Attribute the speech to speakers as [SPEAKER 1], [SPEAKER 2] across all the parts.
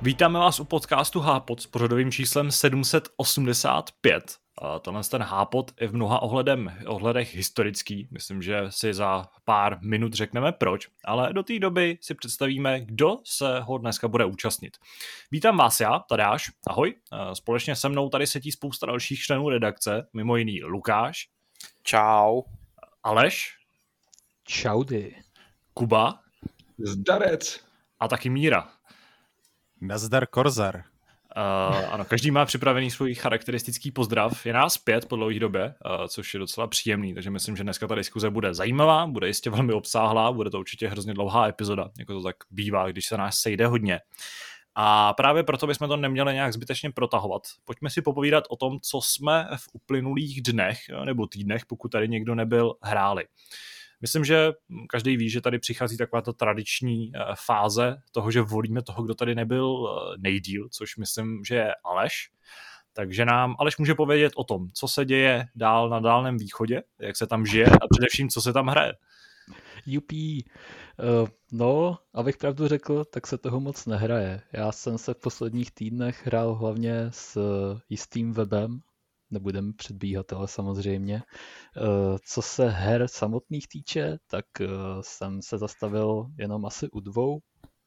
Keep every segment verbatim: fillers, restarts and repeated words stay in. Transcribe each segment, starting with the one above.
[SPEAKER 1] Vítáme vás u podcastu Hápod s pořadovým číslem sedm set osmdesát pět. Tenhle ten Hápod je v mnoha ohledem, ohledech historický. Myslím, že si za pár minut řekneme proč, ale do té doby si představíme, kdo se ho dneska bude účastnit. Vítám vás já, Tadeáš, ahoj. Společně se mnou tady sedí spousta dalších členů redakce, mimo jiný Lukáš.
[SPEAKER 2] Čau.
[SPEAKER 1] Aleš.
[SPEAKER 3] Čaudy.
[SPEAKER 1] Kuba.
[SPEAKER 4] Zdarec.
[SPEAKER 1] A taky Míra.
[SPEAKER 5] Nazdar Korzar.
[SPEAKER 1] Uh, ano, každý má připravený svůj charakteristický pozdrav. Je nás pět po dlouhé době, uh, což je docela příjemný, takže myslím, že dneska ta diskuze bude zajímavá, bude jistě velmi obsáhlá, bude to určitě hrozně dlouhá epizoda, jako to tak bývá, když se nás sejde hodně. A právě proto bychom to neměli nějak zbytečně protahovat. Pojďme si popovídat o tom, co jsme v uplynulých dnech nebo týdnech, pokud tady někdo nebyl, hráli. Myslím, že každý ví, že tady přichází taková ta tradiční fáze toho, že volíme toho, kdo tady nebyl nejdýl, což myslím, že je Aleš. Takže nám Aleš může povědět o tom, co se děje dál na Dálném východě, jak se tam žije a především, co se tam hraje.
[SPEAKER 3] Jupí. Uh, no, abych pravdu řekl, tak se toho moc nehraje. Já jsem se v posledních týdnech hrál hlavně s jistým webem, nebudeme předbíhat, ale samozřejmě. Co se her samotných týče, tak jsem se zastavil jenom asi u dvou.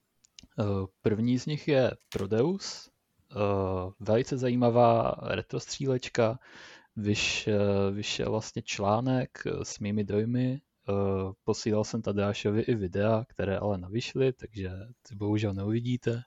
[SPEAKER 3] První z nich je Prodeus, velice zajímavá retrostřílečka, Vyš, vyšel vlastně článek s mými dojmy, posílal jsem Tadeášovi i videa, které ale nevyšly, takže ty bohužel neuvidíte.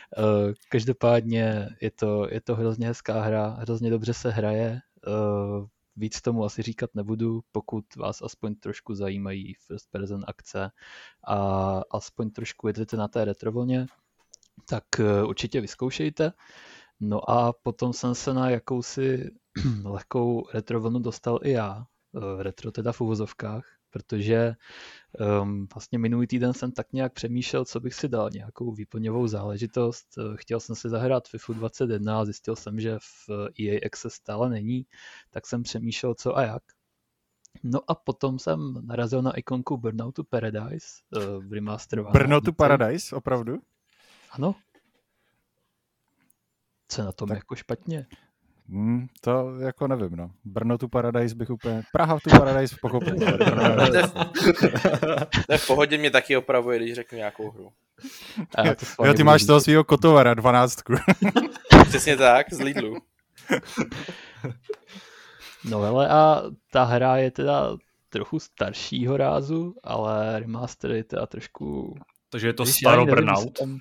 [SPEAKER 3] Každopádně je to, je to hrozně hezká hra, hrozně dobře se hraje, víc tomu asi říkat nebudu, pokud vás aspoň trošku zajímají first person akce a aspoň trošku jedete na té retrovlně, tak určitě vyzkoušejte. No a potom jsem se na jakousi lehkou retrovlnu dostal i já, retro teda v uvozovkách, protože um, vlastně minulý týden jsem tak nějak přemýšlel, co bych si dal, nějakou výplňovou záležitost. Chtěl jsem si zahrát FIFA dvacet jedna a zjistil jsem, že v E A Access stále není, tak jsem přemýšlel, co a jak. No a potom jsem narazil na ikonku Burnout to Paradise uh, v remasterované.
[SPEAKER 5] Burnout to Paradise, opravdu?
[SPEAKER 3] Ano. Co na tom
[SPEAKER 5] tak...
[SPEAKER 3] jako špatně?
[SPEAKER 5] Hmm, to jako nevím, no. Brno tu Paradise bych úplně... Praha tu Paradise pochopil.
[SPEAKER 2] To je v pohodě, mě taky opravuje, když řeknu nějakou hru.
[SPEAKER 5] Jo, ty máš toho svýho kotovara, dvanáctku.
[SPEAKER 2] Přesně tak, z Lidlu.
[SPEAKER 3] No hele, a ta hra je teda trochu staršího rázu, ale remaster je teda trošku...
[SPEAKER 1] Takže je to staro Burnout. Tam...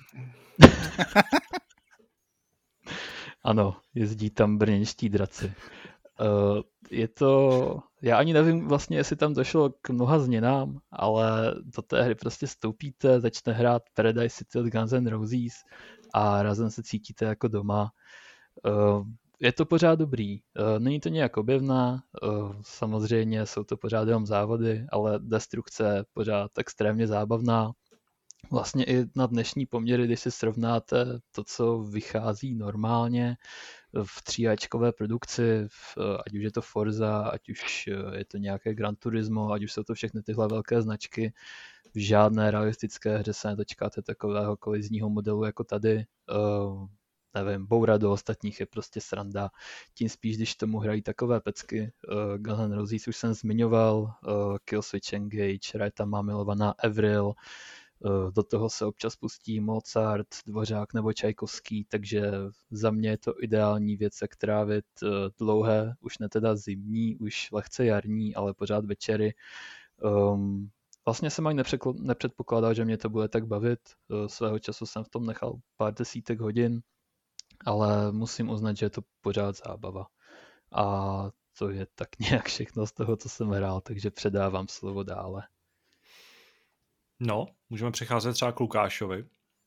[SPEAKER 3] Ano, jezdí tam brněnští draci. Uh, je to... Já ani nevím vlastně, jestli tam došlo k mnoha změnám, ale do té hry prostě stoupíte, začne hrát Paradise City od Guns N' Roses a razem se cítíte jako doma. Uh, je to pořád dobrý. Uh, není to nějak objevná, uh, samozřejmě jsou to pořád jenom závody, ale destrukce je pořád extrémně zábavná. Vlastně i na dnešní poměry, když si srovnáte to, co vychází normálně v tříáčkové produkci, v, ať už je to Forza, ať už je to nějaké Gran Turismo, ať už jsou to všechny tyhle velké značky, v žádné realistické hře se nedočkáte takového kolizního modelu jako tady. Uh, nevím, bourat do ostatních je prostě sranda. Tím spíš, když tomu hrají takové pecky. Uh, Guns N' Roses už jsem zmiňoval, uh, Killswitch Engage, hraje tam má milovaná Avril, do toho se občas pustí Mozart, Dvořák nebo Čajkovský, takže za mě je to ideální věc, jak trávit dlouhé, už ne teda zimní, už lehce jarní, ale pořád večery. Um, vlastně jsem ani nepřekl- nepředpokládal, že mě to bude tak bavit. Svého času jsem v tom nechal pár desítek hodin, ale musím uznat, že je to pořád zábava. A to je tak nějak všechno z toho, co jsem hrál, takže předávám slovo dále.
[SPEAKER 1] No, můžeme přecházet třeba k Lukášovi.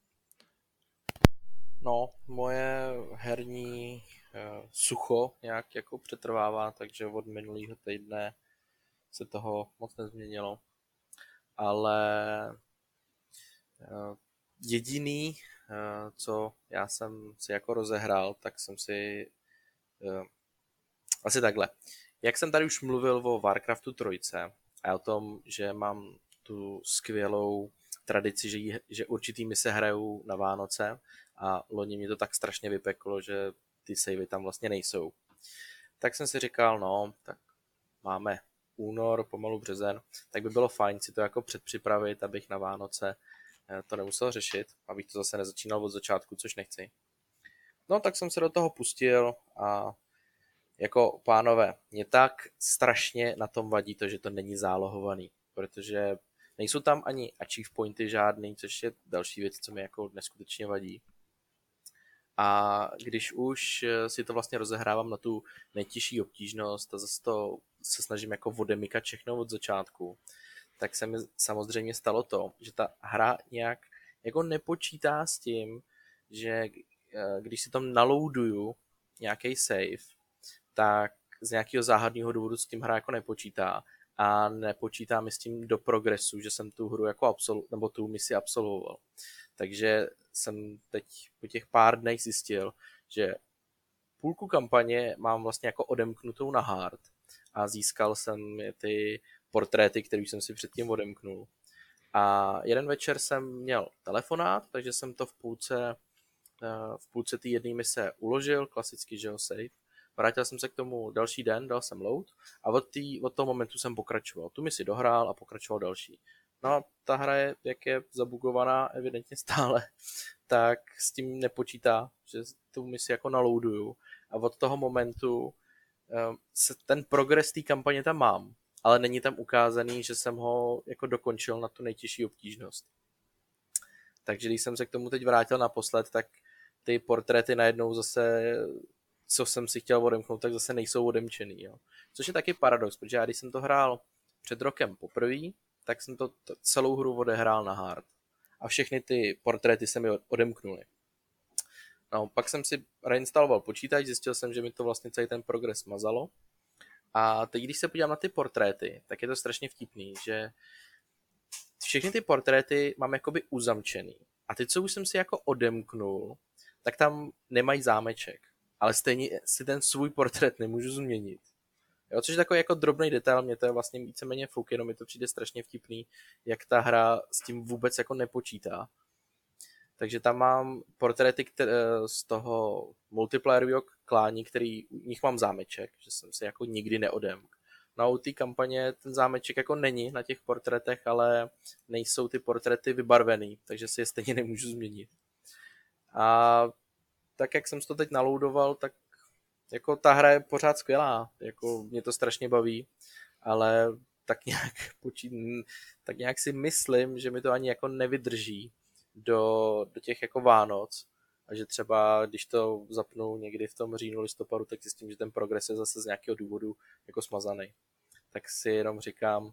[SPEAKER 2] No, moje herní uh, sucho nějak jako přetrvává, takže od minulého týdne se toho moc nezměnilo. Ale uh, jediný, uh, co já jsem si jako rozehrál, tak jsem si uh, asi takhle. Jak jsem tady už mluvil o Warcraftu trojce a o tom, že mám tu skvělou tradici, že, jí, že určitý mise hrajou na Vánoce a loni mě to tak strašně vypeklo, že ty savey tam vlastně nejsou. Tak jsem si říkal, no, tak máme únor, pomalu březen, tak by bylo fajn si to jako předpřipravit, abych na Vánoce to nemusel řešit, abych to zase nezačínal od začátku, což nechci. No tak jsem se do toho pustil a jako pánové, mě tak strašně na tom vadí to, že to není zálohovaný, protože nejsou tam ani achieve pointy žádný, což je další věc, co mi jako neskutečně vadí. A když už si to vlastně rozehrávám na tu nejtěžší obtížnost a zase to se snažím jako odemykat všechno od začátku, tak se mi samozřejmě stalo to, že ta hra nějak jako nepočítá s tím, že když si tam nalouduju nějaký save, tak z nějakého záhadného důvodu s tím hra jako nepočítá a nepočítá mi s tím do progresu, že jsem tu hru jako absol- nebo tu misi absolvoval. Takže jsem teď po těch pár dnech zjistil, že půlku kampaně mám vlastně jako odemknutou na hard a získal jsem ty portréty, které jsem si předtím odemknul. A jeden večer jsem měl telefonát, takže jsem to v půlce v půlce té jedné mise uložil, klasicky, že jo, save. Vrátil jsem se k tomu další den, dal jsem load a od, tý, od toho momentu jsem pokračoval. Tu misi dohrál a pokračoval další. No a ta hra je, jak je zabugovaná evidentně stále, tak s tím nepočítá, že tu misi jako nalouduju. A od toho momentu um, se ten progres té kampaně tam mám, ale není tam ukázaný, že jsem ho jako dokončil na tu nejtěžší obtížnost. Takže když jsem se k tomu teď vrátil naposled, tak ty portréty najednou zase, co jsem si chtěl odemknout, tak zase nejsou odemčený. Jo. Což je taky paradox, protože já když jsem to hrál před rokem poprvé, tak jsem to t- celou hru odehrál na hard. A všechny ty portréty se mi odemknuly. No, pak jsem si reinstaloval počítač, zjistil jsem, že mi to vlastně celý ten progres mazalo. A teď, když se podívám na ty portréty, tak je to strašně vtipný, že všechny ty portréty mám jakoby uzamčený. A teď, co už jsem si jako odemknul, tak tam nemají zámeček. Ale stejně si ten svůj portrét nemůžu změnit. Jo, což je takový jako drobný detail, mě to je vlastně víceméně fuk, jenom mi to přijde strašně vtipný, jak ta hra s tím vůbec jako nepočítá. Takže tam mám portréty které, z toho multiplayerového klání, který u nich mám zámeček, že jsem si jako nikdy neodemk. No a u té kampaně ten zámeček jako není na těch portrétech, ale nejsou ty portréty vybarvený, takže si je stejně nemůžu změnit. A tak jak jsem to teď naloudoval, tak jako ta hra je pořád skvělá, jako mě to strašně baví, ale tak nějak, počít, tak nějak si myslím, že mi to ani jako nevydrží do, do těch jako Vánoc a že třeba když to zapnu někdy v tom říjnu, listopadu, tak zjistím, že ten progres je zase z nějakého důvodu jako smazaný. Tak si jenom říkám,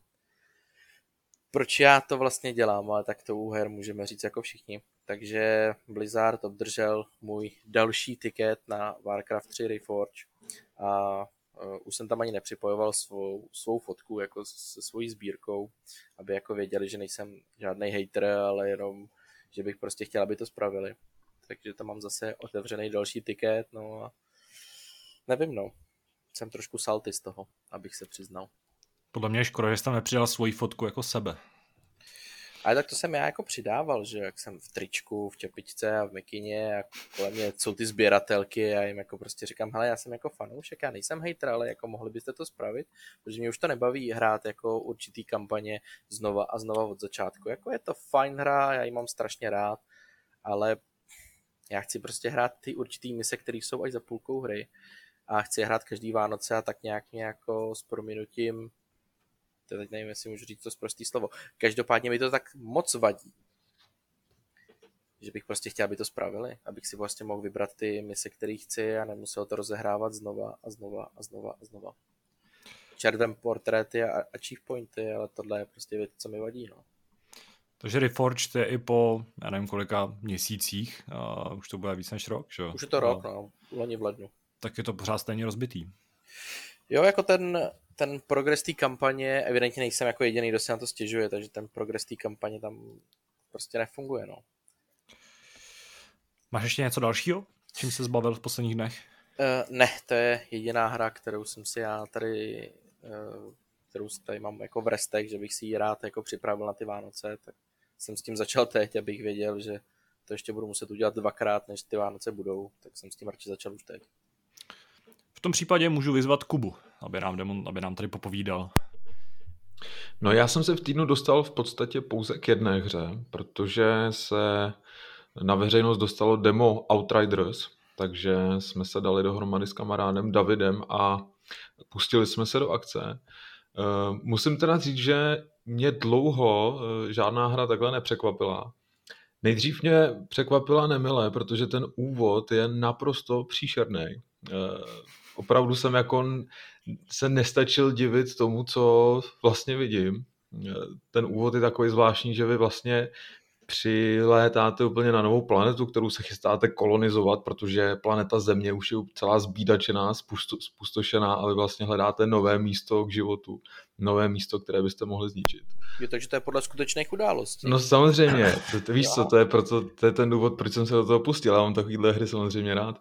[SPEAKER 2] proč já to vlastně dělám, ale tak to u her můžeme říct jako všichni. Takže Blizzard obdržel můj další tiket na Warcraft tři Reforged a uh, už jsem tam ani nepřipojoval svou, svou fotku jako se svojí sbírkou, aby jako věděli, že nejsem žádný hater, ale jenom, že bych prostě chtěl, aby to spravili. Takže tam mám zase otevřený další tiket, no a nevím, no. Jsem trošku salty z toho, abych se přiznal.
[SPEAKER 1] Podle mě je škoda, že jsi tam nepřidal svoji fotku jako sebe.
[SPEAKER 2] Ale tak to jsem já jako přidával, že jak jsem v tričku, v čepičce a v mikině a kolem mě jsou ty sběratelky a jim jako prostě říkám, hele, já jsem jako fanoušek, já nejsem hater, ale jako mohli byste to spravit, protože mě už to nebaví hrát jako určitý kampaně znova a znova od začátku. Jako je to fajn hra, já ji mám strašně rád, ale já chci prostě hrát ty určitý mise, které jsou až za půlkou hry a chci hrát každý Vánoce a tak nějak mě jako s prominutím, to teď nevím, jestli můžu říct to sprostý slovo. Každopádně mi to tak moc vadí, že bych prostě chtěl, aby to spravili, abych si vlastně mohl vybrat ty mise, které chci a nemusel to rozehrávat znova a znova a znova a znova. Červem portréty a achieve pointy, ale tohle je prostě věc, co mi vadí, no.
[SPEAKER 1] Takže Reforged je i po, já nevím kolika měsících, uh, už to bude víc než rok, že?
[SPEAKER 2] Už je to rok, no, loni v lednu.
[SPEAKER 1] Tak je to pořád stejně rozbitý.
[SPEAKER 2] Jo, jako ten, ten progres té kampaně, evidentně nejsem jako jediný, kdo se na to stěžuje, takže ten progres té kampaně tam prostě nefunguje, no.
[SPEAKER 1] Máš ještě něco dalšího, čím se zbavil v posledních dnech?
[SPEAKER 2] Uh, ne, to je jediná hra, kterou jsem si já tady, uh, kterou tady mám jako v restech, že bych si ji rád jako připravil na ty Vánoce, tak jsem s tím začal teď, abych věděl, že to ještě budu muset udělat dvakrát, než ty Vánoce budou, tak jsem s tím radši začal už teď.
[SPEAKER 1] V tom případě můžu vyzvat Kubu, aby nám, demon, aby nám tady popovídal.
[SPEAKER 4] No já jsem se v týdnu dostal v podstatě pouze k jedné hře, protože se na veřejnost dostalo demo Outriders, takže jsme se dali dohromady s kamarádem Davidem a pustili jsme se do akce. Musím teda říct, že mě dlouho žádná hra takhle nepřekvapila. Nejdřív mě překvapila nemile, protože ten úvod je naprosto příšerný. Opravdu jsem jako se nestačil divit tomu, co vlastně vidím. Ten úvod je takový zvláštní, že vy vlastně přilétáte úplně na novou planetu, kterou se chystáte kolonizovat, protože planeta Země už je celá zbídačená, spustošená a vy vlastně hledáte nové místo k životu, nové místo, které byste mohli zničit.
[SPEAKER 2] Jo, takže to je podle skutečných událostí.
[SPEAKER 4] No samozřejmě, to, to, víš co, to je, proto, to je ten důvod, proč jsem se do toho pustil, já mám takovýhle hry samozřejmě rád.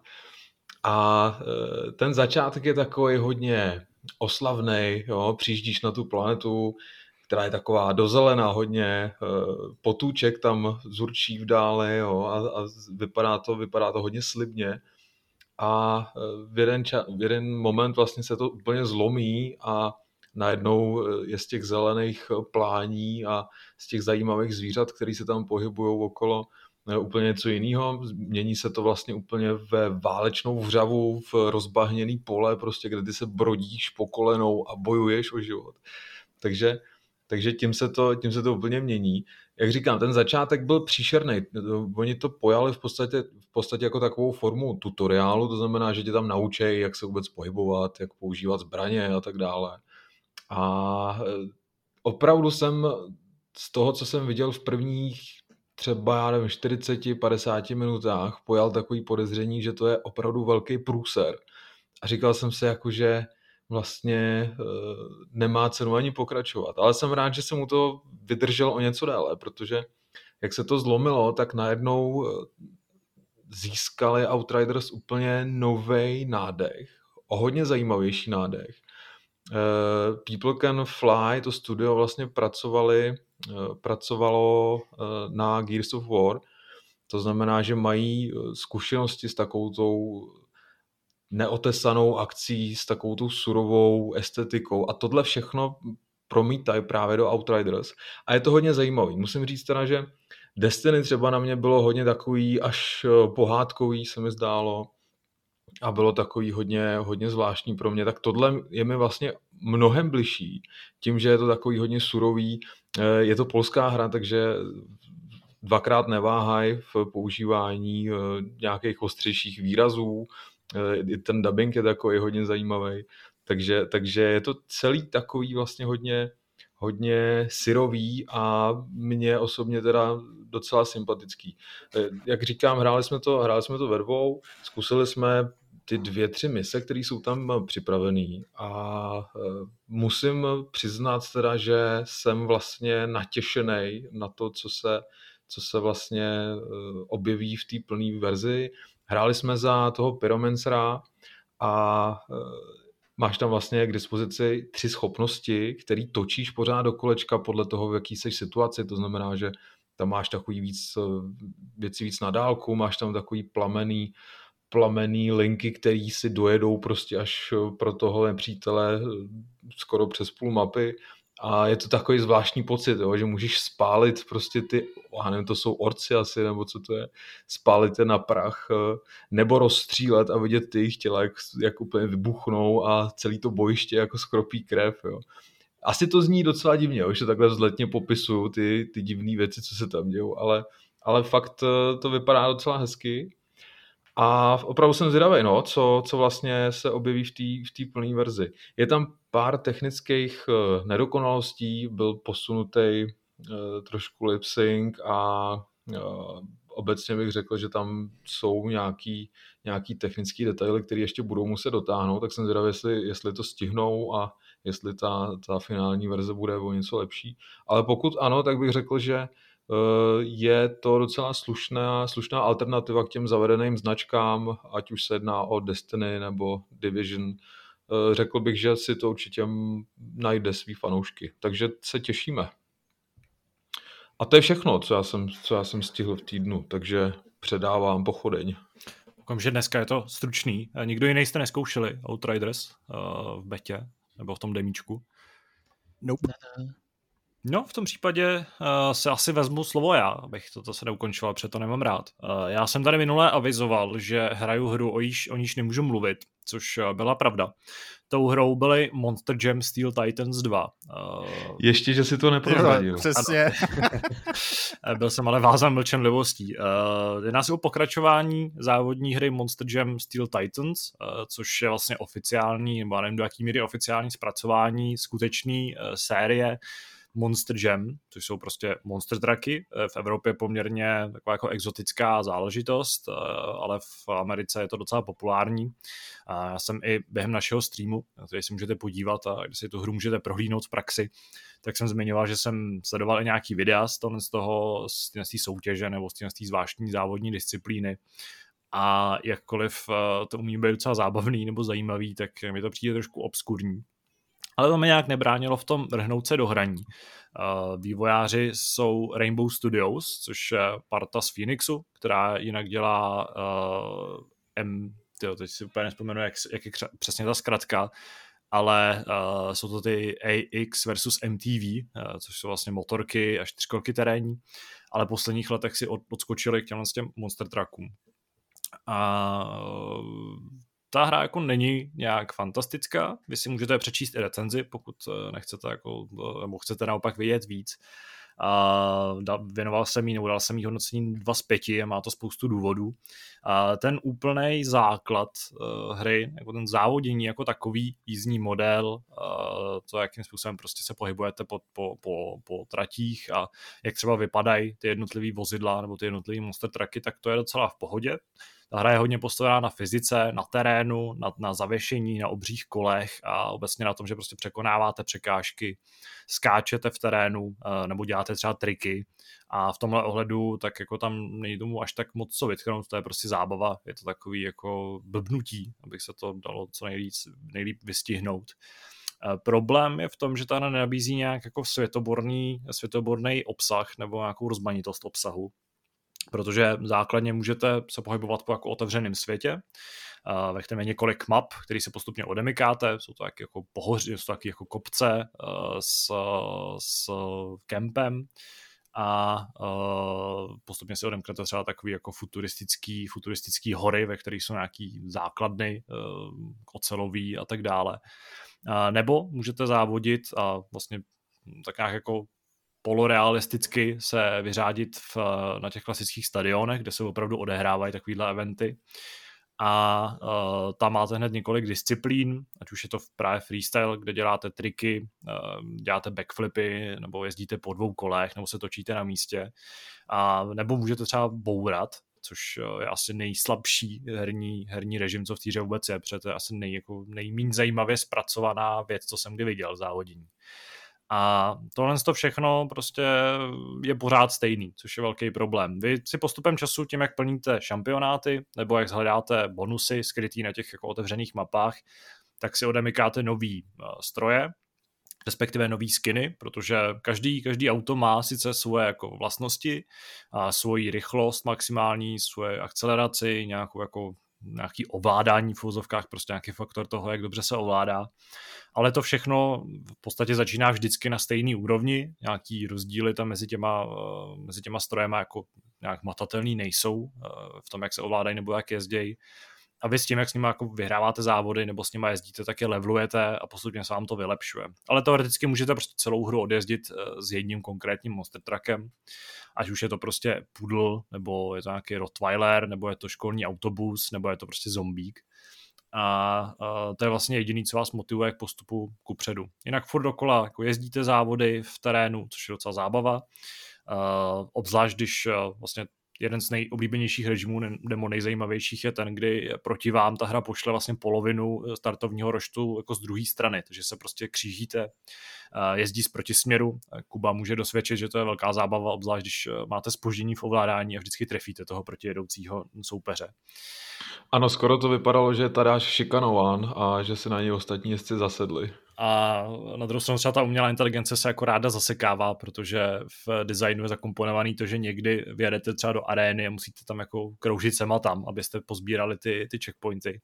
[SPEAKER 4] A ten začátek je takový hodně oslavnej, jo, přijíždíš na tu planetu, která je taková dozelená hodně, potůček tam zurčí v dále, jo, a, a vypadá, to, vypadá to hodně slibně. A v jeden, ča, v jeden moment vlastně se to úplně zlomí a najednou je z těch zelených plání a z těch zajímavých zvířat, které se tam pohybují okolo, úplně něco jiného. Mění se to vlastně úplně ve válečnou vřavu, v rozbahněný pole, prostě, kde ty se brodíš po kolenou a bojuješ o život. Takže Takže tím se, to, tím se to úplně mění. Jak říkám, ten začátek byl příšerný. Oni to pojali v podstatě, v podstatě jako takovou formu tutoriálu, to znamená, že tě tam naučí, jak se vůbec pohybovat, jak používat zbraně a tak dále. A opravdu jsem z toho, co jsem viděl v prvních třeba, já nevím, čtyřicet padesát minutách, pojal takový podezření, že to je opravdu velký průser. A říkal jsem si jako, že vlastně e, nemá cenu ani pokračovat. Ale jsem rád, že jsem mu to vydržel o něco déle, protože jak se to zlomilo, tak najednou získali Outriders úplně novej nádech, o hodně zajímavější nádech. E, People Can Fly, to studio vlastně pracovali, e, pracovalo e, na Gears of War, to znamená, že mají zkušenosti s takovou tou neotesanou akcí, s takovou tou surovou estetikou a tohle všechno promítají právě do Outriders a je to hodně zajímavý. Musím říct teda, že Destiny třeba na mě bylo hodně takový až pohádkový, se mi zdálo, a bylo takový hodně, hodně zvláštní pro mě, tak tohle je mi vlastně mnohem bližší, tím, že je to takový hodně surový, je to polská hra, takže dvakrát neváhaj v používání nějakých ostřejších výrazů, ten dubbing je takový hodně zajímavý, takže, takže je to celý takový vlastně hodně, hodně syrový a mně osobně teda docela sympatický. Jak říkám, hráli jsme to, hráli jsme to ve dvou, zkusili jsme ty dvě, tři mise, které jsou tam připravený a musím přiznat teda, že jsem vlastně natěšenej na to, co se, co se vlastně objeví v té plné verzi. Hráli jsme za toho Pyromancera a máš tam vlastně k dispozici tři schopnosti, které točíš pořád do kolečka podle toho, v jaký jsi situaci. To znamená, že tam máš takový víc věcí víc na dálku, máš tam takový plamený, plamený linky, který si dojedou prostě až pro toho nepřítele skoro přes půl mapy. A je to takový zvláštní pocit, jo, že můžeš spálit prostě ty, já nevím, to jsou orci asi, nebo co to je, spálit je na prach, nebo rozstřílet a vidět ty jejich těla, jak, jak úplně vybuchnou a celý to bojiště jako skropí krev. Jo. Asi to zní docela divně, jo, že takhle vzletně popisuju ty, ty divné věci, co se tam dějou, ale, ale fakt to vypadá docela hezky. A opravdu jsem zvědavý, no, co, co vlastně se objeví v té v té plné verzi. Je tam pár technických uh, nedokonalostí, byl posunutý uh, trošku lip sync a uh, obecně bych řekl, že tam jsou nějaký, nějaký technický detaily, které ještě budou muset dotáhnout, tak jsem zvědavý, jestli, jestli to stihnou a jestli ta, ta finální verze bude o něco lepší. Ale pokud ano, tak bych řekl, že je to docela slušná, slušná alternativa k těm zavedeným značkám, ať už se jedná o Destiny nebo Division. Řekl bych, že si to určitě najde svý fanoušky, takže se těšíme. A to je všechno, co já jsem, co já jsem stihl v týdnu, takže předávám pochodeň.
[SPEAKER 1] Že dneska je to stručný. Nikdo jiný jste neskoušeli Outriders uh, v betě nebo v tom demíčku?
[SPEAKER 5] Nope.
[SPEAKER 1] No, v tom případě uh, se asi vezmu slovo já, abych to zase neukončoval, protože to nemám rád. Uh, já jsem tady minule avizoval, že hraju hru, o níž, o níž nemůžu mluvit, což uh, byla pravda. Tou hrou byly Monster Jam Steel Titans dva. Uh,
[SPEAKER 4] Ještě, že si to neprozradil.
[SPEAKER 5] Přesně.
[SPEAKER 1] Byl jsem ale vázan mlčenlivostí. Uh, jedná se o pokračování závodní hry Monster Jam Steel Titans, uh, což je vlastně oficiální, nebo nevím do jaký míry oficiální zpracování skutečný uh, série Monster Jam, což jsou prostě monster trucky. V Evropě poměrně taková jako exotická záležitost, ale v Americe je to docela populární. Já jsem i během našeho streamu, který si můžete podívat a kde si tu hru můžete prohlídnout v praxi, tak jsem zmiňoval, že jsem sledoval i nějaký videa z toho, z toho z té soutěže nebo z té zvláštní závodní disciplíny. A jakkoliv to umí být docela zábavný nebo zajímavý, tak mi to přijde trošku obskurní. Ale to mě nějak nebránilo v tom vrhnout se do hraní. Uh, vývojáři jsou Rainbow Studios, což je parta z Phoenixu, která jinak dělá uh, M, tyjo, teď si úplně nespomenu, jak, jak je kře- přesně ta zkratka, ale uh, jsou to ty A X versus M T V, uh, což jsou vlastně motorky a čtyřkolky terénní, ale v posledních letech si od, odskočili k těmhle těm monster truckům. A uh, ta hra jako není nějak fantastická, vy si můžete přečíst i recenzi, pokud nechcete jako, nebo chcete naopak vidět víc. A věnoval jsem jí, nebo dal jsem jí hodnocení dva z pěti a má to spoustu důvodů. A ten úplný základ uh, hry, jako ten závodění jako takový, jízdní model, uh, to, jakým způsobem prostě se pohybujete po, po, po, po tratích a jak třeba vypadají ty jednotlivý vozidla nebo ty jednotlivý monster trucky, tak to je docela v pohodě. Ta hra je hodně postavená na fyzice, na terénu, na, na zavěšení, na obřích kolech a obecně na tom, že prostě překonáváte překážky, skáčete v terénu nebo děláte třeba triky a v tomhle ohledu tak jako tam není tomu až tak moc co vytknout, to je prostě zábava, je to takový jako blbnutí, abych se to dalo co nejlíp, nejlíp vystihnout. Problém je v tom, že ta hra nenabízí nějak jako světoborný, světoborný obsah nebo nějakou rozmanitost obsahu, protože základně můžete se pohybovat po jako otevřeném světě, ve kterém je několik map, který se postupně odemykáte, jsou to taky jako pohoří, jsou to taky jako kopce s, s kempem a postupně si odemknete třeba takový jako futuristický, futuristický hory, ve kterých jsou nějaký základny ocelový a tak dále. Nebo můžete závodit a vlastně tak nějak jako polorealisticky se vyřádit v, na těch klasických stadionech, kde se opravdu odehrávají takovýhle eventy. A uh, tam máte hned několik disciplín, ať už je to právě freestyle, kde děláte triky, uh, děláte backflipy, nebo jezdíte po dvou kolech, nebo se točíte na místě. A nebo můžete třeba bourat, což je asi nejslabší herní, herní režim, co v té hře vůbec je, protože to je asi nej, jako nejméně zajímavě zpracovaná věc, co jsem kdy viděl v závodění. A tohle to všechno prostě je pořád stejný, což je velký problém. Vy si postupem času tím, jak plníte šampionáty, nebo jak hledáte bonusy skrytý na těch jako otevřených mapách, tak si odemykáte nový stroje, respektive nový skiny, protože každý, každý auto má sice svoje jako vlastnosti, a svoji rychlost maximální, svoje akceleraci, nějakou jako nějaký ovládání v uvozovkách, prostě nějaký faktor toho, jak dobře se ovládá. Ale to všechno v podstatě začíná vždycky na stejný úrovni, nějaký rozdíly tam mezi těma, mezi těma strojema jako nějak matatelný nejsou v tom, jak se ovládají nebo jak jezdějí. A vy s tím, jak s nimi jako vyhráváte závody nebo s nimi jezdíte, tak je levelujete a postupně se vám to vylepšuje. Ale teoreticky můžete prostě celou hru odjezdit s jedním konkrétním monster truckem, ať už je to prostě pudl, nebo je to nějaký rottweiler, nebo je to školní autobus, nebo je to prostě zombík. A, a to je vlastně jediný, co vás motivuje k postupu kupředu. Jinak furt dokola jako jezdíte závody v terénu, což je docela zábava. Uh, obzvlášť, když uh, vlastně jeden z nejoblíbenějších režimů nebo nejzajímavějších je ten, kdy proti vám ta hra pošle vlastně polovinu startovního roštu jako z druhé strany, takže se prostě křížíte, jezdí z protisměru. Kuba může dosvědčit, že to je velká zábava, obzvlášť když máte zpoždění v ovládání a vždycky trefíte toho protijedoucího soupeře.
[SPEAKER 4] Ano, skoro to vypadalo, že je Tadáš šikanován a že se na něj ostatní jezdci zasedli.
[SPEAKER 1] A na druhou stranu třeba ta umělá inteligence se jako ráda zasekává, protože v designu je zakomponovaný to, že někdy vyjedete třeba do arény a musíte tam jako kroužit sem a tam, abyste pozbírali ty, ty checkpointy.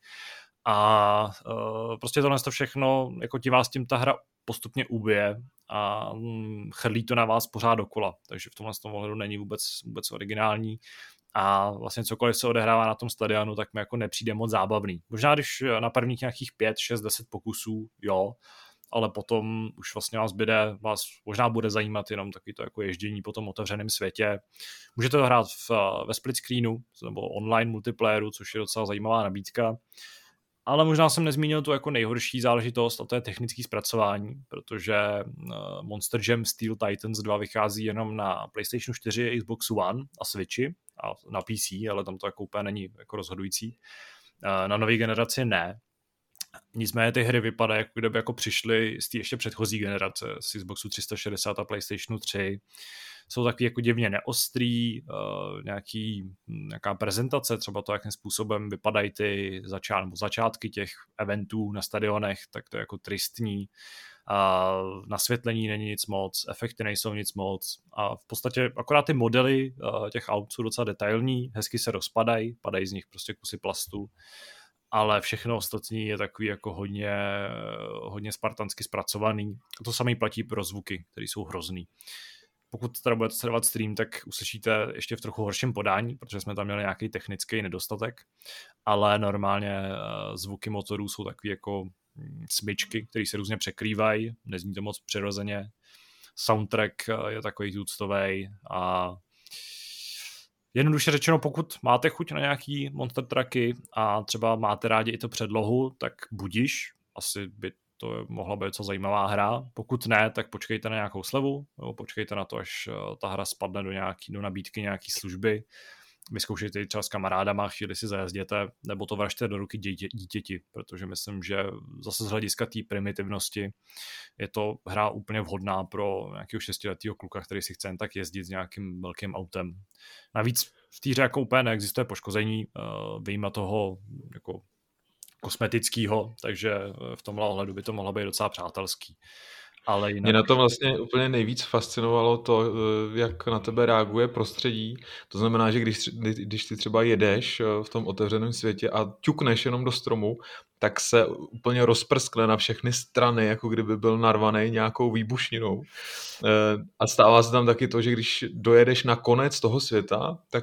[SPEAKER 1] A uh, prostě tohle to všechno, jako ti vás tím ta hra postupně ubije a um, chrlí to na vás pořád dokola. Takže v tomhle tom ohledu není vůbec, vůbec originální. A vlastně cokoliv se odehrává na tom stadionu, tak mi jako nepřijde moc zábavný. Možná když na prvních nějakých pět, šest, deset pokusů, jo, ale potom už vlastně vás bude, vás možná bude zajímat jenom takový to jako ježdění po tom otevřeném světě. Můžete to hrát v, ve split screenu nebo online multiplayeru, což je docela zajímavá nabídka. Ale možná jsem nezmínil tu jako nejhorší záležitost, a to je technické zpracování, protože Monster Jam Steel Titans dva vychází jenom na PlayStation čtyři, Xbox One a Switchi a na P C, ale tam to jako úplně není jako rozhodující. Na nové generaci ne. Nicméně ty hry vypadají, jako kdyby jako přišly z té ještě předchozí generace, z Xboxu tři sta šedesát a PlayStationu tři. Jsou taky jako divně neostrý, uh, nějaký, nějaká prezentace, třeba to, jakým způsobem vypadají ty začát, nebo začátky těch eventů na stadionech, tak to je jako tristní. Uh, nasvětlení není nic moc, efekty nejsou nic moc a v podstatě akorát ty modely uh, těch aut jsou docela detailní, hezky se rozpadají, padají z nich prostě kusy plastu, ale všechno ostatní je takový jako hodně, hodně spartansky zpracovaný. A to samé platí pro zvuky, které jsou hrozný. Pokud teda budete sledovat stream, tak uslyšíte ještě v trochu horším podání, protože jsme tam měli nějaký technický nedostatek, ale normálně zvuky motorů jsou takový jako smyčky, které se různě překrývají, nezní to moc přirozeně. Soundtrack je takový úctovej a jednoduše řečeno, pokud máte chuť na nějaký monster trucky a třeba máte rádi i to předlohu, tak budiš, asi by to mohla být co zajímavá hra. Pokud ne, tak počkejte na nějakou slevu, nebo počkejte na to, až ta hra spadne do, nějaký, do nabídky nějaký služby. Vyzkoušejte ji třeba s kamarádama, chvíli si zajezděte, nebo to vražte do ruky dítě, dítěti, protože myslím, že zase z hlediska té primitivnosti je to hra úplně vhodná pro nějakého šestiletého kluka, který si chce jen tak jezdit s nějakým velkým autem. Navíc v té hře jako úplně neexistuje poškození, vyjma toho jako kosmetického, takže v tomhle ohledu by to mohlo být docela přátelský. Ale jinak...
[SPEAKER 4] Mě na tom vlastně úplně nejvíc fascinovalo to, jak na tebe reaguje prostředí. To znamená, že když, když ty třeba jedeš v tom otevřeném světě a ťukneš jenom do stromu, tak se úplně rozprskne na všechny strany, jako kdyby byl narvaný nějakou výbušninou. A stává se tam taky to, že když dojedeš na konec toho světa, tak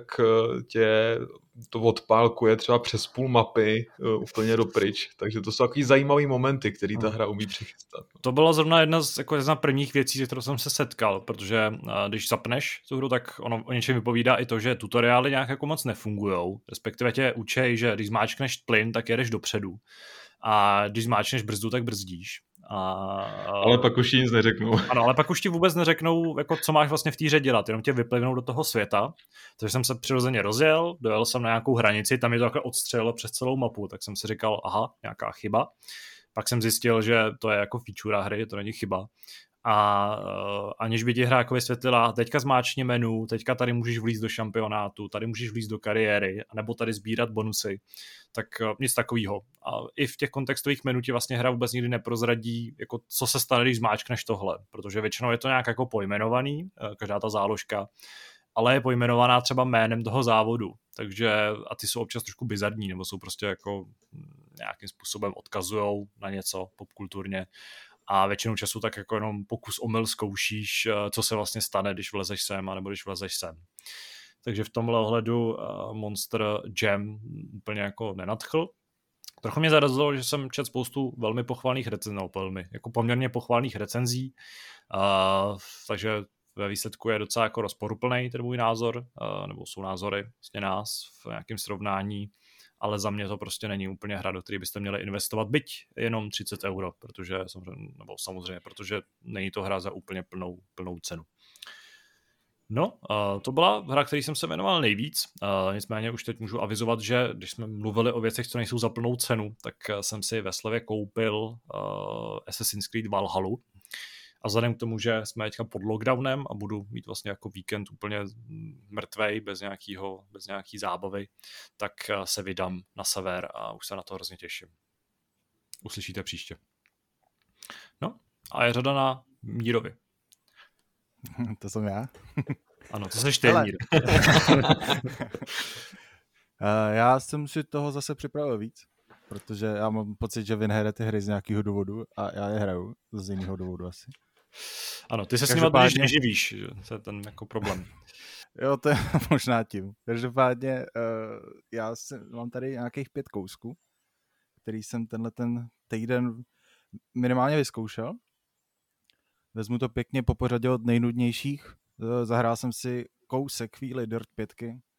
[SPEAKER 4] tě to odpálkuje třeba přes půl mapy úplně dopryč. Takže to jsou takový zajímavý momenty, který ta hra umí přichystat.
[SPEAKER 1] To byla zrovna jedna z, jako jedna z prvních věcí, se kterou jsem se setkal, protože když zapneš tu hru, tak ono o něčem vypovídá i to, že tutoriály nějak jako moc nefungujou, respektive tě učej, že když zmáčkneš plyn, tak jedeš dopředu. A když zmáčkneš brzdu, tak brzdíš. A,
[SPEAKER 4] ale pak už ti nic neřeknou.
[SPEAKER 1] Ano, ale pak už ti vůbec neřeknou, jako, co máš vlastně v té hře dělat, jenom tě vyplivnou do toho světa. Takže jsem se přirozeně rozjel, dojel jsem na nějakou hranici, tam je to takhle odstřelilo přes celou mapu, tak jsem si říkal, aha, nějaká chyba. Pak jsem zjistil, že to je jako feature hry, to není chyba. A uh, aniž by ti hra jako vysvětlila, teďka zmáčkni menu, teďka tady můžeš vlízt do šampionátu, tady můžeš vlízt do kariéry, nebo tady sbírat bonusy, tak uh, nic takového. A i v těch kontextových menu ti vlastně hra vůbec nikdy neprozradí, jako co se stane, když zmáčkneš tohle, protože většinou je to nějak jako pojmenovaný, uh, každá ta záložka, ale je pojmenovaná třeba jménem toho závodu, takže a ty jsou občas trošku bizarní, nebo jsou prostě jako nějakým způsobem odkazujou na něco popkulturně. A většinou času tak jako jenom pokus omyl zkoušíš, co se vlastně stane, když vlezeš sem, anebo když vlezeš sem. Takže v tomhle ohledu Monster Jam úplně jako nenadchl. Trochu mě zarazilo, že jsem četl spoustu velmi pochvalných recenzí, no, velmi, jako poměrně pochvalných recenzí, uh, takže ve výsledku je docela jako rozporuplný ten můj názor, uh, nebo jsou názory vlastně nás v nějakém srovnání, ale za mě to prostě není úplně hra, do které byste měli investovat, byť jenom třicet euro, protože samozřejmě, nebo samozřejmě, protože není to hra za úplně plnou, plnou cenu. No, uh, to byla hra, který jsem se věnoval nejvíc, uh, nicméně už teď můžu avizovat, že když jsme mluvili o věcech, co nejsou za plnou cenu, tak jsem si ve slevě koupil uh, Assassin's Creed Valhalla. A vzhledem k tomu, že jsme teďka pod lockdownem a budu mít vlastně jako víkend úplně mrtvej, bez nějakýho, bez nějaký zábavy, tak se vydám na sever a už se na to hrozně těším. Uslyšíte příště. No a je řada na Mírovi.
[SPEAKER 5] To jsem já.
[SPEAKER 1] Ano, to seš ty,
[SPEAKER 5] Hele.
[SPEAKER 1] Mír.
[SPEAKER 5] Já jsem si toho zase připravil víc, protože já mám pocit, že vy nehraje ty hry z nějakého důvodu a já je hraju z jiného důvodu asi.
[SPEAKER 1] Ano, ty se s nimi
[SPEAKER 5] Každopádně-
[SPEAKER 1] totiž neživíš, že? To je ten jako problém.
[SPEAKER 5] Jo, to je možná tím. Každopádně uh, já jsem, mám tady nějakých pět kousků, který jsem tenhle ten týden minimálně vyzkoušel. Vezmu to pěkně po pořadě od nejnudnějších. Uh, zahrál jsem si kousek chvíli Dirt pět.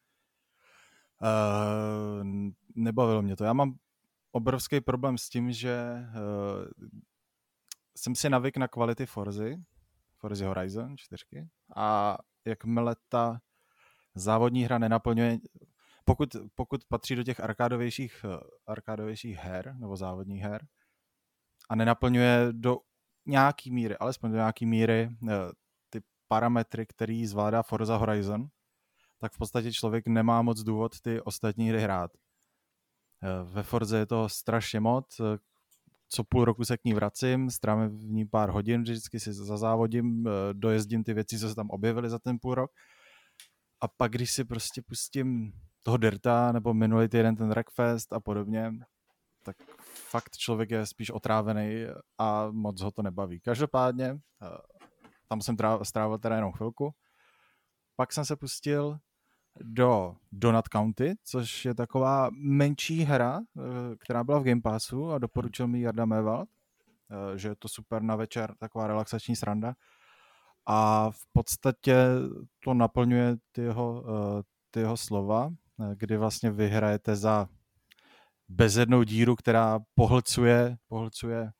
[SPEAKER 5] Uh, nebavilo mě to. Já mám obrovský problém s tím, že uh, jsem si navyk na kvality Forzy, Forza Horizon čtyři, a jakmile ta závodní hra nenaplňuje, pokud, pokud patří do těch arkádovějších, arkádovějších her, nebo závodních her, a nenaplňuje do nějaký míry, alespoň do nějaký míry ty parametry, který zvládá Forza Horizon, tak v podstatě člověk nemá moc důvod ty ostatní hry hrát. Ve Forze je to strašně moc, co půl roku se k ní vracím, strávím v ní pár hodin, vždycky si zazávodím, dojezdím ty věci, co se tam objevily za ten půl rok. A pak, když si prostě pustím toho Dirta, nebo minulý týden ten Wreckfest a podobně, tak fakt člověk je spíš otrávený a moc ho to nebaví. Každopádně, tam jsem strávil teda jenom chvilku. Pak jsem se pustil do Donut County, což je taková menší hra, která byla v Game Passu a doporučil mi Jarda Mévald, že je to super na večer, taková relaxační sranda. A v podstatě to naplňuje ty jeho, ty jeho slova, kdy vlastně vyhrajete za bezjednou díru, která pohlcuje, pohlcuje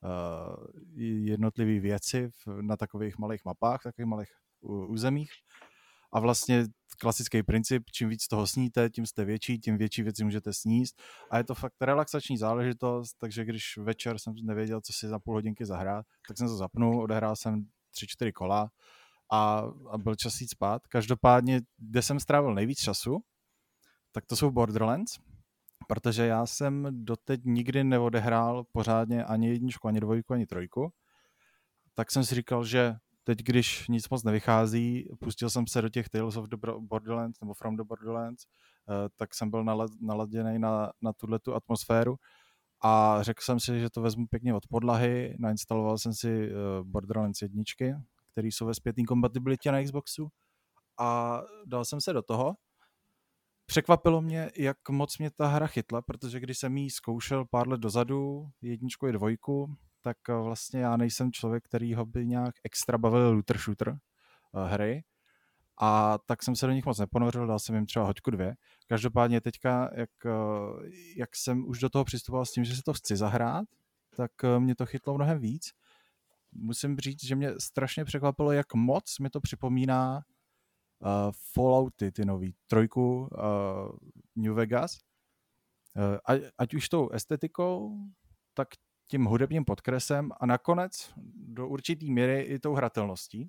[SPEAKER 5] jednotlivé věci na takových malých mapách, takových malých územích. A vlastně klasický princip, čím víc toho sníte, tím jste větší, tím větší věci můžete sníst. A je to fakt relaxační záležitost, takže když večer jsem nevěděl, co si za půl hodinky zahrát, tak jsem to zapnul, odehrál jsem tři, čtyři kola a, a byl čas jít spát. Každopádně, kde jsem strávil nejvíc času, tak to jsou Borderlands, protože já jsem doteď nikdy neodehrál pořádně ani jedničku, ani dvojku, ani trojku. Tak jsem si říkal, že teď, když nic moc nevychází, pustil jsem se do těch Tales of the Borderlands nebo From the Borderlands, tak jsem byl naladěný na, na tuhletu atmosféru a řekl jsem si, že to vezmu pěkně od podlahy, nainstaloval jsem si Borderlands jedničky, které jsou ve zpětné kompatibilitě na Xboxu a dal jsem se do toho. Překvapilo mě, jak moc mě ta hra chytla, protože když jsem ji zkoušel pár let dozadu, jedničku i dvojku, tak vlastně já nejsem člověk, kterýho by nějak extra bavil looter shooter uh, hry. A tak jsem se do nich moc neponořil, dal jsem jim třeba hoďku dvě. Každopádně teďka, jak, uh, jak jsem už do toho přistupoval s tím, že si to chci zahrát, tak uh, mě to chytlo mnohem víc. Musím říct, že mě strašně překvapilo, jak moc mi to připomíná uh, Fallouty, ty nový, trojku uh, New Vegas. Uh, ať, ať už tou estetikou, tak tím hudebním podkresem a nakonec do určitý míry i tou hratelností.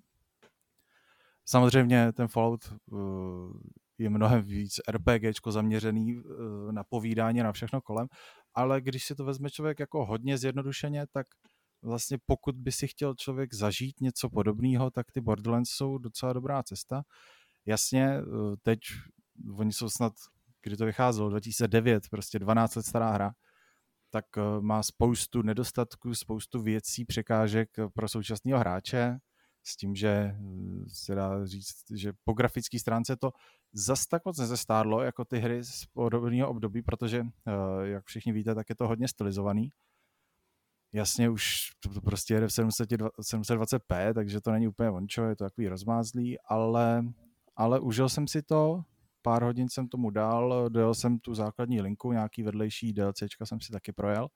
[SPEAKER 5] Samozřejmě ten Fallout uh, je mnohem víc RPGčko zaměřený uh, na povídání, na všechno kolem, ale když si to vezme člověk jako hodně zjednodušeně, tak vlastně pokud by si chtěl člověk zažít něco podobného, tak ty Borderlands jsou docela dobrá cesta. Jasně, uh, teď oni jsou snad, kdy to vycházelo, dva tisíce devět, prostě dvanáct let stará hra, tak má spoustu nedostatků, spoustu věcí, překážek pro současného hráče, s tím, že se dá říct, že po grafické stránce to zas tak moc nezestárlo, jako ty hry z podobného období, protože, jak všichni víte, tak je to hodně stylizovaný. Jasně, už to prostě jede v sedm set dvacet pé, takže to není úplně vončo, je to takový rozmázlý, ale, ale užil jsem si to, pár hodin jsem tomu dal, dojel jsem tu základní linku, nějaký vedlejší DLCčka jsem si taky projel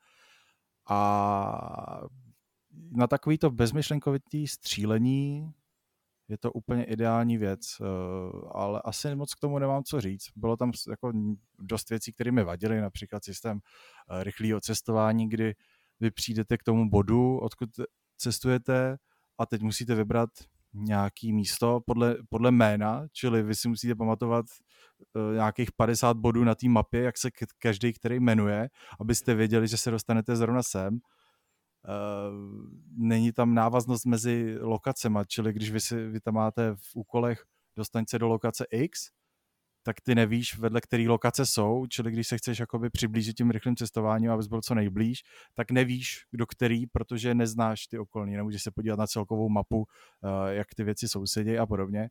[SPEAKER 5] a na takovýto bezmyšlenkovitý střílení je to úplně ideální věc, ale asi moc k tomu nemám co říct. Bylo tam jako dost věcí, které mi vadily, například systém rychlého cestování, kdy vy přijdete k tomu bodu, odkud cestujete a teď musíte vybrat nějaký místo podle, podle jména, čili vy si musíte pamatovat uh, nějakých padesát bodů na té mapě, jak se k- každý, který jmenuje, abyste věděli, že se dostanete zrovna sem. není tam návaznost mezi lokacema, čili když vy, si, vy tam máte v úkolech dostaň se do lokace X, tak ty nevíš, vedle který lokace jsou, čili když se chceš jakoby přiblížit tím rychlým cestováním, abys byl co nejblíž, tak nevíš, do který, protože neznáš ty okolní, nemůžeš se podívat na celkovou mapu, jak ty věci sousedí a podobně.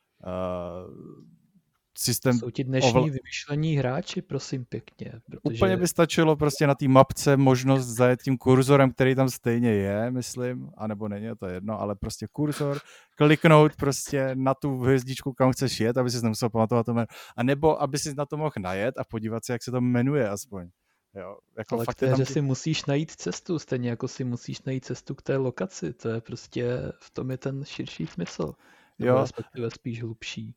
[SPEAKER 5] Systém
[SPEAKER 3] Jsou ti dnešní
[SPEAKER 5] ovl...
[SPEAKER 3] vymyšlení hráči, prosím pěkně. Protože...
[SPEAKER 5] Úplně by stačilo prostě na té mapce možnost zajet tím kurzorem, který tam stejně je, myslím, anebo není, to je jedno, ale prostě kurzor, kliknout prostě na tu hvězdičku, kam chceš jet, aby si nemusel pamatovat to jméno, a nebo aby si na to mohl najet a podívat se, jak se to jmenuje aspoň. Jo, jako
[SPEAKER 3] ale
[SPEAKER 5] fakt
[SPEAKER 3] k té hře
[SPEAKER 5] ty...
[SPEAKER 3] si musíš najít cestu, stejně jako si musíš najít cestu k té lokaci, to je prostě, v tom je ten širší smysl, nebo
[SPEAKER 5] jo.
[SPEAKER 3] respektive spíš hlubší.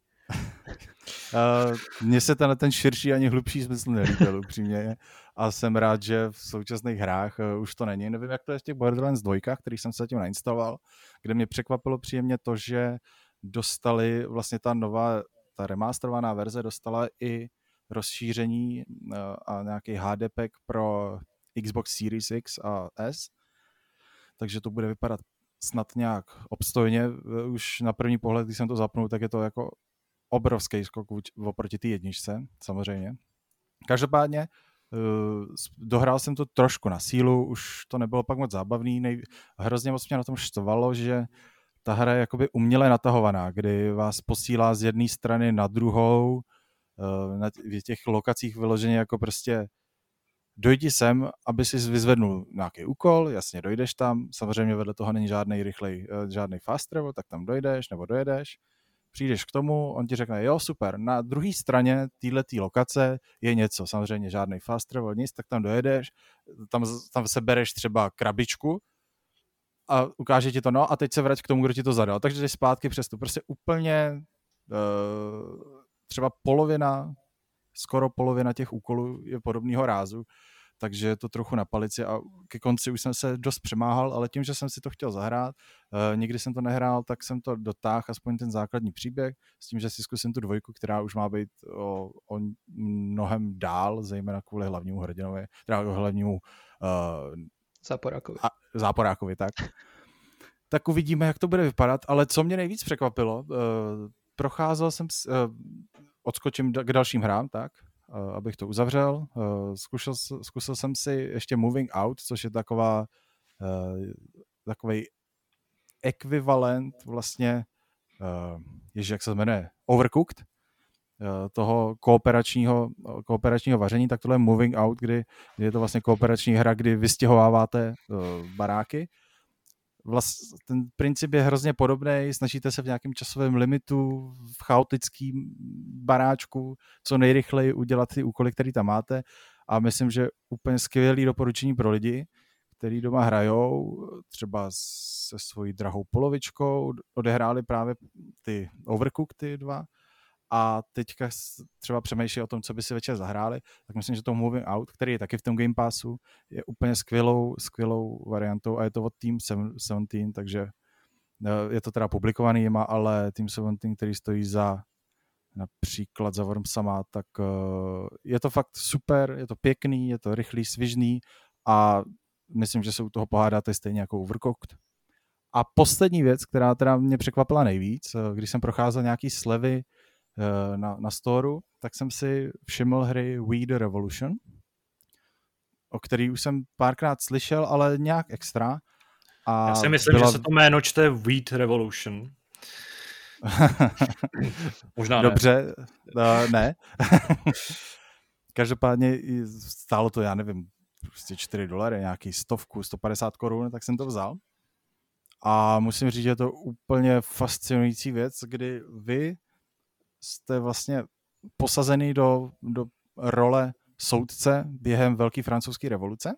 [SPEAKER 5] Uh, mně se ten, ten širší ani hlubší smysl nelíbil upřímně a jsem rád, že v současných hrách uh, už to není. Nevím, jak to je v těch Borderlands dva, který jsem se zatím nainstaloval, kde mě překvapilo příjemně to, že dostali vlastně ta nová, ta remasterovaná verze dostala i rozšíření uh, a nějaký H D pack pro Xbox Series X a S, takže to bude vypadat snad nějak obstojně. Už na první pohled, když jsem to zapnul, tak je to jako obrovský skok oproti té jedničce, samozřejmě. Každopádně uh, dohrál jsem to trošku na sílu, už to nebylo pak moc zábavný. Nej... Hrozně moc mě na tom štvalo, že ta hra je jakoby uměle natahovaná, kdy vás posílá z jedné strany na druhou, uh, na těch lokacích vyloženě jako prostě dojdi sem, aby si vyzvednul nějaký úkol, jasně dojdeš tam, samozřejmě vedle toho není žádný rychlej, žádný fast travel, tak tam dojdeš nebo dojedeš. Přijdeš k tomu, on ti řekne, jo, super, na druhé straně téhletý lokace je něco, samozřejmě žádný fast travel, nic, tak tam dojedeš, tam, tam sebereš třeba krabičku a ukáže ti to, no a teď se vrať k tomu, kdo ti to zadal. Takže jdeš zpátky přes to. Prostě úplně uh, třeba polovina, skoro polovina těch úkolů je podobného rázu, takže je to trochu na palici a ke konci už jsem se dost přemáhal, ale tím, že jsem si to chtěl zahrát, uh, nikdy jsem to nehrál, tak jsem to dotáhl, aspoň ten základní příběh, s tím, že si zkusím tu dvojku, která už má být o, o mnohem dál, zejména kvůli hlavnímu hrdinovi, teda hlavnímu uh,
[SPEAKER 3] Záporákovi.
[SPEAKER 5] A, záporákovi, tak. Tak uvidíme, jak to bude vypadat, ale co mě nejvíc překvapilo, uh, procházel jsem, uh, odskočím k dalším hrám, tak, uh, abych to uzavřel. Uh, zkusil, zkusil jsem si ještě Moving Out, což je taková uh, takovej ekvivalent vlastně, uh, ježi, jak se jmenuje, Overcooked, uh, toho kooperačního, kooperačního vaření, tak tohle je Moving Out, kdy, kdy je to vlastně kooperační hra, kdy vystěhováváte uh, baráky. Vlast, ten princip je hrozně podobný, snažíte se v nějakém časovém limitu, v chaotickém baráčku, co nejrychleji udělat ty úkoly, které tam máte, a myslím, že úplně skvělý doporučení pro lidi, který doma hrajou, třeba se svojí drahou polovičkou, odehráli právě ty Overcooked, ty dva, a teďka třeba přemýšlí o tom, co by si večer zahráli, tak myslím, že to Moving Out, který je taky v tom Game Passu, je úplně skvělou, skvělou variantou a je to od Team sedmnáct, takže je to teda publikovaný jima, ale Team sedmnáct, který stojí za například za Wormsama, tak je to fakt super, je to pěkný, je to rychlý, svižný a myslím, že se u toho pohádáte stejně jako Overcooked. A poslední věc, která teda mě překvapila nejvíc, když jsem procházel nějaký slevy na, na storu, tak jsem si všiml hry We The Revolution, o který už jsem párkrát slyšel, ale nějak extra. A
[SPEAKER 1] já si myslím, byla... že se to jméno čte Wheat Revolution. Možná ne.
[SPEAKER 5] Dobře, uh, ne. Každopádně stálo to, já nevím, prostě čtyři dolary, nějaký stovku, sto padesát korun, tak jsem to vzal. A musím říct, že je to úplně fascinující věc, kdy vy jste vlastně posazený do, do role soudce během Velké francouzské revoluce.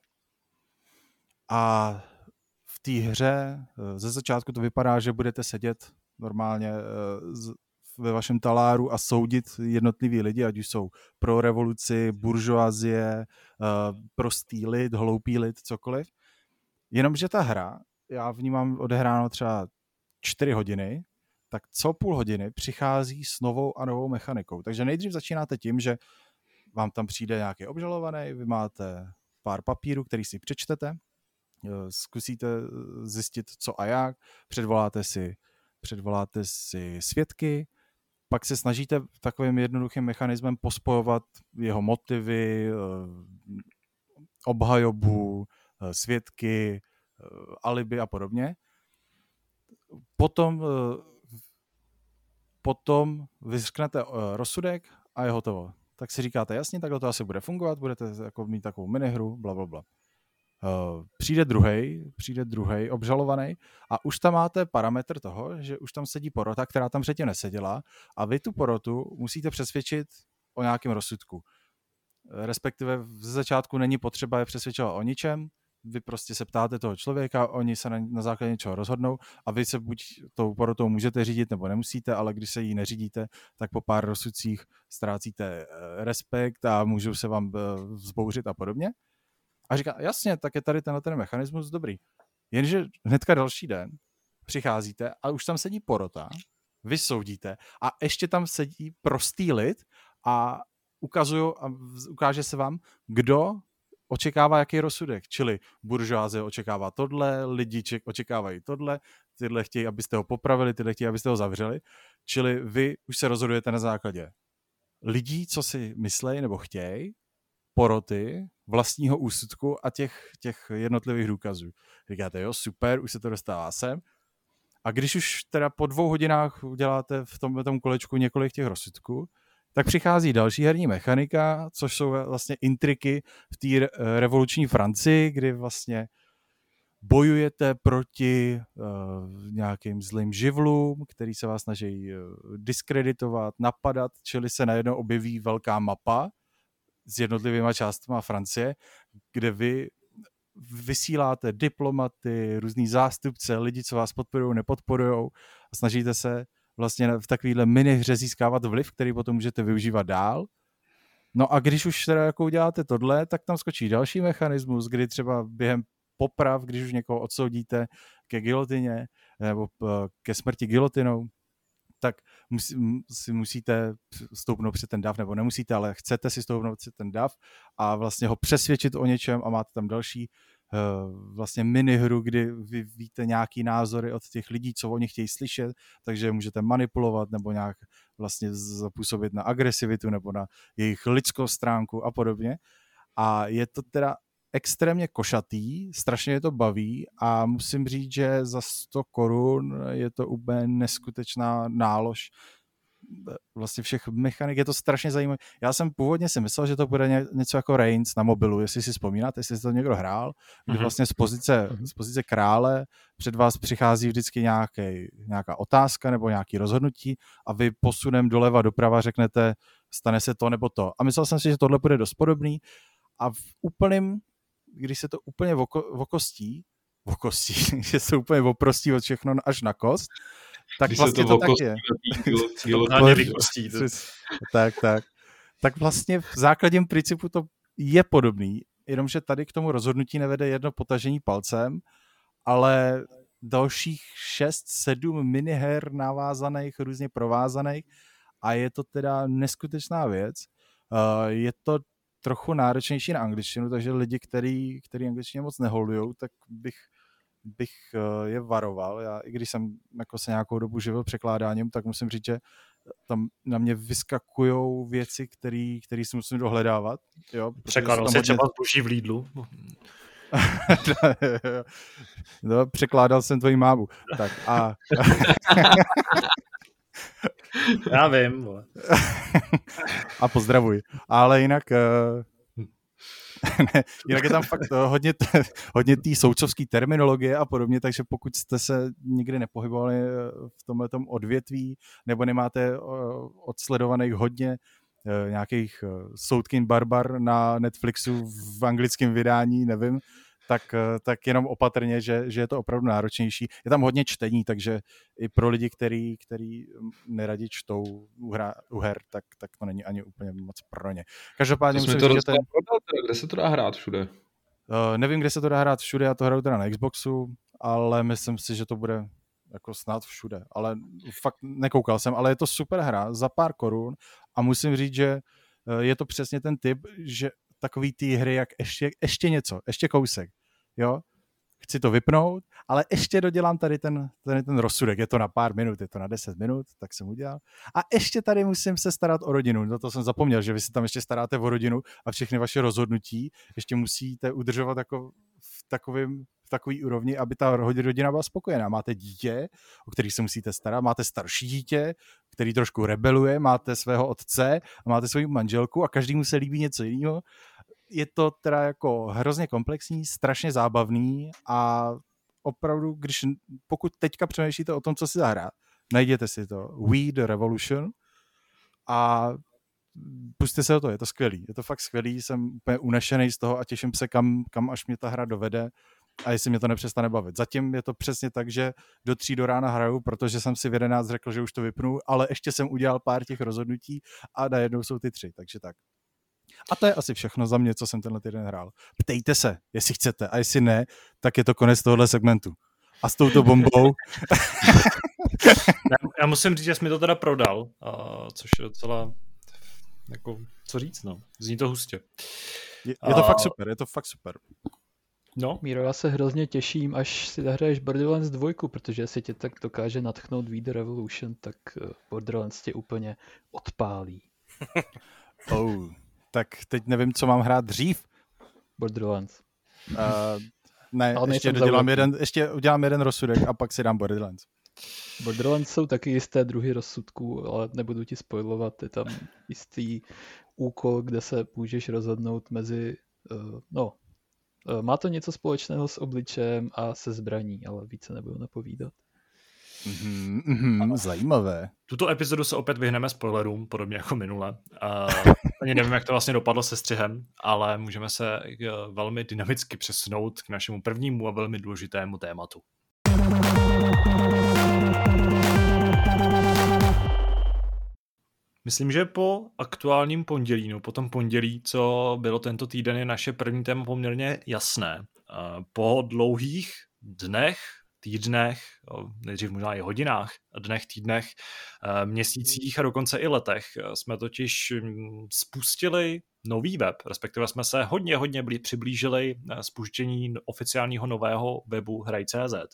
[SPEAKER 5] A v té hře ze začátku to vypadá, že budete sedět normálně ve vašem taláru a soudit jednotlivý lidi, ať už jsou pro revoluci, buržoazie, prostý lid, hloupý lid, cokoliv. Jenomže ta hra, já v ní mám odehráno třeba čtyři hodiny, tak co půl hodiny přichází s novou a novou mechanikou. Takže nejdřív začínáte tím, že vám tam přijde nějaký obžalovaný, vy máte pár papírů, který si přečtete, zkusíte zjistit, co a jak, předvoláte si, předvoláte si svědky, pak se snažíte takovým jednoduchým mechanismem pospojovat jeho motivy, obhajobu, svědky, alibi a podobně. Potom, potom vyřknete rozsudek a je hotovo. Tak si říkáte, jasně, takhle to asi bude fungovat, budete jako mít takovou minihru, blablabla. Přijde druhej, přijde druhej obžalovaný a už tam máte parametr toho, že už tam sedí porota, která tam předtím neseděla a vy tu porotu musíte přesvědčit o nějakém rozsudku. Respektive z začátku není potřeba je přesvědčovat o ničem, vy prostě se ptáte toho člověka, oni se na, na základě něčeho rozhodnou a vy se buď tou porotou můžete řídit nebo nemusíte, ale když se jí neřídíte, tak po pár rozsudcích ztrácíte respekt a můžou se vám vzbouřit a podobně. A říká, jasně, tak je tady tenhle ten mechanismus dobrý. Jenže hnedka další den přicházíte a už tam sedí porota, vy soudíte a ještě tam sedí prostý lid a ukazují a ukáže se vám, kdo očekává jaký rozsudek. Čili buržoázie očekává tohle, lidi očekávají tohle, tyhle chtějí, abyste ho popravili, tyhle chtějí, abyste ho zavřeli. Čili vy už se rozhodujete na základě lidí, co si myslejí nebo chtějí, poroty, vlastního úsudku a těch, těch jednotlivých důkazů. Říkáte, jo, super, už se to dostává sem. A když už teda po dvou hodinách uděláte v tom, v tom kolečku několik těch rozsudků, tak přichází další herní mechanika, což jsou vlastně intriky v té revoluční Francii, kdy vlastně bojujete proti uh, nějakým zlým živlům, který se vás snaží uh, diskreditovat, napadat, čili se najednou objeví velká mapa s jednotlivýma částma Francie, kde vy vysíláte diplomaty, různý zástupce, lidi, co vás podporují, nepodporují a snažíte se vlastně v takovýhle minihře získávat vliv, který potom můžete využívat dál. No a když už teda jako uděláte tohle, tak tam skočí další mechanismus, kdy třeba během poprav, když už někoho odsoudíte ke gilotině nebo ke smrti gilotinou, tak musí, si musíte stoupnout před ten dav, nebo nemusíte, ale chcete si stoupnout před ten dav a vlastně ho přesvědčit o něčem a máte tam další uh, vlastně minihru, kdy vy víte nějaký názory od těch lidí, co oni chtějí slyšet, takže můžete manipulovat nebo nějak vlastně zapůsobit na agresivitu nebo na jejich lidskou stránku a podobně. A je to teda extrémně košatý, strašně je to baví a musím říct, že za sto korun je to úplně neskutečná nálož vlastně všech mechanik, je to strašně zajímavé. Já jsem původně si myslel, že to bude něco jako Reigns na mobilu, jestli si vzpomínáte, jestli to někdo hrál, kdy vlastně z pozice, z pozice krále před vás přichází vždycky nějaký, nějaká otázka nebo nějaký rozhodnutí a vy posunem doleva doprava řeknete, stane se to nebo to. A myslel jsem si, že tohle bude dost podobný a v úplným když se to úplně voko, vokostí, vokostí, že se úplně oprostí od všechno až na kost, tak když vlastně to, to tak je. tak, tak. Tak vlastně v základním principu to je podobný, jenomže tady k tomu rozhodnutí nevede jedno potažení palcem, ale dalších šest, sedm miniher navázaných, různě provázaných a je to teda neskutečná věc. Uh, je to trochu náročnější na angličtinu, takže lidi, který, který angličtině moc neholdujou, tak bych, bych je varoval. Já, i když jsem jako se nějakou dobu živil překládáním, tak musím říct, že tam na mě vyskakujou věci, které si musím dohledávat. Jo,
[SPEAKER 1] překládal jsi třeba zboží v Lidlu?
[SPEAKER 5] no, překládal jsem tvoji mámu. Tak a...
[SPEAKER 1] Já vím.
[SPEAKER 5] A pozdravuj. Ale jinak ne, jinak je tam fakt hodně, t- hodně té soudcovské terminologie a podobně, takže pokud jste se nikdy nepohybovali v tomhletom odvětví nebo nemáte odsledovaných hodně nějakých soudkyň barbar na Netflixu v anglickém vydání, nevím, tak, tak jenom opatrně, že, že je to opravdu náročnější. Je tam hodně čtení, takže i pro lidi, který, který neradi čtou u, hra, u her, tak, tak to není ani úplně moc pro ně. Každopádně
[SPEAKER 4] musím
[SPEAKER 5] to
[SPEAKER 4] říct, že ten... Kde se to dá hrát všude?
[SPEAKER 5] Uh, nevím, kde se to dá hrát všude, já to hraju teda na Xboxu, ale myslím si, že to bude jako snad všude. Ale fakt nekoukal jsem, ale je to super hra za pár korun a musím říct, že je to přesně ten typ, že takový ty hry, jak ještě, ještě něco, ještě kousek, jo? chci to vypnout, ale ještě dodělám tady ten, tady ten rozsudek, je to na pár minut, je to na deset minut, tak jsem udělal. A ještě tady musím se starat o rodinu, no to jsem zapomněl, že vy se tam ještě staráte o rodinu a všechny vaše rozhodnutí ještě musíte udržovat jako v takovém v takový úrovni, aby ta rodina byla spokojená. Máte dítě, o kterých se musíte starat, máte starší dítě, který trošku rebeluje, máte svého otce a máte svou manželku a každému se líbí něco jiného. Je to teda jako hrozně komplexní, strašně zábavný a opravdu, když pokud teďka přemýšlíte o tom, co si zahrát, najděte si to We The Revolution a pusťte se o to, je to skvělý. Je to fakt skvělý, jsem úplně unešený z toho a těším se, kam, kam až mě ta hra dovede a jestli mě to nepřestane bavit. Zatím je to přesně tak, že do tří do rána hraju, protože jsem si v jedenáct řekl, že už to vypnu, ale ještě jsem udělal pár těch rozhodnutí a najednou jsou ty tři, takže tak. A to je asi všechno za mě, co jsem tenhle týden hrál. Ptejte se, jestli chcete, a jestli ne, tak je to konec tohohle segmentu. A s touto bombou...
[SPEAKER 1] Já musím říct, že jsi mi to teda prodal, uh, což je docela, jako, co říct, no. Zní to hustě.
[SPEAKER 5] Je, je to uh, fakt super, je to fakt super.
[SPEAKER 1] No.
[SPEAKER 3] Míro, já se hrozně těším, až si zahraješ Borderlands dva, protože jestli tě tak dokáže natchnout We The Revolution, tak Borderlands tě úplně odpálí.
[SPEAKER 5] Oh, tak teď nevím, co mám hrát dřív.
[SPEAKER 3] Borderlands.
[SPEAKER 5] Uh, ne, Ale ještě, dodělám jeden, ještě udělám jeden rozsudek a pak si dám Borderlands.
[SPEAKER 3] Borderlands jsou taky jisté druhy rozsudků, ale nebudu ti spoilovat, je tam jistý úkol, kde se můžeš rozhodnout mezi, uh, no, uh, má to něco společného s obličejem a se zbraní, ale více nebudu napovídat.
[SPEAKER 5] Mm-hmm, mm-hmm, zajímavé.
[SPEAKER 1] Tuto epizodu se opět vyhneme spoilerům, podobně jako minule. Uh, ani nevím, jak to vlastně dopadlo se střihem, ale můžeme se uh, velmi dynamicky přesunout k našemu prvnímu a velmi důležitému tématu. Myslím, že po aktuálním pondělí, no po tom pondělí, co bylo tento týden, je naše první téma poměrně jasné. Po dlouhých dnech, týdnech, nejdřív možná i hodinách, dnech, týdnech, měsících a dokonce i letech jsme totiž spustili nový web, respektive jsme se hodně, hodně přiblížili spuštění oficiálního nového webu Hraj tečka cé zet.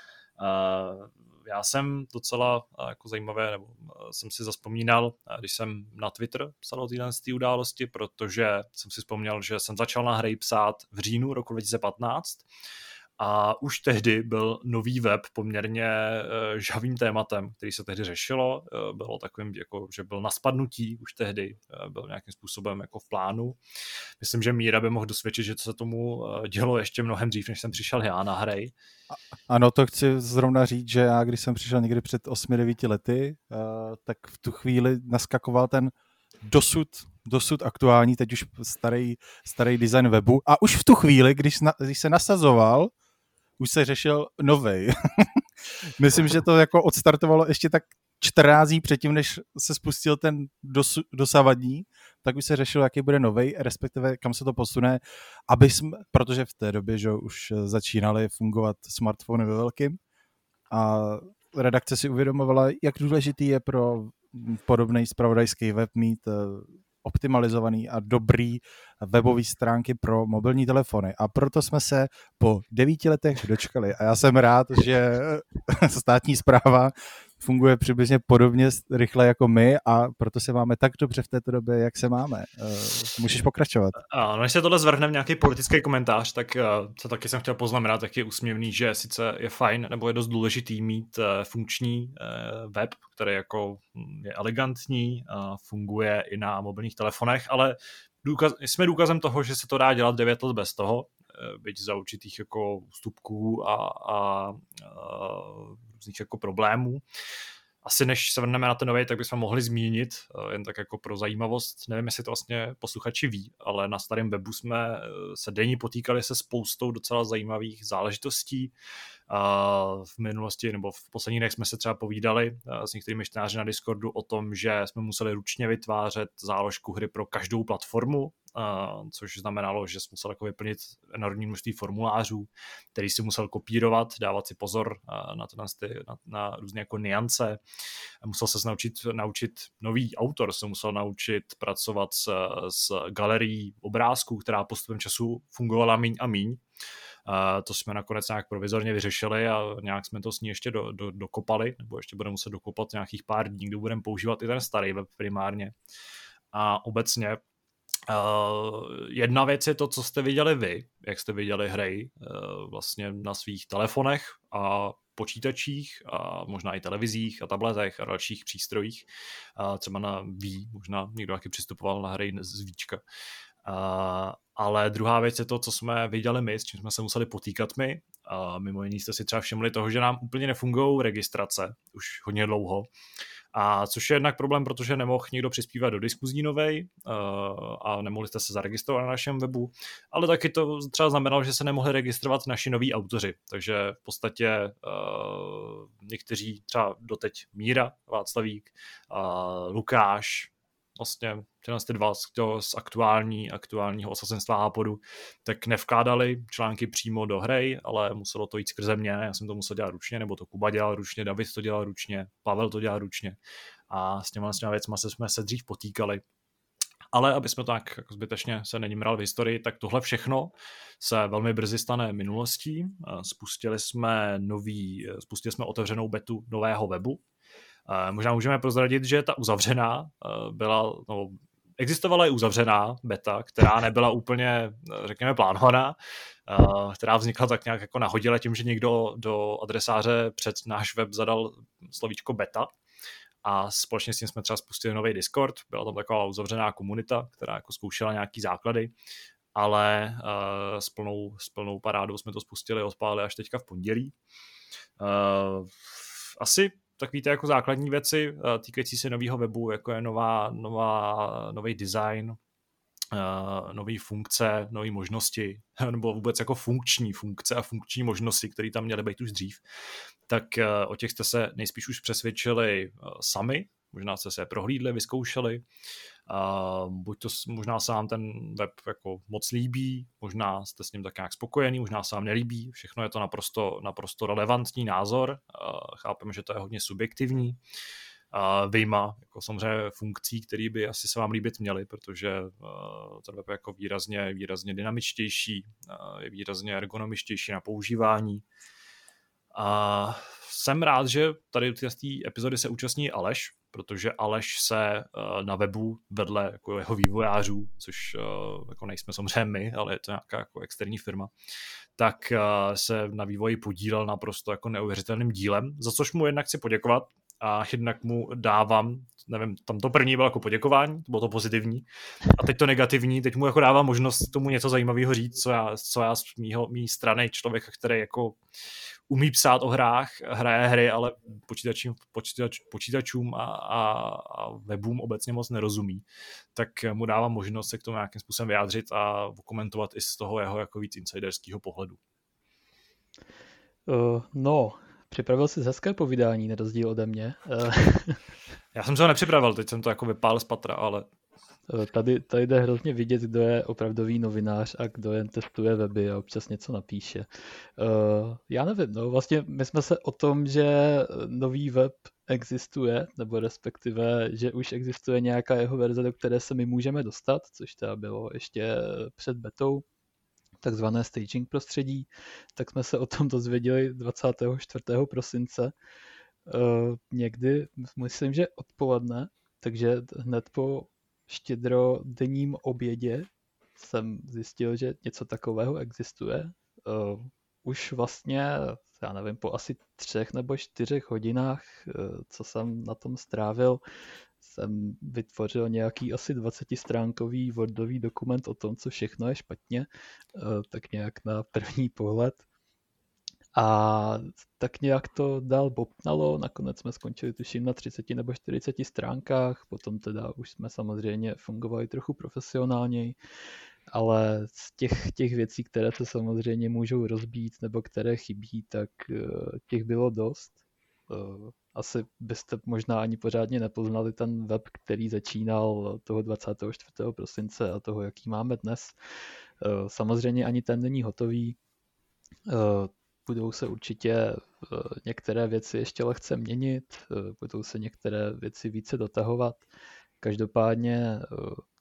[SPEAKER 1] Já jsem docela jako zajímavé, nebo jsem si zazpomínal, když jsem na Twitter psal o téhle události, protože jsem si vzpomněl, že jsem začal na hry psát v říjnu roku dva tisíce patnáct a už tehdy byl nový web poměrně žhavým tématem, který se tehdy řešilo. Bylo takovým, jako, že byl na spadnutí už tehdy, byl nějakým způsobem jako v plánu. Myslím, že Míra by mohl dosvědčit, že se tomu dělo ještě mnohem dřív, než jsem přišel já na hry.
[SPEAKER 5] Ano, to chci zrovna říct, že já, když jsem přišel někdy před osmi devíti lety, tak v tu chvíli naskakoval ten dosud, dosud aktuální, teď už starý, starý design webu a už v tu chvíli, když, na, když se nasazoval, už se řešil novej. Myslím, že to jako odstartovalo ještě tak čtrnáct dní předtím, než se spustil ten dosu, dosavadní, tak už se řešilo, jaký bude novej, respektive kam se to posune, aby jsme, protože v té době, že už začínaly fungovat smartfony ve velkým a redakce si uvědomovala, jak důležitý je pro podobný zpravodajský web mít optimalizovaný a dobrý webové stránky pro mobilní telefony. A proto jsme se po devíti letech dočkali. A já jsem rád, že státní správa funguje přibližně podobně rychle jako my a proto se máme tak dobře v této době, jak se máme. Můžeš pokračovat.
[SPEAKER 1] A než se tohle zvrhne v nějaký politický komentář, tak co taky jsem chtěl poznamenat, tak je úsměvný, že sice je fajn, nebo je dost důležitý mít funkční web, který jako je elegantní, funguje i na mobilních telefonech, ale důkaz, jsme důkazem toho, že se to dá dělat devět let bez toho, byť za určitých jako ústupků a, a, a různých jako problémů. Asi než se vrhneme na ten nový, tak bychom mohli zmínit, jen tak jako pro zajímavost, nevím, jestli to vlastně posluchači ví, ale na starém webu jsme se denně potýkali se spoustou docela zajímavých záležitostí. V minulosti nebo v posledních dnech jsme se třeba povídali s některými čtenáři na Discordu o tom, že jsme museli ručně vytvářet záložku hry pro každou platformu, Uh, což znamenalo, že jsem musel jako vyplnit enormní množství formulářů, který si musel kopírovat, dávat si pozor uh, na, to, na, na, na různé jako niance. Musel se naučit, naučit nový autor, se musel naučit pracovat s, s galerií obrázků, která postupem času fungovala míň a míň. To jsme nakonec nějak provizorně vyřešili a nějak jsme to s ní ještě do, do, dokopali, nebo ještě budeme muset dokopat nějakých pár dní, kdy budeme používat i ten starý web primárně. A obecně Uh, jedna věc je to, co jste viděli vy, jak jste viděli hry uh, vlastně na svých telefonech a počítačích a možná i televizích a tabletech a dalších přístrojích. Uh, třeba na Wii, možná někdo taky přistupoval na hry z Víčka. Uh, ale druhá věc je to, co jsme viděli my, s čím jsme se museli potýkat my. Uh, mimo jiný jste si třeba všimli toho, že nám úplně nefungují registrace už hodně dlouho. A což je jednak problém, protože nemohl někdo přispívat do diskuzí novej uh, a nemohli jste se zaregistrovat na našem webu, ale taky to třeba znamenalo, že se nemohli registrovat naši noví autoři, takže v podstatě uh, někteří třeba doteď Míra Václavík, uh, Lukáš, vlastně tyhle ty dva z aktuální, aktuálního osazenstva Hápodu, tak nevkládali články přímo do hry, ale muselo to jít skrze mě, já jsem to musel dělat ručně, nebo to Kuba dělal ručně, David to dělal ručně, Pavel to dělal ručně a s těma, s těma věcma se jsme se dřív potýkali. Ale aby jsme tak jako zbytečně se nenimral v historii, tak tohle všechno se velmi brzy stane minulostí. Spustili jsme nový, spustili jsme otevřenou betu nového webu. Možná můžeme prozradit, že ta uzavřená byla, no, existovala i uzavřená beta, která nebyla úplně, řekněme, plánovaná, která vznikla tak nějak jako nahodile tím, že někdo do adresáře před náš web zadal slovíčko beta a společně s tím jsme třeba spustili nový Discord, byla tam taková uzavřená komunita, která jako zkoušela nějaký základy, ale s plnou, s plnou parádou jsme to spustili a odpálili až teďka v pondělí. Asi tak víte, jako základní věci týkající se nového webu, jako je nová, nová, nový design, uh, nové funkce, nové možnosti, nebo vůbec jako funkční funkce a funkční možnosti, které tam měly být už dřív, tak uh, o těch jste se nejspíš už přesvědčili uh, sami, možná jste se je prohlídli, vyzkoušeli, uh, buď to možná se vám ten web jako moc líbí, možná jste s ním tak nějak spokojený, možná se vám nelíbí, všechno je to naprosto, naprosto relevantní názor, uh, chápeme, že to je hodně subjektivní, uh, vyjma jako samozřejmě funkcí, které by asi se vám líbit měly, protože uh, ten web je jako výrazně, výrazně dynamičtější, uh, je výrazně ergonomičtější na používání. A uh, jsem rád, že tady v té epizody se účastní Aleš, protože Aleš se uh, na webu vedle jako jeho vývojářů, což uh, jako nejsme samozřejmě my, ale je to nějaká jako externí firma, tak uh, se na vývoji podílel naprosto jako neuvěřitelným dílem, za což mu jednak chci poděkovat a jednak mu dávám, nevím, tam to první bylo jako poděkování, to bylo to pozitivní, a teď to negativní, teď mu jako dávám možnost tomu něco zajímavého říct, co já, co já z mýho, mý strany člověka, který jako umí psát o hrách, hraje hry, ale počítačím, počítač, počítačům a, a, a webům obecně moc nerozumí, tak mu dávám možnost se k tomu nějakým způsobem vyjádřit a komentovat i z toho jeho jako víc insiderského pohledu.
[SPEAKER 3] Uh, no, připravil jsi hezké povídání, na rozdíl ode mě.
[SPEAKER 1] Já jsem se ho nepřipravil, teď jsem to jako vypál z patra, ale...
[SPEAKER 3] Tady, tady jde hrozně vidět, kdo je opravdový novinář a kdo jen testuje weby a občas něco napíše. Uh, já nevím, no vlastně my jsme se o tom, že nový web existuje, nebo respektive, že už existuje nějaká jeho verze, do které se my můžeme dostat, což teda bylo ještě před betou, takzvané staging prostředí, tak jsme se o tom dozvěděli dvacátého čtvrtého prosince. Uh, někdy, myslím, že odpoledne, takže hned po štědrodenním obědě jsem zjistil, že něco takového existuje. Uh, už vlastně, já nevím, po asi třech nebo čtyřech hodinách, uh, co jsem na tom strávil, jsem vytvořil nějaký asi dvacetistránkový wordový dokument o tom, co všechno je špatně, uh, tak nějak na první pohled. A tak nějak to dál bobtnalo, nakonec jsme skončili tuším na třiceti nebo čtyřiceti stránkách, potom teda už jsme samozřejmě fungovali trochu profesionálněji, ale z těch, těch věcí, které se samozřejmě můžou rozbít nebo které chybí, tak těch bylo dost. Asi byste možná ani pořádně nepoznali ten web, který začínal toho dvacátého čtvrtého prosince a toho, jaký máme dnes. Samozřejmě ani ten není hotový. Budou se určitě některé věci ještě lehce měnit, budou se některé věci více dotahovat. Každopádně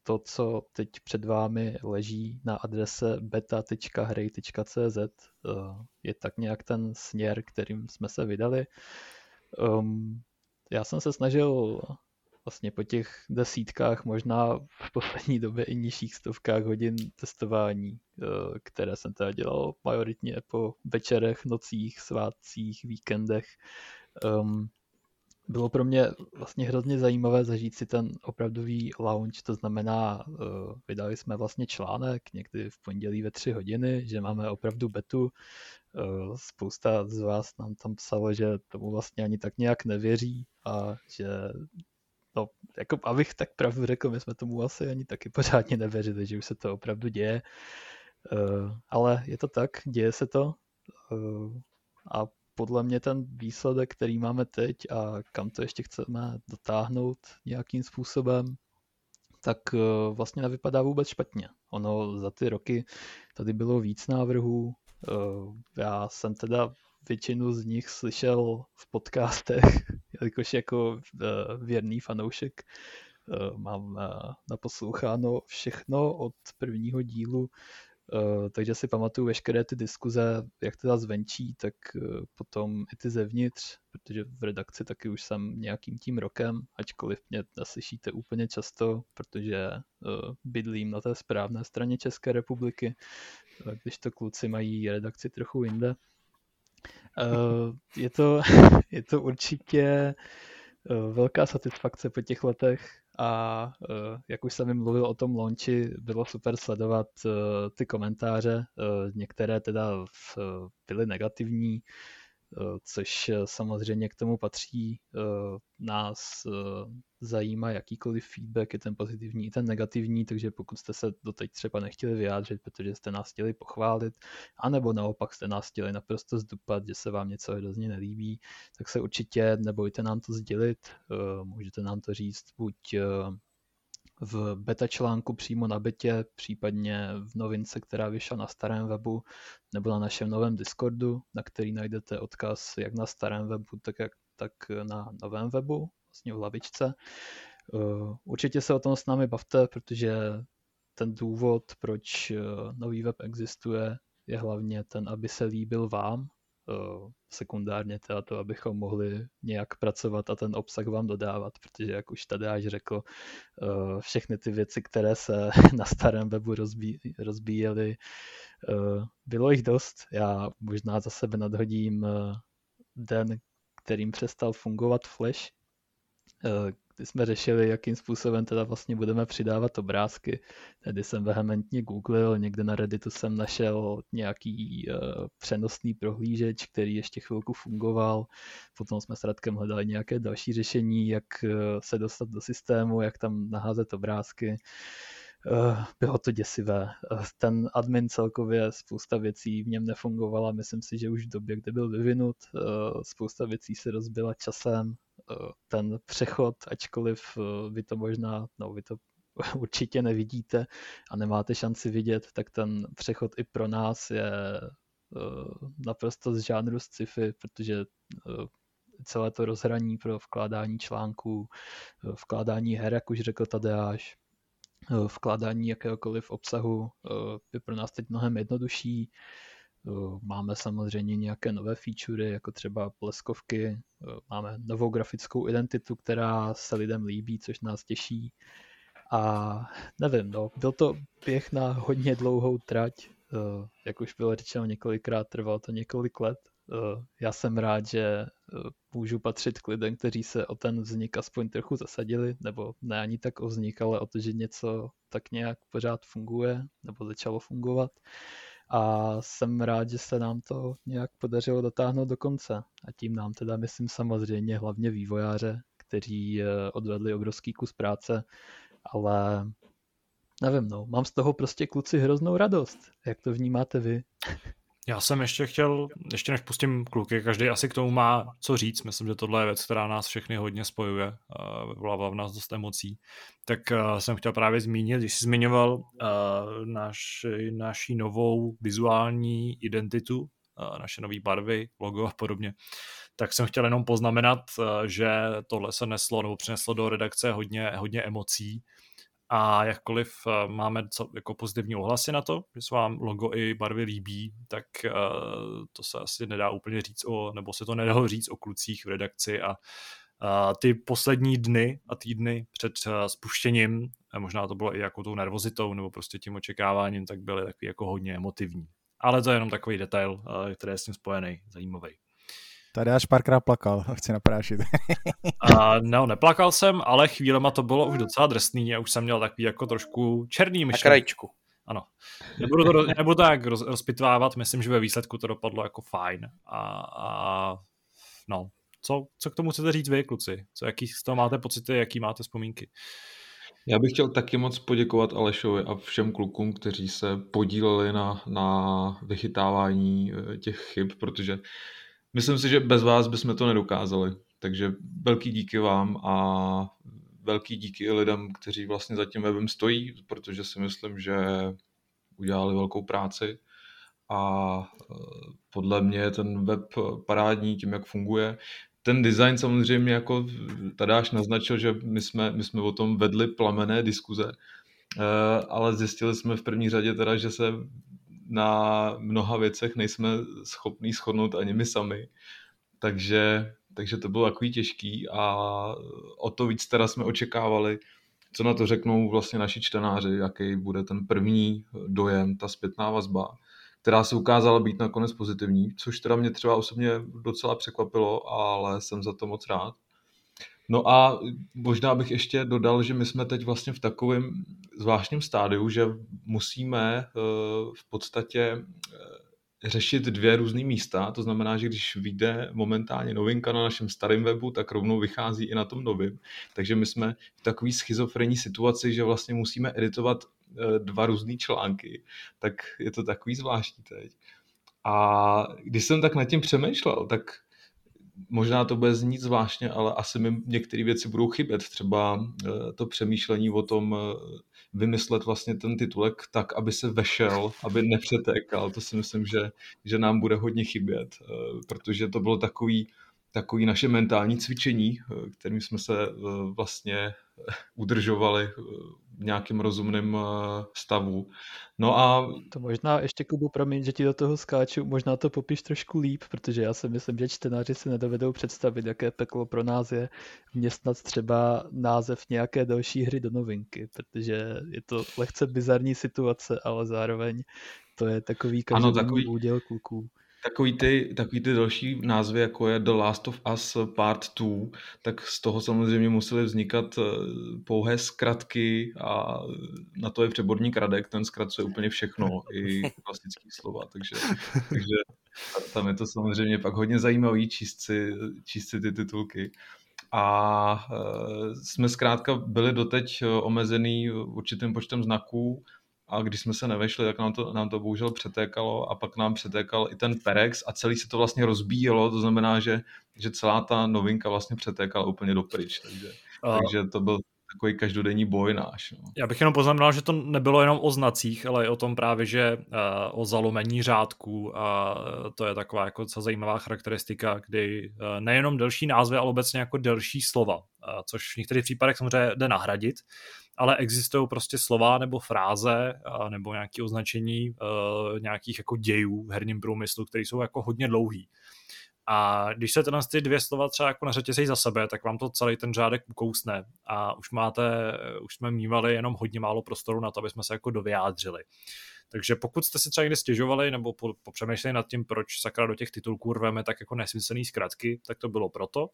[SPEAKER 3] to, co teď před vámi leží na adrese beta tečka hry tečka cé zet, je tak nějak ten směr, kterým jsme se vydali. Um, já jsem se snažil vlastně po těch desítkách, možná v poslední době i nižších stovkách hodin testování, které jsem teda dělal majoritně po večerech, nocích, svátcích, víkendech. Um, bylo pro mě vlastně hrozně zajímavé zažít si ten opravdový launch, to znamená, uh, vydali jsme vlastně článek někdy v pondělí ve tři hodiny, že máme opravdu betu. Uh, spousta z vás nám tam psalo, že tomu vlastně ani tak nějak nevěří a že no, jako abych tak pravdu řekl, my jsme tomu asi ani taky pořádně nevěřili, že už se to opravdu děje. Uh, ale je to tak, děje se to. Uh, a podle mě ten výsledek, který máme teď a kam to ještě chceme dotáhnout nějakým způsobem, tak uh, vlastně nevypadá vůbec špatně. Ono za ty roky tady bylo víc návrhů. Uh, já jsem teda většinu z nich slyšel v podcastech, jelikož jako věrný fanoušek mám naposloucháno všechno od prvního dílu, takže si pamatuju veškeré ty diskuze, jak teda zvenčí, tak potom i ty zevnitř, protože v redakci taky už jsem nějakým tím rokem, ačkoliv mě neslyšíte úplně často, protože bydlím na té správné straně České republiky, když to kluci mají redakci trochu jinde. Uh, je, to, je to určitě uh, velká satisfakce po těch letech a uh, jak už jsem jim mluvil o tom launchi, bylo super sledovat uh, ty komentáře, uh, některé teda v, uh, byly negativní, uh, což samozřejmě k tomu patří. Uh, nás uh, zajímá jakýkoliv feedback, je ten pozitivní i ten negativní, takže pokud jste se doteď třeba nechtěli vyjádřit, protože jste nás chtěli pochválit, anebo naopak jste nás chtěli naprosto zdupat, že se vám něco hrozně nelíbí, tak se určitě nebojte nám to sdělit, můžete nám to říct buď v beta článku přímo na betě, případně v novince, která vyšla na starém webu, nebo na našem novém Discordu, na který najdete odkaz jak na starém webu, tak, jak, tak na novém webu, vlastně v lavičce. Určitě se o tom s námi bavte, protože ten důvod, proč nový web existuje, je hlavně ten, aby se líbil vám, sekundárně teda to, abychom mohli nějak pracovat a ten obsah vám dodávat, protože jak už Tadeáš řekl, všechny ty věci, které se na starém webu rozbí, rozbíjely, bylo jich dost. Já možná za sebe nadhodím den, kterým přestal fungovat Flash, kdy jsme řešili, jakým způsobem teda vlastně budeme přidávat obrázky. Tedy jsem vehementně googlil, někde na Redditu jsem našel nějaký uh, přenosný prohlížeč, který ještě chvilku fungoval. Potom jsme s Radkem hledali nějaké další řešení, jak uh, se dostat do systému, jak tam naházet obrázky. Uh, bylo to děsivé. Uh, ten admin celkově, spousta věcí v něm nefungovala. Myslím si, že už v době, kdy byl vyvinut, uh, spousta věcí se rozbila časem. Uh, ten přechod, ačkoliv uh, vy to možná, no vy to určitě nevidíte a nemáte šanci vidět, tak ten přechod i pro nás je uh, naprosto z žánru sci-fi, protože uh, celé to rozhraní pro vkládání článků, uh, vkládání her, jak už řekl Tadeáš, vkládání jakéhokoliv obsahu je pro nás teď mnohem jednodušší. Máme samozřejmě nějaké nové featurey, jako třeba bleskovky, máme novou grafickou identitu, která se lidem líbí, což nás těší. A nevím, no, byl to běh na hodně dlouhou trať, jak už bylo řečeno několikrát, trvalo to několik let. Já jsem rád, že můžu patřit k lidem, kteří se o ten vznik aspoň trochu zasadili, nebo ne ani tak o vznik, ale o to, že něco tak nějak pořád funguje, nebo začalo fungovat. A jsem rád, že se nám to nějak podařilo dotáhnout do konce. A tím nám teda myslím samozřejmě hlavně vývojáře, kteří odvedli obrovský kus práce, ale nevím, no, mám z toho prostě kluci hroznou radost. Jak to vnímáte vy?
[SPEAKER 1] Já jsem ještě chtěl, ještě než pustím kluky, každý asi k tomu má co říct, myslím, že tohle je věc, která nás všechny hodně spojuje, vyvolává v nás dost emocí, tak uh, jsem chtěl právě zmínit, když jsi zmiňoval uh, naš, naši novou vizuální identitu, uh, naše nové barvy, logo a podobně, tak jsem chtěl jenom poznamenat, uh, že tohle se neslo nebo přineslo do redakce hodně, hodně emocí A jakkoliv uh, máme co, jako pozitivní ohlasy na to, že se vám logo i barvy líbí, tak uh, to se asi nedá úplně říct o, nebo se to nedalo říct o klucích v redakci a uh, ty poslední dny a týdny před uh, spuštěním, a možná to bylo i jako tou nervozitou nebo prostě tím očekáváním, tak byly takový jako hodně emotivní. Ale to je jenom takový detail, uh, který je s tím spojený, zajímavý.
[SPEAKER 5] Tady až párkrát plakal, chci naprášit.
[SPEAKER 1] uh, no, neplakal jsem, ale chvílema to bylo už docela drsný a už jsem měl takový jako trošku černý myšlenky.
[SPEAKER 2] Na krajičku.
[SPEAKER 1] Ano. Nebudu to, nebudu to jak roz, rozpitvávat, myslím, že ve výsledku to dopadlo jako fajn. A, a no, co, co k tomu chcete říct vy, kluci? Co, jaký z toho máte pocity, jaký máte vzpomínky?
[SPEAKER 4] Já bych chtěl taky moc poděkovat Alešovi a všem klukům, kteří se podíleli na, na vychytávání těch chyb, protože myslím si, že bez vás bychom to nedokázali. Takže velký díky vám a velký díky i lidem, kteří vlastně za tím webem stojí, protože si myslím, že udělali velkou práci a podle mě je ten web parádní tím, jak funguje. Ten design samozřejmě, jako Tadáš naznačil, že my jsme, my jsme o tom vedli plamené diskuze, ale zjistili jsme v první řadě teda, že se na mnoha věcech nejsme schopní shodnout ani my sami. Takže, takže to bylo takový těžký a o to víc teda jsme očekávali, co na to řeknou vlastně naši čtenáři, jaký bude ten první dojem, ta zpětná vazba, která se ukázala být nakonec pozitivní, což teda mě třeba osobně docela překvapilo, ale jsem za to moc rád. No a možná bych ještě dodal, že my jsme teď vlastně v takovém zvláštním stádiu, že musíme v podstatě řešit dvě různý místa, to znamená, že když vyjde momentálně novinka na našem starém webu, tak rovnou vychází i na tom novém. Takže my jsme v takové schizofrenní situaci, že vlastně musíme editovat dva různý články, tak je to takový zvláštní teď. A když jsem tak nad tím přemýšlel, tak možná to bude znít zvláštně, ale asi mi některé věci budou chybět. Třeba to přemýšlení o tom vymyslet vlastně ten titulek tak, aby se vešel, aby nepřetékal. To si myslím, že, že nám bude hodně chybět, protože to bylo takový, takový naše mentální cvičení, kterým jsme se vlastně udržovali v nějakém rozumném stavu. No a...
[SPEAKER 3] To možná ještě, Kubu, promiň, že ti do toho skáču, možná to popíš trošku líp, protože já si myslím, že čtenáři si nedovedou představit, jaké peklo pro nás je vměstnat třeba název nějaké další hry do novinky, protože je to lehce bizarní situace, ale zároveň to je takový každodenní takový... úděl kluků.
[SPEAKER 4] Takový ty, takový ty další názvy, jako je The Last of Us Part dva, tak z toho samozřejmě musely vznikat pouhé zkratky a na to je přeborník Radek, ten zkracuje úplně všechno, i klasický slova, takže, takže tam je to samozřejmě pak hodně zajímavý číst si, číst si ty titulky. A jsme zkrátka byli doteď omezený určitým počtem znaků, a když jsme se nevešli, tak nám to, nám to bohužel přetékalo a pak nám přetékal i ten Perex a celý se to vlastně rozbíjelo, to znamená, že, že celá ta novinka vlastně přetékala úplně dopryč, takže, uh. takže to byl takový každodenní boj náš. No.
[SPEAKER 1] Já bych jenom poznamenal, že to nebylo jenom o znacích, ale i o tom právě, že uh, o zalomení řádků a to je taková jako docela zajímavá charakteristika, kdy uh, nejenom delší názvy, ale obecně jako delší slova, uh, což v některých případech samozřejmě jde nahradit, ale existují prostě slova nebo fráze uh, nebo nějaké označení uh, nějakých jako dějů v herním průmyslu, které jsou jako hodně dlouhý. A když se tyhle ty dvě slova třeba jako nařetějí za sebe, tak vám to celý ten řádek ukousne a už máte, už jsme mívali jenom hodně málo prostoru na to, aby jsme se jako dovyjádřili. Takže pokud jste si třeba někdy stěžovali nebo popřemýšleli nad tím, proč sakra do těch titulků rveme tak jako nesmyslný zkratky, tak to bylo proto.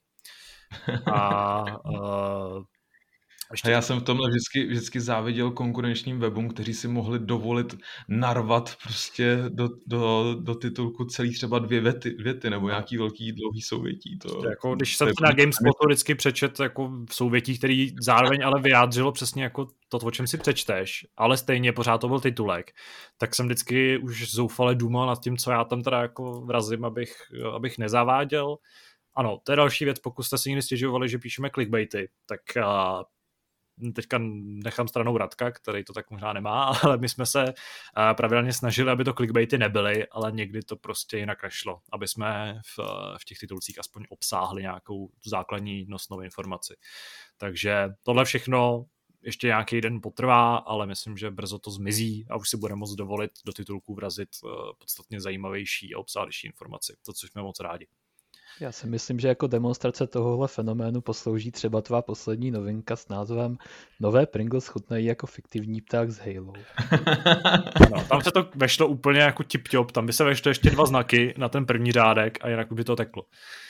[SPEAKER 1] A uh,
[SPEAKER 4] Ještě a já jsem v tomhle vždycky, vždycky záviděl konkurenčním webům, kteří si mohli dovolit narvat prostě do, do, do titulku celý třeba dvě věty, věty nebo nějaký velký dlouhý souvětí. To,
[SPEAKER 1] jako, když jsem na GameSpotu vždycky přečet jako souvětí, který zároveň ale vyjádřilo přesně jako to, o čem si přečteš, ale stejně pořád to byl titulek, tak jsem vždycky už zoufale důmal nad tím, co já tam teda jako vrazím, abych, abych nezaváděl. Ano, to je další věc, pokud jste si někdy stěžovali, že píšeme clickbaity, tak uh, teďka nechám stranou Radka, který to tak možná nemá, ale my jsme se pravidelně snažili, aby to clickbaity nebyly, ale někdy to prostě jinak nešlo, aby jsme v, v těch titulcích aspoň obsáhli nějakou základní nosnou informaci. Takže tohle všechno ještě nějaký den potrvá, ale myslím, že brzo to zmizí a už si bude moct dovolit do titulků vrazit podstatně zajímavější a obsáhlejší informaci, to, což jsme moc rádi.
[SPEAKER 3] Já si myslím, že jako demonstrace tohohle fenoménu poslouží třeba tvá poslední novinka s názvem Nové Pringles chutnají jako fiktivní pták z Halo.
[SPEAKER 1] No, tam se to vešlo úplně jako tip-top, tam by se vešlo ještě dva znaky na ten první řádek a jinak by to teklo.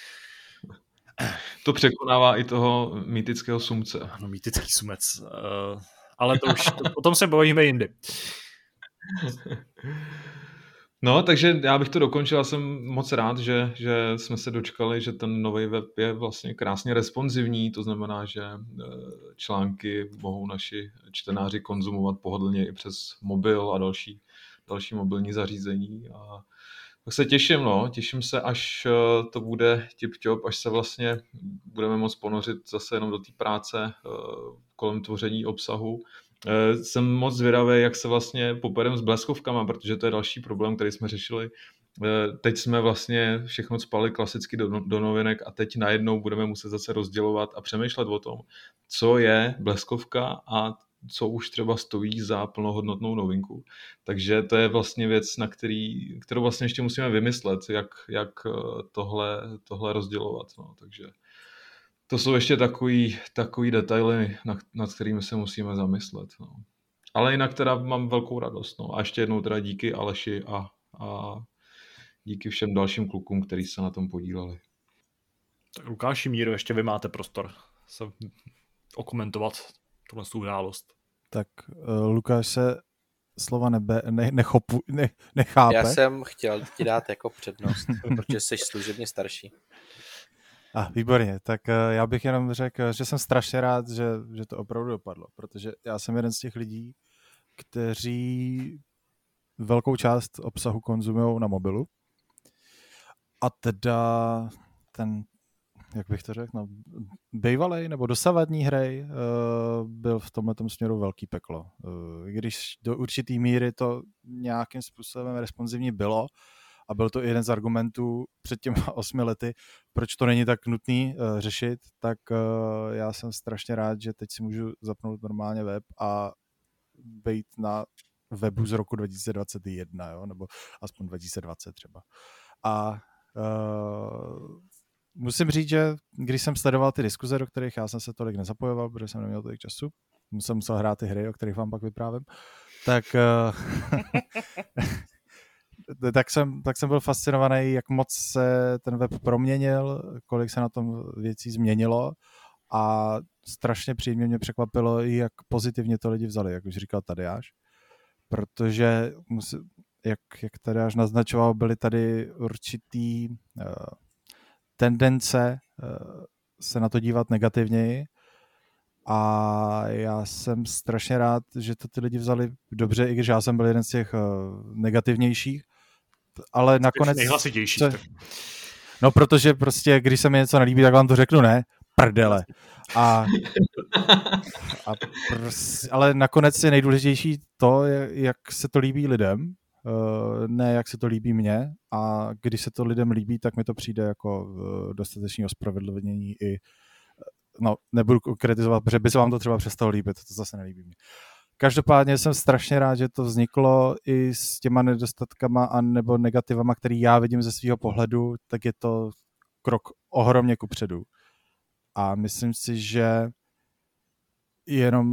[SPEAKER 4] To překonává i toho mýtického sumce.
[SPEAKER 1] Ano, mýtický sumec. Uh, ale to už, to, o tom se bavíme jindy.
[SPEAKER 4] No, takže já bych to dokončil. Já jsem moc rád, že, že jsme se dočkali, že ten nový web je vlastně krásně responsivní, to znamená, že články mohou naši čtenáři konzumovat pohodlně i přes mobil a další, další mobilní zařízení. A tak se těším, no. Těším se, až to bude tip-top, až se vlastně budeme moct ponořit zase jenom do té práce kolem tvoření obsahu. Jsem moc zvědavý, jak se vlastně poperem s bleskovkama, protože to je další problém, který jsme řešili. Teď jsme vlastně všechno spali klasicky do, do novinek a teď najednou budeme muset zase rozdělovat a přemýšlet o tom, co je bleskovka a co už třeba stojí za plnohodnotnou novinku. Takže to je vlastně věc, na který, kterou vlastně ještě musíme vymyslet, jak, jak tohle, tohle rozdělovat. No. Takže to jsou ještě takový, takový detaily, nad, nad kterými se musíme zamyslet. No. Ale jinak teda mám velkou radost. No. A ještě jednou teda díky Aleši a, a díky všem dalším klukům, kteří se na tom podíleli.
[SPEAKER 1] Tak Lukáši, Míro, ještě vy máte prostor se okomentovat tuhle událost.
[SPEAKER 5] Tak uh, Lukáš se slova nebe, ne, nechopu, ne, nechápe.
[SPEAKER 2] Já jsem chtěl ti dát jako přednost, protože jsi služebně starší.
[SPEAKER 5] A ah, výborně, tak uh, já bych jenom řekl, že jsem strašně rád, že, že to opravdu dopadlo, protože já jsem jeden z těch lidí, kteří velkou část obsahu konzumují na mobilu a teda ten, jak bych to řekl, no, bejvalej nebo dosavadní hry uh, byl v tomhletom směru velký peklo. Uh, když do určitý míry to nějakým způsobem responsivní bylo, a byl to jeden z argumentů před těmi osmi lety, proč to není tak nutný uh, řešit, tak uh, já jsem strašně rád, že teď si můžu zapnout normálně web a být na webu z roku dva tisíce dvacet jedna, jo? Nebo aspoň dva tisíce dvacet třeba. A uh, musím říct, že když jsem sledoval ty diskuze, do kterých já jsem se tolik nezapojoval, protože jsem neměl tolik času, jsem musel hrát ty hry, o kterých vám pak vyprávím, tak... Uh, tak jsem, tak jsem byl fascinovaný, jak moc se ten web proměnil, kolik se na tom věcí změnilo a strašně příjemně mě překvapilo, jak pozitivně to lidi vzali, jak už říkal Tadeáš, protože, jak, jak Tadeáš naznačoval, byly tady určitý uh, tendence uh, se na to dívat negativněji a já jsem strašně rád, že to ty lidi vzali dobře, i když já jsem byl jeden z těch uh, negativnějších, ale nakonec...
[SPEAKER 1] Nejhlasitější.
[SPEAKER 5] Co... No, protože prostě, když se mi něco nelíbí, tak vám to řeknu, ne? Prdele. A, a prs... Ale nakonec je nejdůležitější to, jak se to líbí lidem, ne jak se to líbí mně. A když se to lidem líbí, tak mi to přijde jako dostatečné ospravedlnění i... No, nebudu kritizovat, protože by se vám to třeba přestalo líbit, to zase nelíbí mě. Každopádně jsem strašně rád, že to vzniklo i s těma nedostatkama a nebo negativama, který já vidím ze svého pohledu, tak je to krok ohromně kupředu. A myslím si, že jenom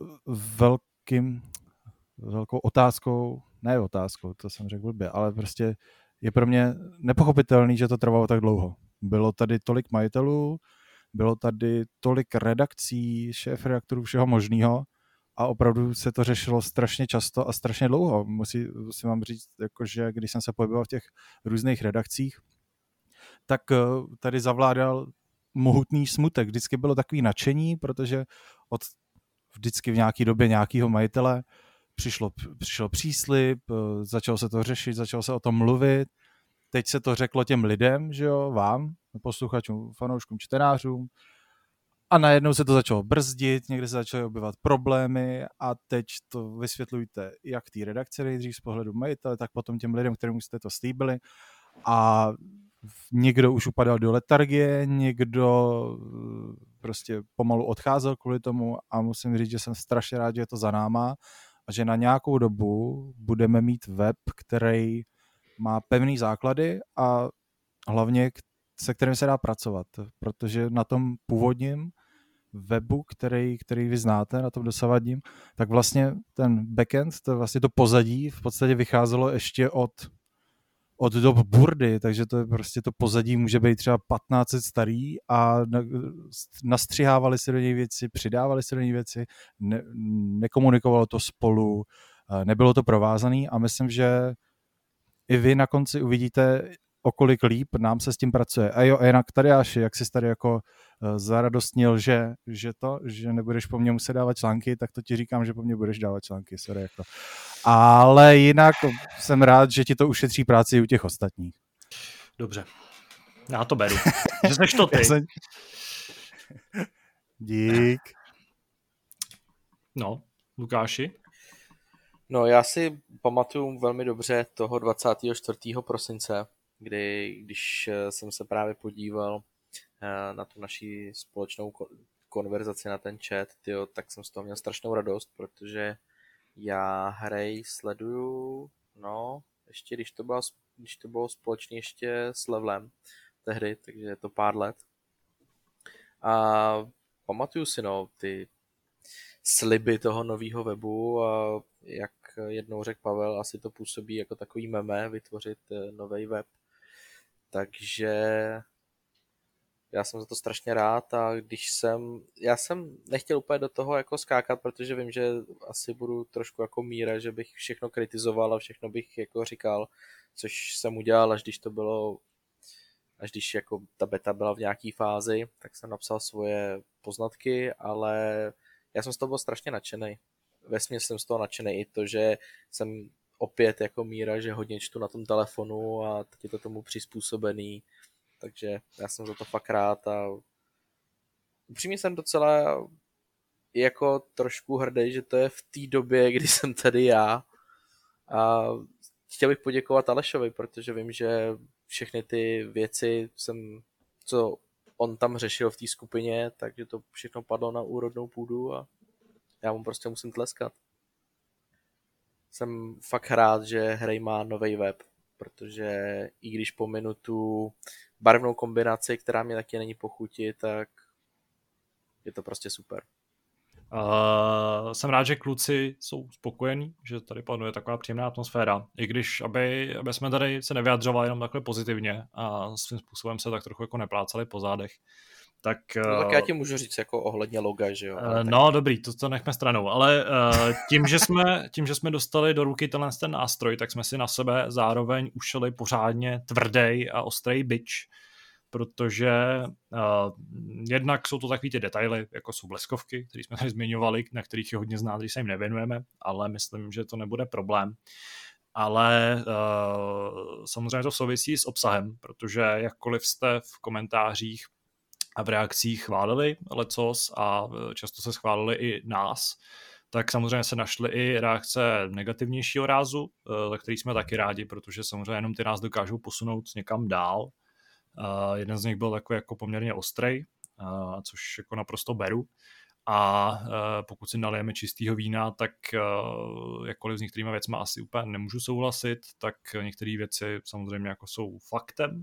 [SPEAKER 5] velkým, velkou otázkou, ne otázkou, to jsem řekl blbě, ale prostě je pro mě nepochopitelný, že to trvalo tak dlouho. Bylo tady tolik majitelů, bylo tady tolik redakcí, šéfredaktorů, všeho možného, a opravdu se to řešilo strašně často a strašně dlouho. Musí, musím vám říct, jako, že když jsem se pohyboval v těch různých redakcích, tak tady zavládal mohutný smutek. Vždycky bylo takový nadšení, protože od vždycky v nějaké době nějakého majitele přišlo, přišlo příslib, začalo se to řešit, začalo se o tom mluvit. Teď se to řeklo těm lidem, že jo, vám, posluchačům, fanouškům, čtenářům, a najednou se to začalo brzdit, někde se začaly objevat problémy a teď to vysvětlujte jak té redakce nejdřív z pohledu majitele, tak potom těm lidem, kterým jste to slíbili. A někdo už upadal do letargie, někdo prostě pomalu odcházel kvůli tomu a musím říct, že jsem strašně rád, že je to za náma a že na nějakou dobu budeme mít web, který má pevný základy a hlavně se kterým se dá pracovat, protože na tom původním webu, který, který vy znáte, na tom dosavadním, tak vlastně ten backend, to vlastně to pozadí v podstatě vycházelo ještě od od dob burdy, takže to je prostě to pozadí může být třeba patnáct let starý a nastřihávali se do něj věci, přidávali se do něj věci, ne, nekomunikovalo to spolu, nebylo to provázaný a myslím, že i vy na konci uvidíte, o kolik líp nám se s tím pracuje. A jo, a jinak Tadeáši, jak jsi tady jako zaradostnil, že, že to, že nebudeš po mně muset dávat články, tak to ti říkám, že po mně budeš dávat články, sorry, jako. Ale jinak jsem rád, že ti to ušetří práci u těch ostatních.
[SPEAKER 1] Dobře, já to beru. Že seš to ty.
[SPEAKER 5] Jsem... Dík.
[SPEAKER 1] No, Lukáši?
[SPEAKER 2] No, já si pamatuju velmi dobře toho dvacátého čtvrtého prosince, kdy, když jsem se právě podíval na tu naši společnou konverzaci, na ten chat, tyjo, tak jsem z toho měl strašnou radost, protože já hry sleduju, no, ještě když to bylo, když to bylo společně ještě s Levelem tehdy, takže je to pár let. A pamatuju si, no, ty sliby toho nového webu a jak jednou řekl Pavel, asi to působí jako takový meme vytvořit nový web. Takže já jsem za to strašně rád a když jsem, já jsem nechtěl úplně do toho jako skákat, protože vím, že asi budu trošku jako Míra, že bych všechno kritizoval a všechno bych jako říkal, což jsem udělal, až když to bylo, až když jako ta beta byla v nějaký fázi, tak jsem napsal svoje poznatky, ale já jsem z toho byl strašně nadšenej. Vesměs jsem z toho nadšenej i to, že jsem opět jako Míra, že hodně čtu na tom telefonu a teď je to tomu přizpůsobený, takže já jsem za to fakt rád a upřímně jsem docela jako trošku hrdý, že to je v té době, kdy jsem tady já a chtěl bych poděkovat Alešovi, protože vím, že všechny ty věci jsem, co on tam řešil v té skupině, takže to všechno padlo na úrodnou půdu a já mu prostě musím tleskat. Jsem fakt rád, že Hrej má nový web, protože i když pominu tu barevnou kombinaci, která mě taky není po chuti, tak je to prostě super.
[SPEAKER 1] Uh, jsem rád, že kluci jsou spokojení, že tady panuje taková příjemná atmosféra. I když, aby, aby jsme tady se nevyjadřovali jenom takhle pozitivně a svým způsobem se tak trochu jako neplácali po zádech. Tak,
[SPEAKER 2] no, tak já ti můžu říct jako ohledně loga, že jo?
[SPEAKER 1] Uh, no tak... dobrý, to, to nechme stranou, ale uh, tím, že jsme, tím, že jsme dostali do ruky tenhle ten nástroj, tak jsme si na sebe zároveň ušili pořádně tvrdý a ostrý bič, protože uh, jednak jsou to takový ty detaily, jako jsou bleskovky, které jsme tady zmiňovali, na kterých je hodně znát, když se jim nevěnujeme, ale myslím, že to nebude problém. Ale uh, samozřejmě to souvisí s obsahem, protože jakkoliv jste v komentářích a v reakcích chválili lecos a často se schválili i nás, tak samozřejmě se našly i reakce negativnějšího rázu, za který jsme taky rádi, protože samozřejmě jenom ty nás dokážou posunout někam dál. Uh, jeden z nich byl takový jako poměrně ostrej, uh, což jako naprosto beru. A uh, pokud si nalijeme čistýho vína, tak uh, jakkoliv s některými věcmi asi úplně nemůžu souhlasit, tak některé věci samozřejmě jako jsou faktem.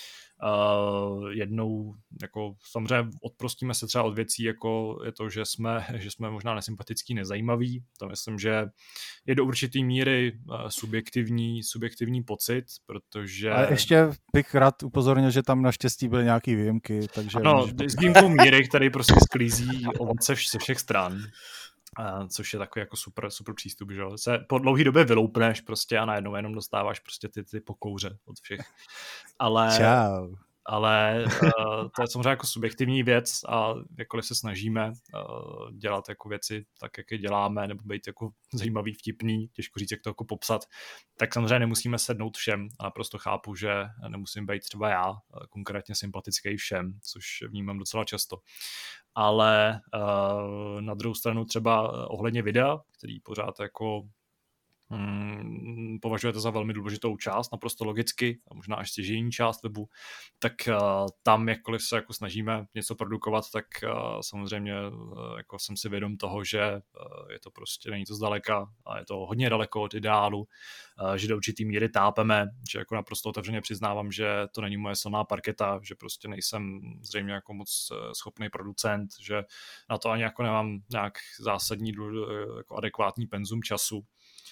[SPEAKER 1] Uh, jednou, jako samozřejmě odprostíme se třeba od věcí, jako je to, že jsme, že jsme možná nesympatický, nezajímaví. To myslím, že je do určitý míry uh, subjektivní, subjektivní pocit, protože...
[SPEAKER 5] A ještě bych rád upozornil, že tam naštěstí byly nějaký výjimky, takže...
[SPEAKER 1] Ano, s výjimkou Míry, který prostě sklízí ovoce ze všech stran. Uh, což je takový jako super, super přístup, že jo. Se po dlouhý době vyloupneš prostě a najednou jenom dostáváš prostě ty, ty pokouře od všech. Ale,
[SPEAKER 5] Čau.
[SPEAKER 1] ale uh, to je samozřejmě jako subjektivní věc a jakkoliv se snažíme uh, dělat jako věci tak, jak je děláme, nebo být jako zajímavý, vtipný, těžko říct, jak to jako popsat, tak samozřejmě nemusíme sednout všem a naprosto chápu, že nemusím být třeba já konkrétně sympatický všem, což vnímám docela často. Ale uh, na druhou stranu třeba ohledně videa, který pořád jako mm, považujete za velmi důležitou část, naprosto logicky, a možná až stěžejní část webu, tak tam jakkoliv se jako snažíme něco produkovat, tak samozřejmě jako jsem si vědom toho, že je to prostě, není to zdaleka a je to hodně daleko od ideálu, že do určitý míry tápeme, že jako naprosto otevřeně přiznávám, že to není moje silná parketa, že prostě nejsem zřejmě jako moc schopný producent, že na to ani jako nemám nějak zásadní jako adekvátní penzum času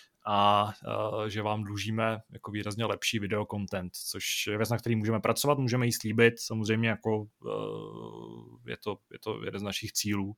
[SPEAKER 1] a uh, že vám dlužíme jako výrazně lepší videokontent, což je věc, na který můžeme pracovat, můžeme jí slíbit, samozřejmě jako uh, je, to, je to jeden z našich cílů.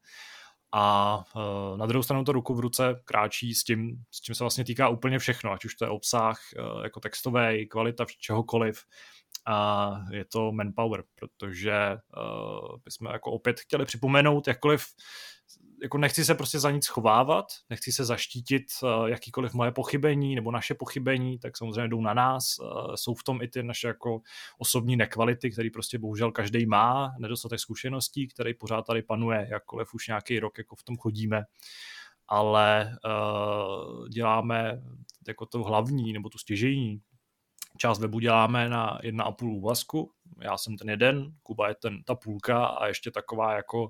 [SPEAKER 1] A uh, na druhou stranu to ruku v ruce kráčí s tím, s čím se vlastně týká úplně všechno, ať už to je obsah, uh, jako textový, kvalita čehokoliv, a je to manpower, protože uh, bychom jako opět chtěli připomenout, jakkoliv jako nechci se prostě za nic schovávat, nechci se zaštítit uh, jakýkoliv moje pochybení nebo naše pochybení, tak samozřejmě jdou na nás, uh, jsou v tom i ty naše jako osobní nekvality, které prostě bohužel každý má, nedostatek zkušeností, který pořád tady panuje, jakkoliv už nějaký rok jako v tom chodíme, ale uh, děláme jako to hlavní nebo tu stěžejní část webu děláme na jedna a půl úvazku. Já jsem ten jeden, Kuba je ten, ta půlka a ještě taková jako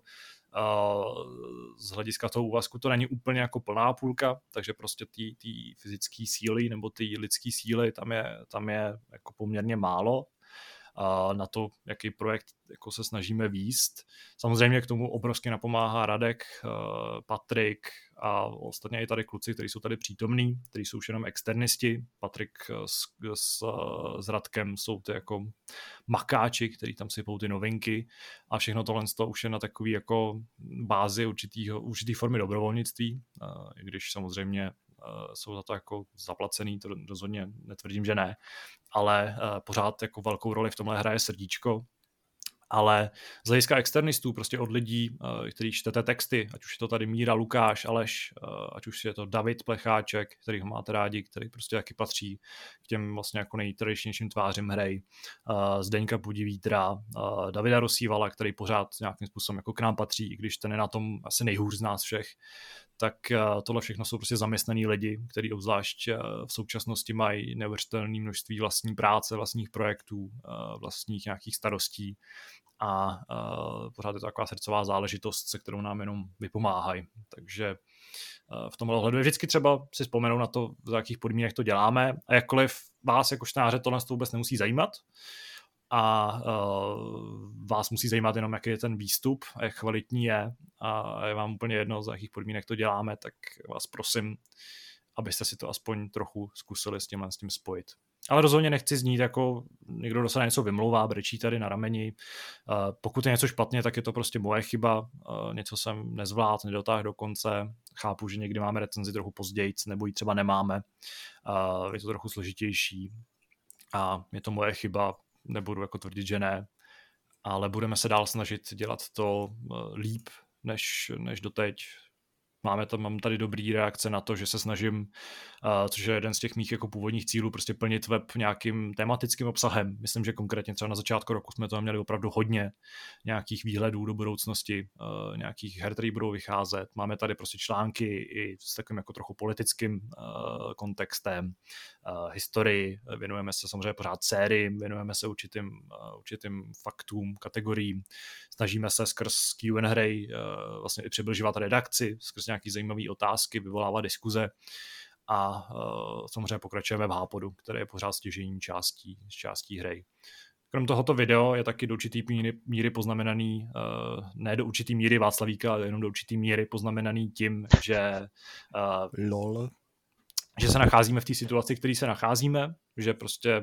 [SPEAKER 1] uh, z hlediska toho úvazku to není úplně jako plná půlka, takže prostě ty fyzické síly nebo ty lidské síly tam je, tam je jako poměrně málo uh, na to, jaký projekt jako se snažíme vést. Samozřejmě k tomu obrovsky napomáhá Radek, uh, Patrik a ostatně i tady kluci, kteří jsou tady přítomní, kteří jsou už jenom externisti. Patrik s, s, s Radkem jsou ty jako makáči, kteří tam sypou ty novinky a všechno tohle už je na takový jako bázi určitýho, určitý formy dobrovolnictví, uh, i když samozřejmě uh, jsou za to jako zaplacený, to rozhodně netvrdím, že ne, ale uh, pořád jako velkou roli v tomhle hraje srdíčko. Ale z hlediska externistů, prostě od lidí, kteří čtete texty, ať už je to tady Míra, Lukáš, Aleš, ať už je to David Plecháček, který ho máte rádi, který prostě taky patří k těm vlastně jako nejtradičnějším tvářím hry, Zdeňka Pudivítra, Davida Rosívala, který pořád nějakým způsobem jako k nám patří, i když ten je na tom asi nejhůř z nás všech, tak tohle všechno jsou prostě zaměstnaný lidi, kteří obzvlášť v současnosti mají neuvěřitelné množství vlastní práce, vlastních projektů, vlastních nějakých starostí a uh, pořád je to taková srdcová záležitost, se kterou nám jenom vypomáhají. Takže uh, v tomhle ohledu je vždycky třeba si vzpomenout na to, za jakých podmínek to děláme a jakkoliv vás jako čtenáře tohle to vůbec nemusí zajímat a uh, vás musí zajímat jenom, jaký je ten výstup a jak kvalitní je a je vám úplně jedno, za jakých podmínek to děláme, tak vás prosím, abyste si to aspoň trochu zkusili s tím, s tím spojit. Ale rozhodně nechci znít jako někdo, kdo se na něco vymlouvá, brečí tady na rameni. Pokud je něco špatně, tak je to prostě moje chyba. Něco jsem nezvládl, nedotáhl do konce. Chápu, že někdy máme recenzi trochu později, nebo ji třeba nemáme. Je to trochu složitější. A je to moje chyba, nebudu jako tvrdit, že ne. Ale budeme se dál snažit dělat to líp, než, než doteď. Máme tam, mám tady dobrý reakce na to, že se snažím, uh, což je jeden z těch mých jako původních cílů, prostě plnit web nějakým tematickým obsahem. Myslím, že konkrétně třeba na začátku roku jsme to měli opravdu hodně nějakých výhledů do budoucnosti, uh, nějakých her, které budou vycházet. Máme tady prostě články i s takovým jako trochu politickým uh, kontextem, uh, historii, věnujeme se samozřejmě pořád sériím, věnujeme se určitým, uh, určitým faktům, kategoriím, snažíme se skrz Q and A hry uh, vlastně i přibližovat redakci, skrz nějaké zajímavé otázky, vyvolávat diskuze a uh, samozřejmě pokračujeme v Hápodu, který je pořád stěžejní částí, částí hry. Krom tohoto video je taky do určitý míry, míry poznamenaný, uh, ne do určitý míry Václavíka, ale jenom do určitý míry poznamenaný tím, že uh,
[SPEAKER 5] Lol.
[SPEAKER 1] že se nacházíme v té situaci, v které se nacházíme, že prostě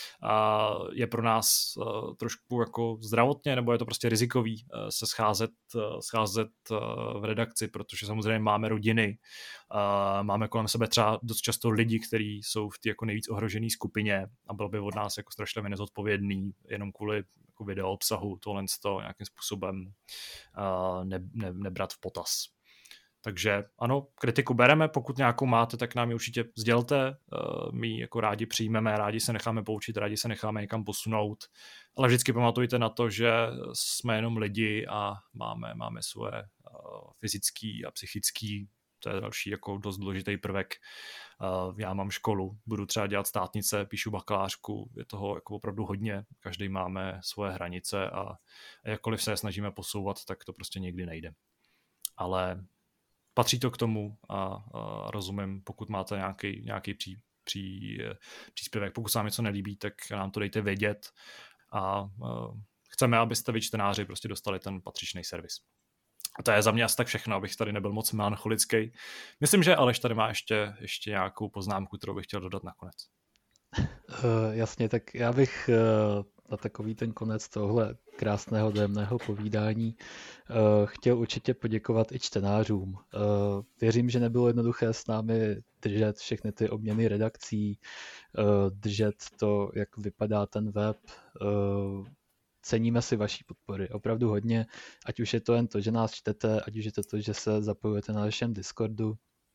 [SPEAKER 1] uh, je pro nás uh, trošku jako zdravotně, nebo je to prostě rizikový uh, se scházet, uh, scházet uh, v redakci, protože samozřejmě máme rodiny, uh, máme kolem sebe třeba dost často lidi, kteří jsou v té jako nejvíc ohrožené skupině a bylo by od nás jako strašně nezodpovědný jenom kvůli jako video obsahu tohle to nějakým způsobem uh, ne, ne, nebrat v potaz. Takže ano, kritiku bereme, pokud nějakou máte, tak nám ji určitě sdělte, my ji jako rádi přijmeme, rádi se necháme poučit, rádi se necháme někam posunout, ale vždycky pamatujte na to, že jsme jenom lidi a máme, máme svoje fyzické a psychické to je další jako dost důležitý prvek. Já mám školu, budu třeba dělat státnice, píšu bakalářku, je toho jako opravdu hodně, každý máme svoje hranice a jakkoliv se je snažíme posouvat, tak to prostě někdy nejde. Ale patří to k tomu a, a rozumím, pokud máte nějaký, nějaký pří, pří, příspěvek, pokud se vám něco nelíbí, tak nám to dejte vědět a, a chceme, abyste vy čtenáři prostě dostali ten patřičný servis. A to je za mě asi tak všechno, abych tady nebyl moc melancholický. Myslím, že Aleš tady má ještě, ještě nějakou poznámku, kterou bych chtěl dodat nakonec.
[SPEAKER 3] Uh, jasně, tak já bych uh, na takový ten konec tohle krásného dojemného povídání uh, chtěl určitě poděkovat i čtenářům. Uh, věřím, že nebylo jednoduché s námi držet všechny ty obměny redakcí, uh, držet to, jak vypadá ten web. Uh, ceníme si vaší podpory opravdu hodně, ať už je to jen to, že nás čtete, ať už je to to, že se zapojujete na našem Discordu,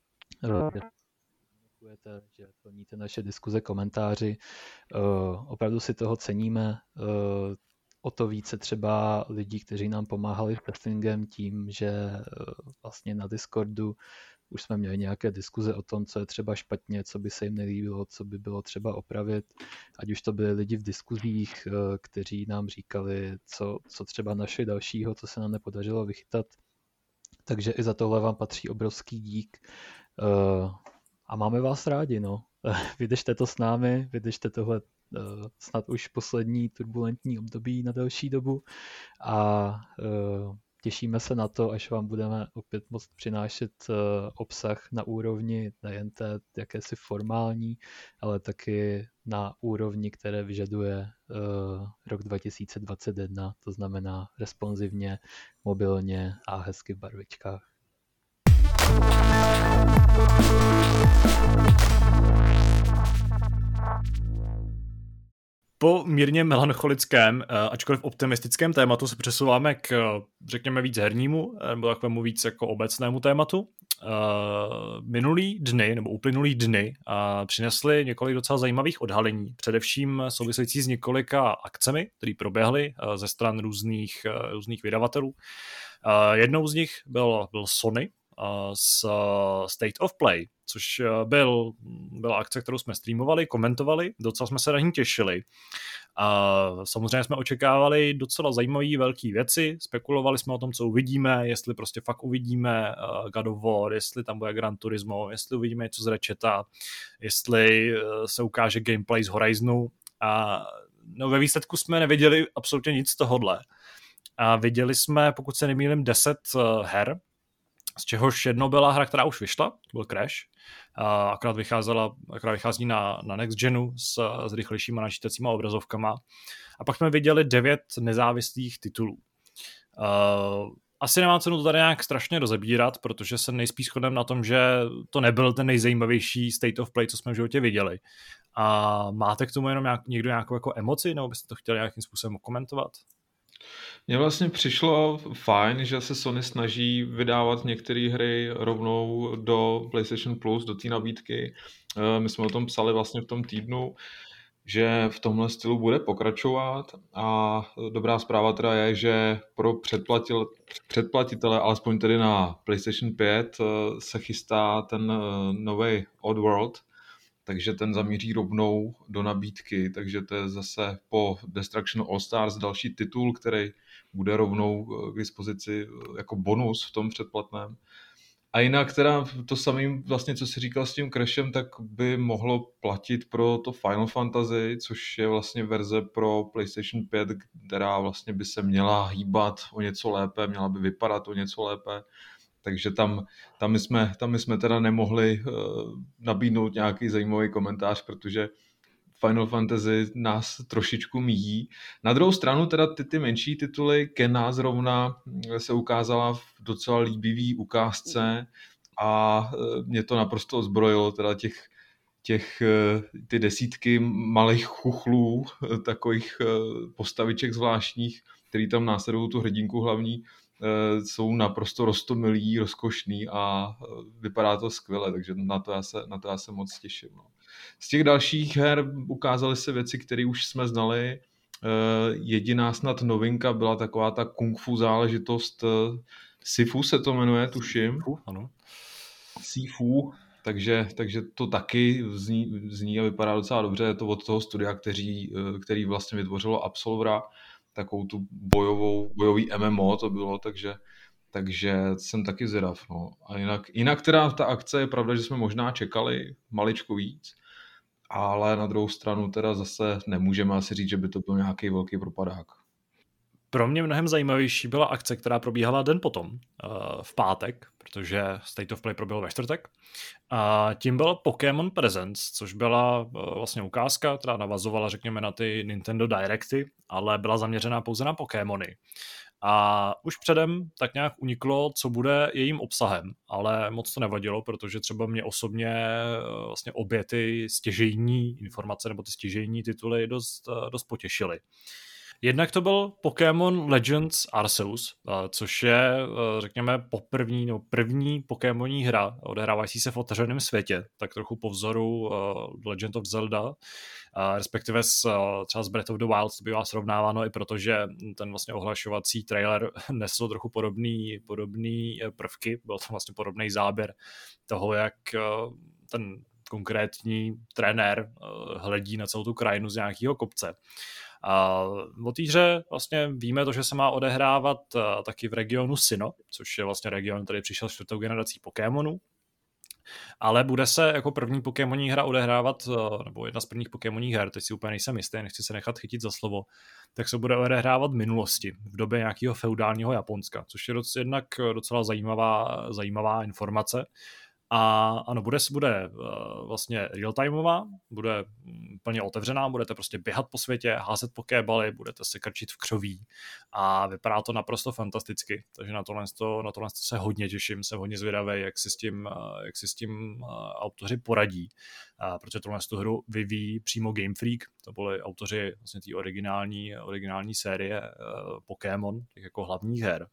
[SPEAKER 3] že plníte naše diskuze, komentáři. Uh, opravdu si toho ceníme. Uh, o to více třeba lidí, kteří nám pomáhali s testingem tím, že uh, vlastně na Discordu už jsme měli nějaké diskuze o tom, co je třeba špatně, co by se jim nelíbilo, co by bylo třeba opravit. Ať už to byli lidi v diskuzích, uh, kteří nám říkali, co, co třeba našli dalšího, co se nám nepodařilo vychytat. Takže i za tohle vám patří obrovský dík. Uh, A máme vás rádi, no. Vydržte to s námi, vydržte tohle uh, snad už poslední turbulentní období na delší dobu a uh, těšíme se na to, až vám budeme opět moct přinášet uh, obsah na úrovni nejen té jakési formální, ale taky na úrovni, které vyžaduje uh, rok dva tisíce dvacet jedna, to znamená responsivně, mobilně a hezky v barvičkách.
[SPEAKER 1] Po mírně melancholickém, ačkoliv optimistickém tématu se přesouváme k, řekněme, víc hernímu, nebo takovému víc jako obecnému tématu. Minulý dny, nebo uplynulý dny přinesly několik docela zajímavých odhalení, především související s několika akcemi, které proběhly ze stran různých, různých vydavatelů. Jednou z nich byl, byl Sony, z State of Play, což byl, byla akce, kterou jsme streamovali, komentovali, docela jsme se na ní těšili. A samozřejmě jsme očekávali docela zajímavé velké věci, spekulovali jsme o tom, co uvidíme, jestli prostě fakt uvidíme God of War, jestli tam bude Gran Turismo, jestli uvidíme něco z Ratcheta, jestli se ukáže gameplay z Horizonu. A no, ve výsledku jsme neviděli absolutně nic z tohohle. A viděli jsme, pokud se nemýlím, deset her, z čehož jedno byla hra, která už vyšla, to byl Crash, a akorát, vycházela, akorát vychází na, na Next Genu s, s rychlejšíma načítacíma obrazovkama. A pak jsme viděli devět nezávislých titulů. Uh, asi nemám cenu to tady nějak strašně rozebírat, protože se nejspíš shodneme na tom, že to nebyl ten nejzajímavější State of Play, co jsme v životě viděli. A máte k tomu jenom nějak, někdo nějakou jako emoci, nebo byste to chtěli nějakým způsobem komentovat?
[SPEAKER 4] Mně vlastně přišlo fajn, že se Sony snaží vydávat některé hry rovnou do PlayStation Plus, do té nabídky. My jsme o tom psali vlastně v tom týdnu, že v tomhle stylu bude pokračovat a dobrá zpráva teda je, že pro předplatil, předplatitele, alespoň tedy na PlayStation pět, se chystá ten nový Oddworld, takže ten zamíří rovnou do nabídky, takže to je zase po Destruction All Stars další titul, který bude rovnou k dispozici jako bonus v tom předplatném. A jinak teda to samé vlastně, co jsi říkal s tím Crashem, tak by mohlo platit pro to Final Fantasy, což je vlastně verze pro PlayStation pět, která vlastně by se měla hýbat o něco lépe, měla by vypadat o něco lépe. Takže tam, tam, my jsme, tam my jsme teda nemohli uh, nabídnout nějaký zajímavý komentář, protože Final Fantasy nás trošičku míjí. Na druhou stranu teda ty, ty menší tituly, Kena zrovna se ukázala v docela líbivý ukázce a uh, mě to naprosto ozbrojilo, teda těch, těch uh, ty desítky malých chuchlů, uh, takových uh, postaviček zvláštních, který tam následují tu hrdinku hlavní, jsou naprosto roztomilý, rozkošný a vypadá to skvěle, takže na to já se, na to já se moc těším. No. Z těch dalších her ukázaly se věci, které už jsme znali. Jediná snad novinka byla taková ta kung fu záležitost, Sifu se to jmenuje, tuším.
[SPEAKER 1] Ano.
[SPEAKER 4] Sifu, takže, takže to taky zní, zní a vypadá docela dobře. Je to od toho studia, kteří, který vlastně vytvořilo Absolvera, takovou tu bojovou, bojový M M O to bylo, takže, takže jsem taky zvědav. No. A jinak, jinak teda ta akce je pravda, že jsme možná čekali maličko víc, ale na druhou stranu teda zase nemůžeme asi říct, že by to byl nějaký velký propadák.
[SPEAKER 1] Pro mě mnohem zajímavější byla akce, která probíhala den potom, v pátek, protože State of Play proběhl ve čtvrtek. A tím byl Pokémon Presents, což byla vlastně ukázka, která navazovala, řekněme, na ty Nintendo Directy, ale byla zaměřená pouze na Pokémony. A už předem tak nějak uniklo, co bude jejím obsahem, ale moc to nevadilo, protože třeba mě osobně vlastně obě ty stěžejní informace nebo ty stěžejní tituly dost, dost potěšily. Jednak to byl Pokémon Legends Arceus, což je, řekněme, poprvní, no, první pokémonní hra, odehrávající se v otevřeném světě, tak trochu po vzoru Legend of Zelda, respektive s, třeba s Breath of the Wild to bývá srovnáváno i proto, že ten vlastně ohlašovací trailer nesl trochu podobný, podobný prvky, byl to vlastně podobný záběr toho, jak ten konkrétní trenér hledí na celou tu krajinu z nějakého kopce. A o té hře vlastně víme to, že se má odehrávat taky v regionu Sinnoh, což je vlastně region, který přišel s čtvrtou generací Pokémonů. Ale bude se jako první pokémonní hra odehrávat, nebo jedna z prvních pokémonních her, teď si úplně nejsem jistý, nechci se nechat chytit za slovo, tak se bude odehrávat v minulosti, v době nějakého feudálního Japonska, což je doc, jednak docela zajímavá, zajímavá informace. A ano, bude, bude uh, vlastně real-timeová, bude plně otevřená, budete prostě běhat po světě, házet pokébaly, budete se krčit v křoví a vypadá to naprosto fantasticky, takže na tohle, to, na tohle se hodně těším, jsem hodně zvědavý, jak si s tím, uh, jak si s tím uh, autoři poradí, uh, protože tohle tu hru vyvíjí přímo Game Freak, to byli autoři vlastně té originální, originální série uh, Pokémon, těch jako hlavních her.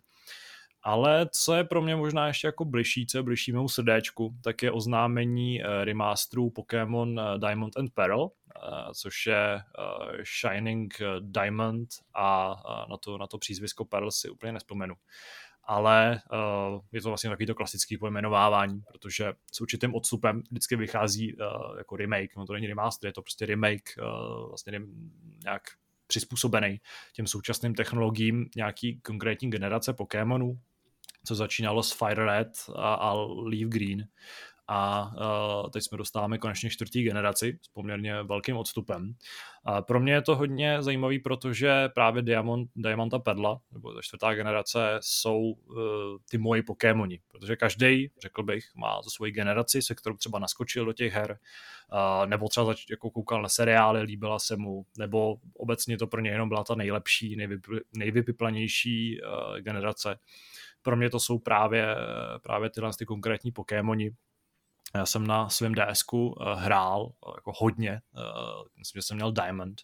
[SPEAKER 1] Ale co je pro mě možná ještě jako bližší, co je bližší mému srdéčku, tak je oznámení remasteru Pokémon Diamond and Pearl, což je Shining Diamond a na to, na to přízvisko Pearl si úplně nespomenu. Ale uh, je to vlastně takový to klasický pojmenovávání, protože s určitým odstupem vždycky vychází uh, jako remake, no to není remaster, je to prostě remake, uh, vlastně nějak přizpůsobený těm současným technologiím nějaký konkrétní generace Pokémonů, co začínalo s Fire Red a, a Leaf Green. A uh, teď jsme dostáváme konečně čtvrtý generaci s poměrně velkým odstupem. A pro mě je to hodně zajímavý, protože právě Diamond, Diamond a Perla, nebo ta čtvrtá generace, jsou uh, ty moji Pokémoni, protože každý, řekl bych, má za svoji generaci, se kterou třeba naskočil do těch her, uh, nebo třeba zač- jako koukal na seriály, líbila se mu, nebo obecně to pro ně jenom byla ta nejlepší, nejvyp- nejvypiplanější uh, generace. Pro mě to jsou právě, právě tyhle ty konkrétní Pokémoni. Já jsem na svém DSku uh, hrál uh, jako hodně, uh, myslím, že jsem měl Diamond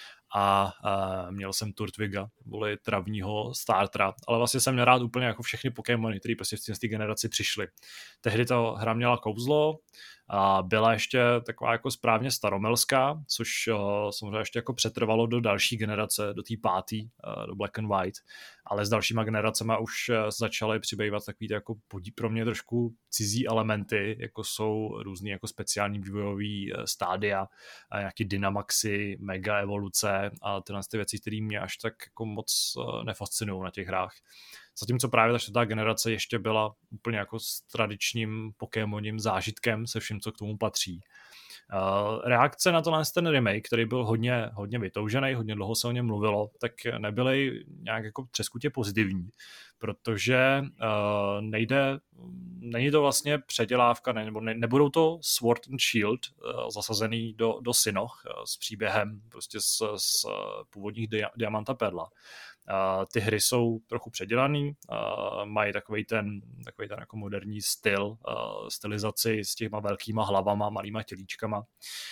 [SPEAKER 1] a uh, měl jsem Turtwiga, byli travního startera, ale vlastně jsem měl rád úplně jako všechny Pokémony, které prostě v té generaci přišly. Tehdy ta hra měla kouzlo a byla ještě taková jako správně staromelská, což uh, samozřejmě ještě jako přetrvalo do další generace, do té pátý, uh, do Black and White, ale s dalšíma generacemi už uh, začaly přibývat takový jako podí pro mě trošku cizí elementy, jako jsou různý jako speciální vývojový uh, stádia, a nějaký Dynamaxy, mega evoluce a tyhle ty věci, které mě až tak jako moc uh, nefascinují na těch hrách. Zatímco právě ta čtvrtá generace ještě byla úplně jako s tradičním Pokémoním zážitkem se vším, co k tomu patří. Uh, reakce na tohle ten remake, který byl hodně, hodně vytoužený, hodně dlouho se o něm mluvilo, tak nebyly nějak jako třeskutě pozitivní, protože uh, nejde, není to vlastně předělávka, ne, nebo ne, nebudou to Sword and Shield uh, zasazený do, do Sinnoh uh, s příběhem prostě z, z původních dia, Diamant a Perla. Uh, ty hry jsou trochu předělaný, uh, mají takovej ten, takovej ten jako moderní styl, uh, stylizaci s těma velkýma hlavama, malýma tělíčkama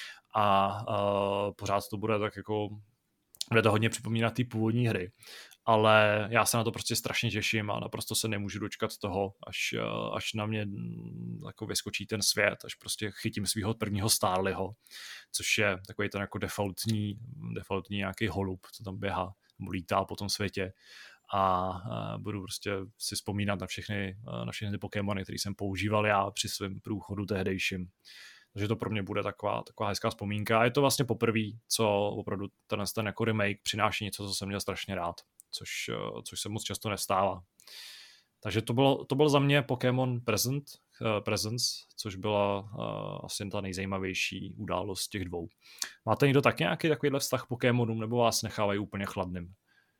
[SPEAKER 1] a uh, pořád to bude tak jako, bude to hodně připomínat ty původní hry. Ale já se na to prostě strašně těším a naprosto se nemůžu dočkat toho, až, až na mě jako vyskočí ten svět, až prostě chytím svého prvního Starlyho, což je takový ten jako defaultní, defaultní nějaký holub, co tam běhá, lítá po tom světě. a budu prostě si vzpomínat na všechny, na všechny ty Pokémony, které jsem používal já při svém průchodu tehdejším. Takže to pro mě bude taková, taková hezká vzpomínka. A je to vlastně poprvé, co opravdu ten, ten jako remake přináší něco, co jsem měl strašně rád, což, což se moc často nestává. Takže to bylo, to byl za mě Pokémon Present, uh, Presence, což byla uh, asi ta nejzajímavější událost z těch dvou. Máte někdo tak nějaký takovýhle vztah k Pokémonům, nebo vás nechávají úplně chladným?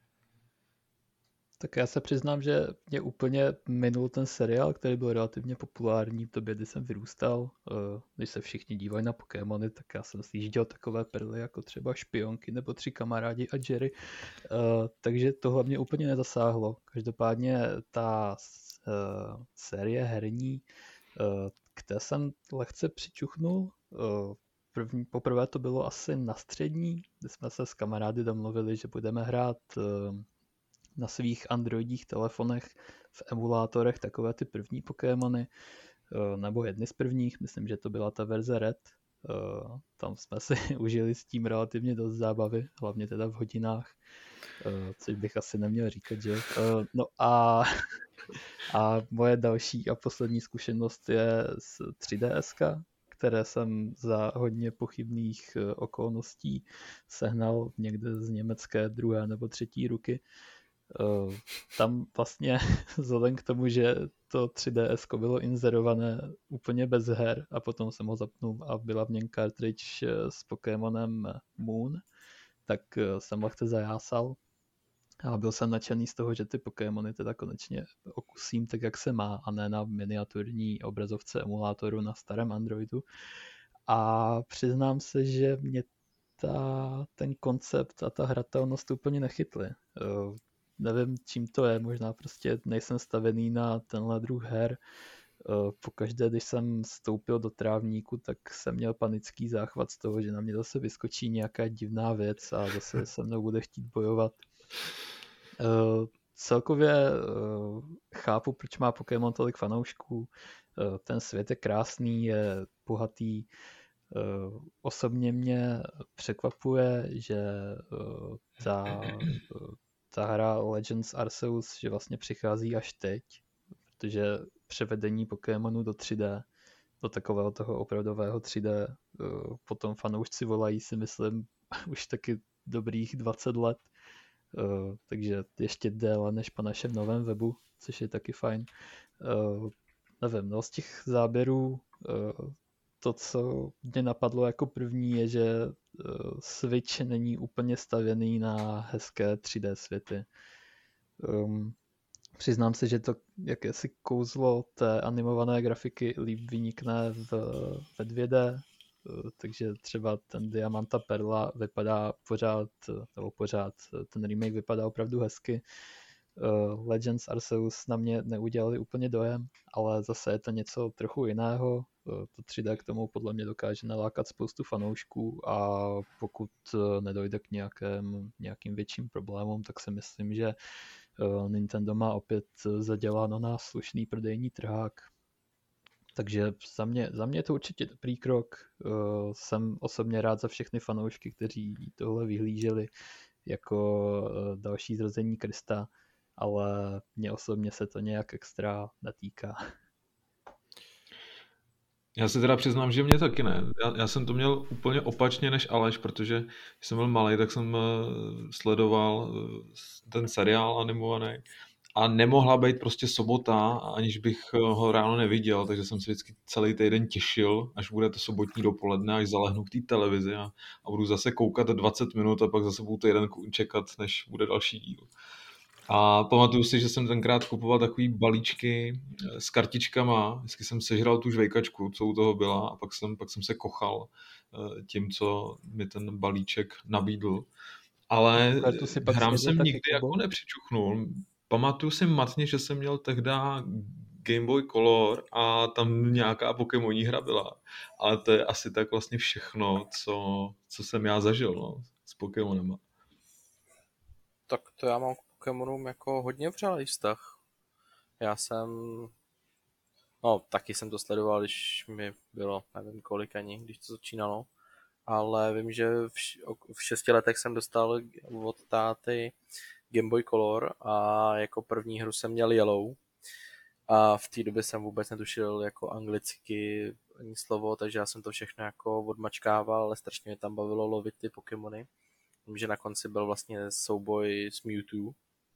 [SPEAKER 3] Tak já se přiznám, že mě úplně minul ten seriál, který byl relativně populární v době, kdy jsem vyrůstal. Když se všichni dívají na Pokémony, tak já jsem sjížděl takové perly jako třeba Špionky nebo Tři kamarádi a Jerry. Takže tohle mě úplně nezasáhlo. Každopádně ta série herní, k té jsem lehce přičuchnul. První, poprvé to bylo asi na střední, kdy jsme se s kamarády domluvili, že budeme hrát na svých androidích telefonech v emulátorech takové ty první Pokémony, nebo jedny z prvních, myslím, že to byla ta verze Red. Tam jsme si užili s tím relativně dost zábavy, hlavně teda v hodinách, což bych asi neměl říkat, že? No a, a moje další a poslední zkušenost je z tři D S ka, které jsem za hodně pochybných okolností sehnal někde z německé druhé nebo třetí ruky. Uh, tam vlastně vzhledem k tomu, že to tři D S ko bylo inzerované úplně bez her a potom jsem ho zapnul a byla v něm cartridge s Pokémonem Moon, tak jsem lehce zajásal a byl jsem nadšený z toho, že ty Pokémony teda konečně okusím tak, jak se má, a ne na miniaturní obrazovce emulátoru na starém Androidu. A přiznám se, že mě ta, ten koncept a ta hratelnost úplně nechytly. Uh, Nevím, čím to je, možná prostě nejsem stavený na tenhle druh her. Pokaždé, když jsem vstoupil do trávníku, tak jsem měl panický záchvat z toho, že na mě zase vyskočí nějaká divná věc a zase se mnou bude chtít bojovat. Celkově chápu, proč má Pokémon tolik fanoušků. Ten svět je krásný, je bohatý. Osobně mě překvapuje, že ta ta hra Legends Arceus, že vlastně přichází až teď, protože převedení Pokémonu do tři D, do takového toho opravdového tři D, potom fanoušci volají, si myslím, už taky dobrých dvacet let, takže ještě déle než po našem novém webu, což je taky fajn. Nevím, no z těch záběrů to, co mě napadlo jako první, je, že Switch není úplně stavěný na hezké tři D světy. Um, přiznám se, že to jakési kouzlo té animované grafiky líp vynikne v, ve dvě D, takže třeba ten Diamanta Perla vypadá pořád, nebo pořád, ten remake vypadá opravdu hezky. Legends Arceus na mě neudělali úplně dojem, ale zase je to něco trochu jiného. To tři D k tomu podle mě dokáže nalákat spoustu fanoušků a pokud nedojde k nějakým, nějakým větším problémům, tak si myslím, že Nintendo má opět zaděláno na slušný prodejní trhák. Takže za mě, za mě je to určitě dobrý krok. Jsem osobně rád za všechny fanoušky, kteří tohle vyhlíželi jako další zrození Krista, ale mně osobně se to nějak extra netýká.
[SPEAKER 4] Já se teda přiznám, že mě taky ne. Já, já jsem to měl úplně opačně než Aleš, protože když jsem byl malý, tak jsem sledoval ten seriál animovaný a nemohla být prostě sobota, aniž bych ho ráno neviděl, takže jsem se vždycky celý týden těšil, až bude to sobotní dopoledne, až zalehnu k té televizi a, a budu zase koukat dvacet minut a pak zase budu týden čekat, než bude další díl. A pamatuju si, že jsem tenkrát kupoval takový balíčky s kartičkama, vždycky jsem sežral tu žvejkačku, co u toho byla, a pak jsem, pak jsem se kochal tím, co mi ten balíček nabídl. Ale hrám jsem nikdy jako nepřičuchnul. Pamatuju si matně, že jsem měl tehda Game Boy Color a tam nějaká Pokémonní hra byla. Ale to je asi tak vlastně všechno, co, co jsem já zažil, no, s Pokémonema.
[SPEAKER 2] Tak to já mám Pokémonům jako hodně vřelý vztah. Já jsem... No, taky jsem to sledoval, když mi bylo, nevím kolik ani, když to začínalo. Ale vím, že v, š- v šesti letech jsem dostal od táty Game Boy Color a jako první hru jsem měl Yellow. A v té době jsem vůbec netušil jako anglicky ani slovo, takže já jsem to všechno jako odmačkával, ale strašně mě tam bavilo lovit ty Pokémony. Vím, že na konci byl vlastně souboj s Mewtwo.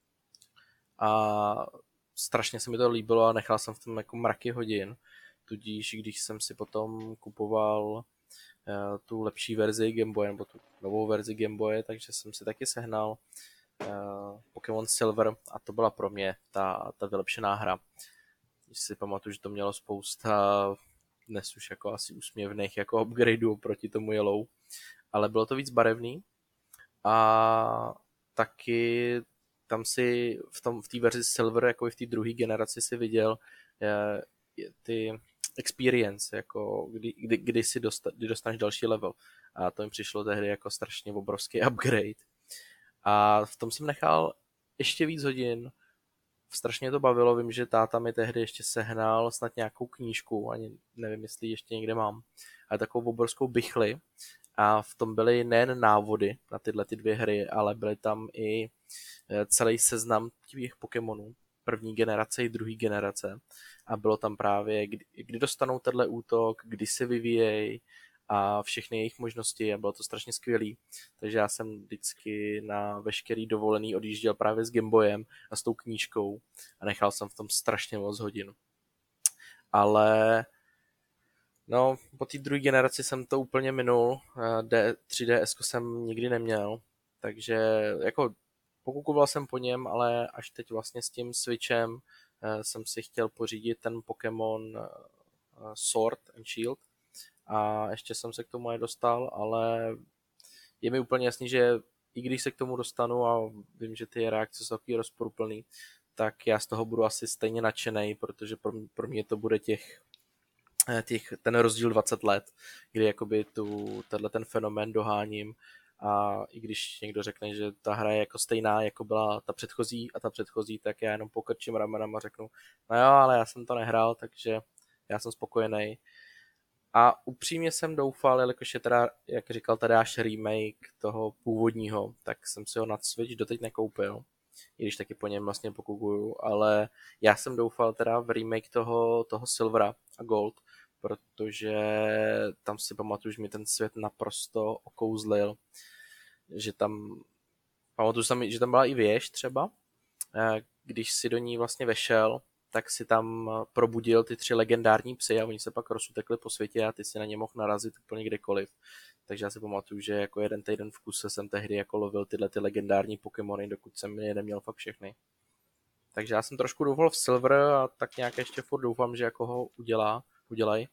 [SPEAKER 2] A strašně se mi to líbilo a nechal jsem v tom jako mraky hodin. Tudíž, když jsem si potom kupoval uh, tu lepší verzi Game Boy, nebo tu novou verzi Game Boye, takže jsem si taky sehnal uh, Pokémon Silver a to byla pro mě ta, ta vylepšená hra. Když si pamatuju, že to mělo spousta dnes už jako asi úsměvných jako upgradeů proti tomu Yellow, ale bylo to víc barevný a taky tam si v tom v té verzi Silver, jako i v té druhé generaci si viděl je, je, ty experience, jako kdy, kdy, kdy si dosta, kdy dostaneš další level. A to mi přišlo tehdy jako strašně obrovský upgrade. A v tom jsem nechal ještě víc hodin. Strašně to bavilo, vím, že táta mi tehdy ještě sehnal snad nějakou knížku, ani nevím, jestli ještě někde mám, ale takovou obrovskou bichli. A v tom byly nejen návody na tyhle ty dvě hry, ale byly tam i celý seznam těch Pokémonů, první generace i druhé generace. A bylo tam právě, kdy, kdy dostanou tenhle útok, kdy se vyvíjejí a všechny jejich možnosti a bylo to strašně skvělý. Takže já jsem vždycky na veškerý dovolený odjížděl právě s Gameboyem a s tou knížkou a nechal jsem v tom strašně moc hodin. Ale no, po té druhé generaci jsem to úplně minul, D, tři D S jsem nikdy neměl, takže jako pokukoval jsem po něm, ale až teď vlastně s tím Switchem jsem si chtěl pořídit ten Pokémon Sword and Shield a ještě jsem se k tomu nedostal, ale je mi úplně jasný, že i když se k tomu dostanu a vím, že ty reakce jsou takový rozporuplný, tak já z toho budu asi stejně nadšenej, protože pro mě, pro mě to bude těch, těch ten rozdíl dvacet let, kdy jakoby tu, tenhle ten fenomén doháním. A i když někdo řekne, že ta hra je jako stejná, jako byla ta předchozí a ta předchozí, tak já jenom pokrčím ramenem a řeknu, no jo, ale já jsem to nehrál, takže já jsem spokojený. A upřímně jsem doufal, jelikož je teda, jak říkal Tadeáš, remake toho původního, tak jsem si ho na Switch doteď nekoupil, i když taky po něm vlastně pokukuju, ale já jsem doufal teda v remake toho, toho Silvera a Gold, protože tam si pamatuju, že mi ten svět naprosto okouzlil, že tam, pamatuju si, že tam byla i věž třeba, když si do ní vlastně vešel, tak si tam probudil ty tři legendární psy a oni se pak rozutekli po světě a ty si na ně mohl narazit úplně kdekoliv. Takže já si pamatuju, že jako jeden týden v kuse jsem tehdy jako lovil tyhle ty legendární Pokémony, dokud jsem je neměl fakt všechny. Takže já jsem trošku doufal v Silver a tak nějak ještě furt doufám, že jako ho udělá, udělají.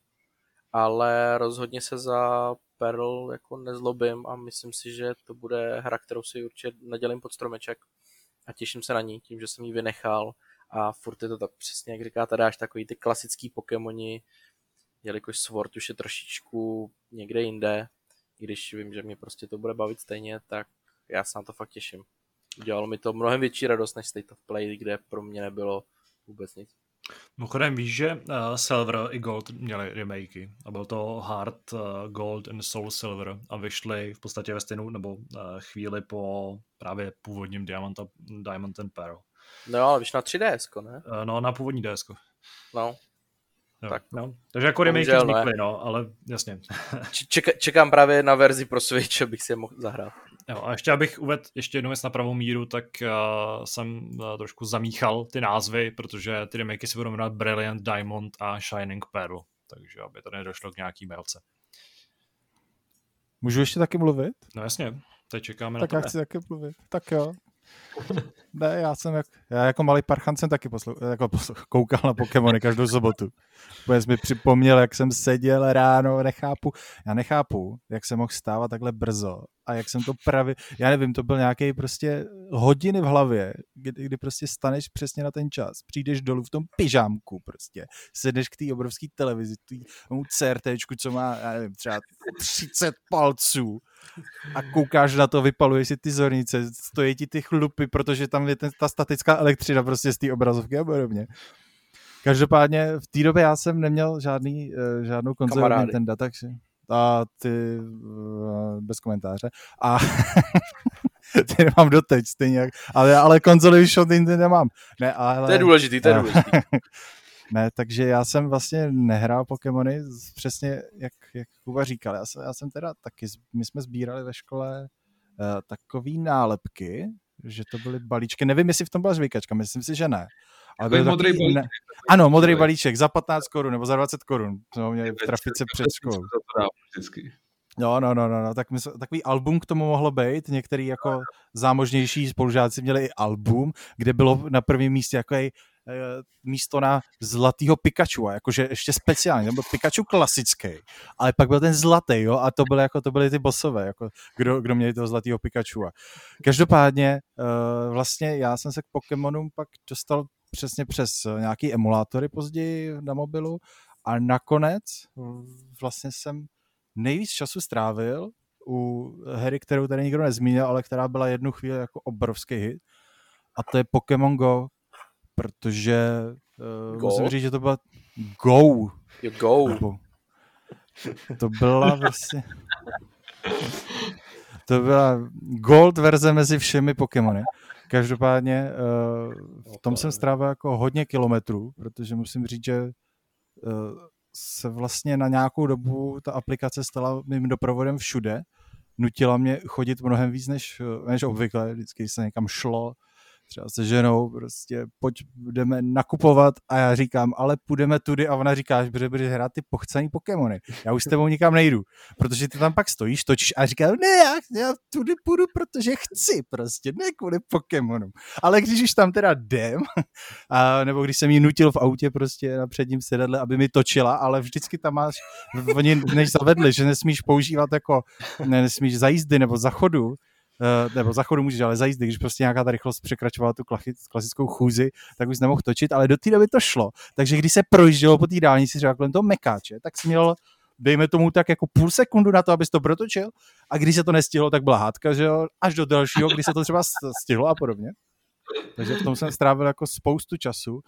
[SPEAKER 2] Ale rozhodně se za Pearl jako nezlobím a myslím si, že to bude hra, kterou si určitě nadělím pod stromeček a těším se na ní, tím, že jsem ji vynechal a furt je to tak přesně, jak říká Tadáš, takový ty klasický Pokémoni, jelikož Sword už je trošičku někde jinde, i když vím, že mě prostě to bude bavit stejně, tak já se na to fakt těším. Udělalo mi to mnohem větší radost než State of Play, kde pro mě nebylo vůbec nic.
[SPEAKER 1] Mimochodem víš, že uh, Silver i Gold měli remakey a byl to Heart uh, Gold and Soul Silver a vyšly v podstatě ve stejnou nebo uh, chvíli po právě původním Diamond, Diamond and Pearl.
[SPEAKER 2] No ale víš na tři D S, ne?
[SPEAKER 1] Uh, no na původní D S.
[SPEAKER 2] No.
[SPEAKER 1] Jo,
[SPEAKER 2] tak.
[SPEAKER 1] No. Takže jako remakey vznikly, no, ale jasně.
[SPEAKER 2] Čeka, čekám právě na verzi pro Switch, abych si je mohl zahrát.
[SPEAKER 1] Jo, a ještě abych uvedl ještě jednu věc na pravou míru, tak uh, jsem uh, trošku zamíchal ty názvy, protože ty remakey se budou jmenovat Brilliant Diamond a Shining Pearl, takže aby tady nedošlo k nějaký mailce.
[SPEAKER 5] Můžu ještě taky mluvit?
[SPEAKER 1] No jasně, teď čekáme
[SPEAKER 5] tak
[SPEAKER 1] na
[SPEAKER 5] já chci taky mluvit. Tak jo. Ne, já jsem jak, já jako malý parchan jsem taky poslu, jako poslu, koukal na Pokémony každou sobotu. Protože mi připomněl, jak jsem seděl ráno, nechápu, já nechápu, jak jsem mohl stávat takhle brzo a jak jsem to právě, já nevím, to byl nějaký prostě hodiny v hlavě, kdy, kdy prostě staneš přesně na ten čas, přijdeš dolů v tom pyžámku prostě, sedneš k té obrovské televizi, tomu CRTčku, co má, já nevím, třeba třicet palců a koukáš na to, vypaluješ si ty zornice, stojí ti ty chlupy, protože tam je ten, ta statická elektřina prostě z té obrazovky a podobně. Každopádně v té době já jsem neměl žádný, žádnou konzoli Nintendo, takže a ty bez komentáře. A ty nemám doteď stejně, jak, ale, ale konzoli už od Nintendo nemám. Ne, ale,
[SPEAKER 2] to je důležitý, to je důležitý.
[SPEAKER 5] Ne, takže já jsem vlastně nehrál Pokémony přesně, jak, jak Kuba říkal. Já jsem, já jsem teda taky, my jsme sbírali ve škole uh, takový nálepky, že to byly balíčky. Nevím, jestli v tom byla žvejkačka, myslím si, že ne. Ale byl
[SPEAKER 4] modrý balíček.
[SPEAKER 5] Ne... Ano, modrý balíček za patnáct korun nebo za dvacet korun. To měli v trafice před školou. No, no, no, no, no. Tak mysl, takový album k tomu mohlo být. Některý jako zámožnější spolužáci měli i album, kde bylo na prvním místě jako je, místo na zlatýho Pikachu, jakože ještě speciálně, nebo Pikachu klasický, ale pak byl ten zlatý, jo, a to byly jako to byly ty bossové, jako kdo, kdo měli toho zlatýho Pikachu. Každopádně uh, vlastně já jsem se k Pokémonům pak dostal přesně přes nějaký emulátory později na mobilu a nakonec vlastně jsem nejvíc času strávil u hry, kterou tady nikdo nezmínil, ale která byla jednu chvíli jako obrovský hit, a to je Pokémon Go, protože uh,
[SPEAKER 2] Go?
[SPEAKER 5] musím říct, že to byla Go.
[SPEAKER 2] Jo, Go.
[SPEAKER 5] Nebo, to byla vlastně to byla gold verze mezi všemi Pokémony. Každopádně uh, v tom jsem strávil jako hodně kilometrů, protože musím říct, že uh, se vlastně na nějakou dobu ta aplikace stala mým doprovodem všude. Nutila mě chodit mnohem víc než, než obvykle, vždycky se někam šlo, třeba se ženou, prostě pojď, jdeme nakupovat a já říkám, ale půjdeme tudy a ona říká, že budeš hrát ty pochcený Pokémony. Já už s tebou nikam nejdu, protože ty tam pak stojíš, točíš a říkám, ne, já, já tudy půjdu, protože chci prostě, ne kvůli Pokémonům. Ale když už tam teda jdem, a, nebo když jsem jí nutil v autě prostě na předním sedadle, aby mi točila, ale vždycky tam máš, oni než zavedli, že nesmíš používat jako, ne, nesmíš za jízdy nebo za chodu, Uh, nebo za chodu můžeš, ale za jízdy, když prostě nějaká ta rychlost překračovala tu klasickou chůzi, tak už nemohl točit, ale do té doby to šlo. Takže když se projíždělo po té dálnici třeba kolem toho mekáče, tak jsi měl, dejme tomu tak jako půl sekundu na to, abys to protočil, a když se to nestihlo, tak byla hádka, že jo, až do dalšího, když se to třeba stihlo a podobně. Takže v tom jsem strávil jako spoustu času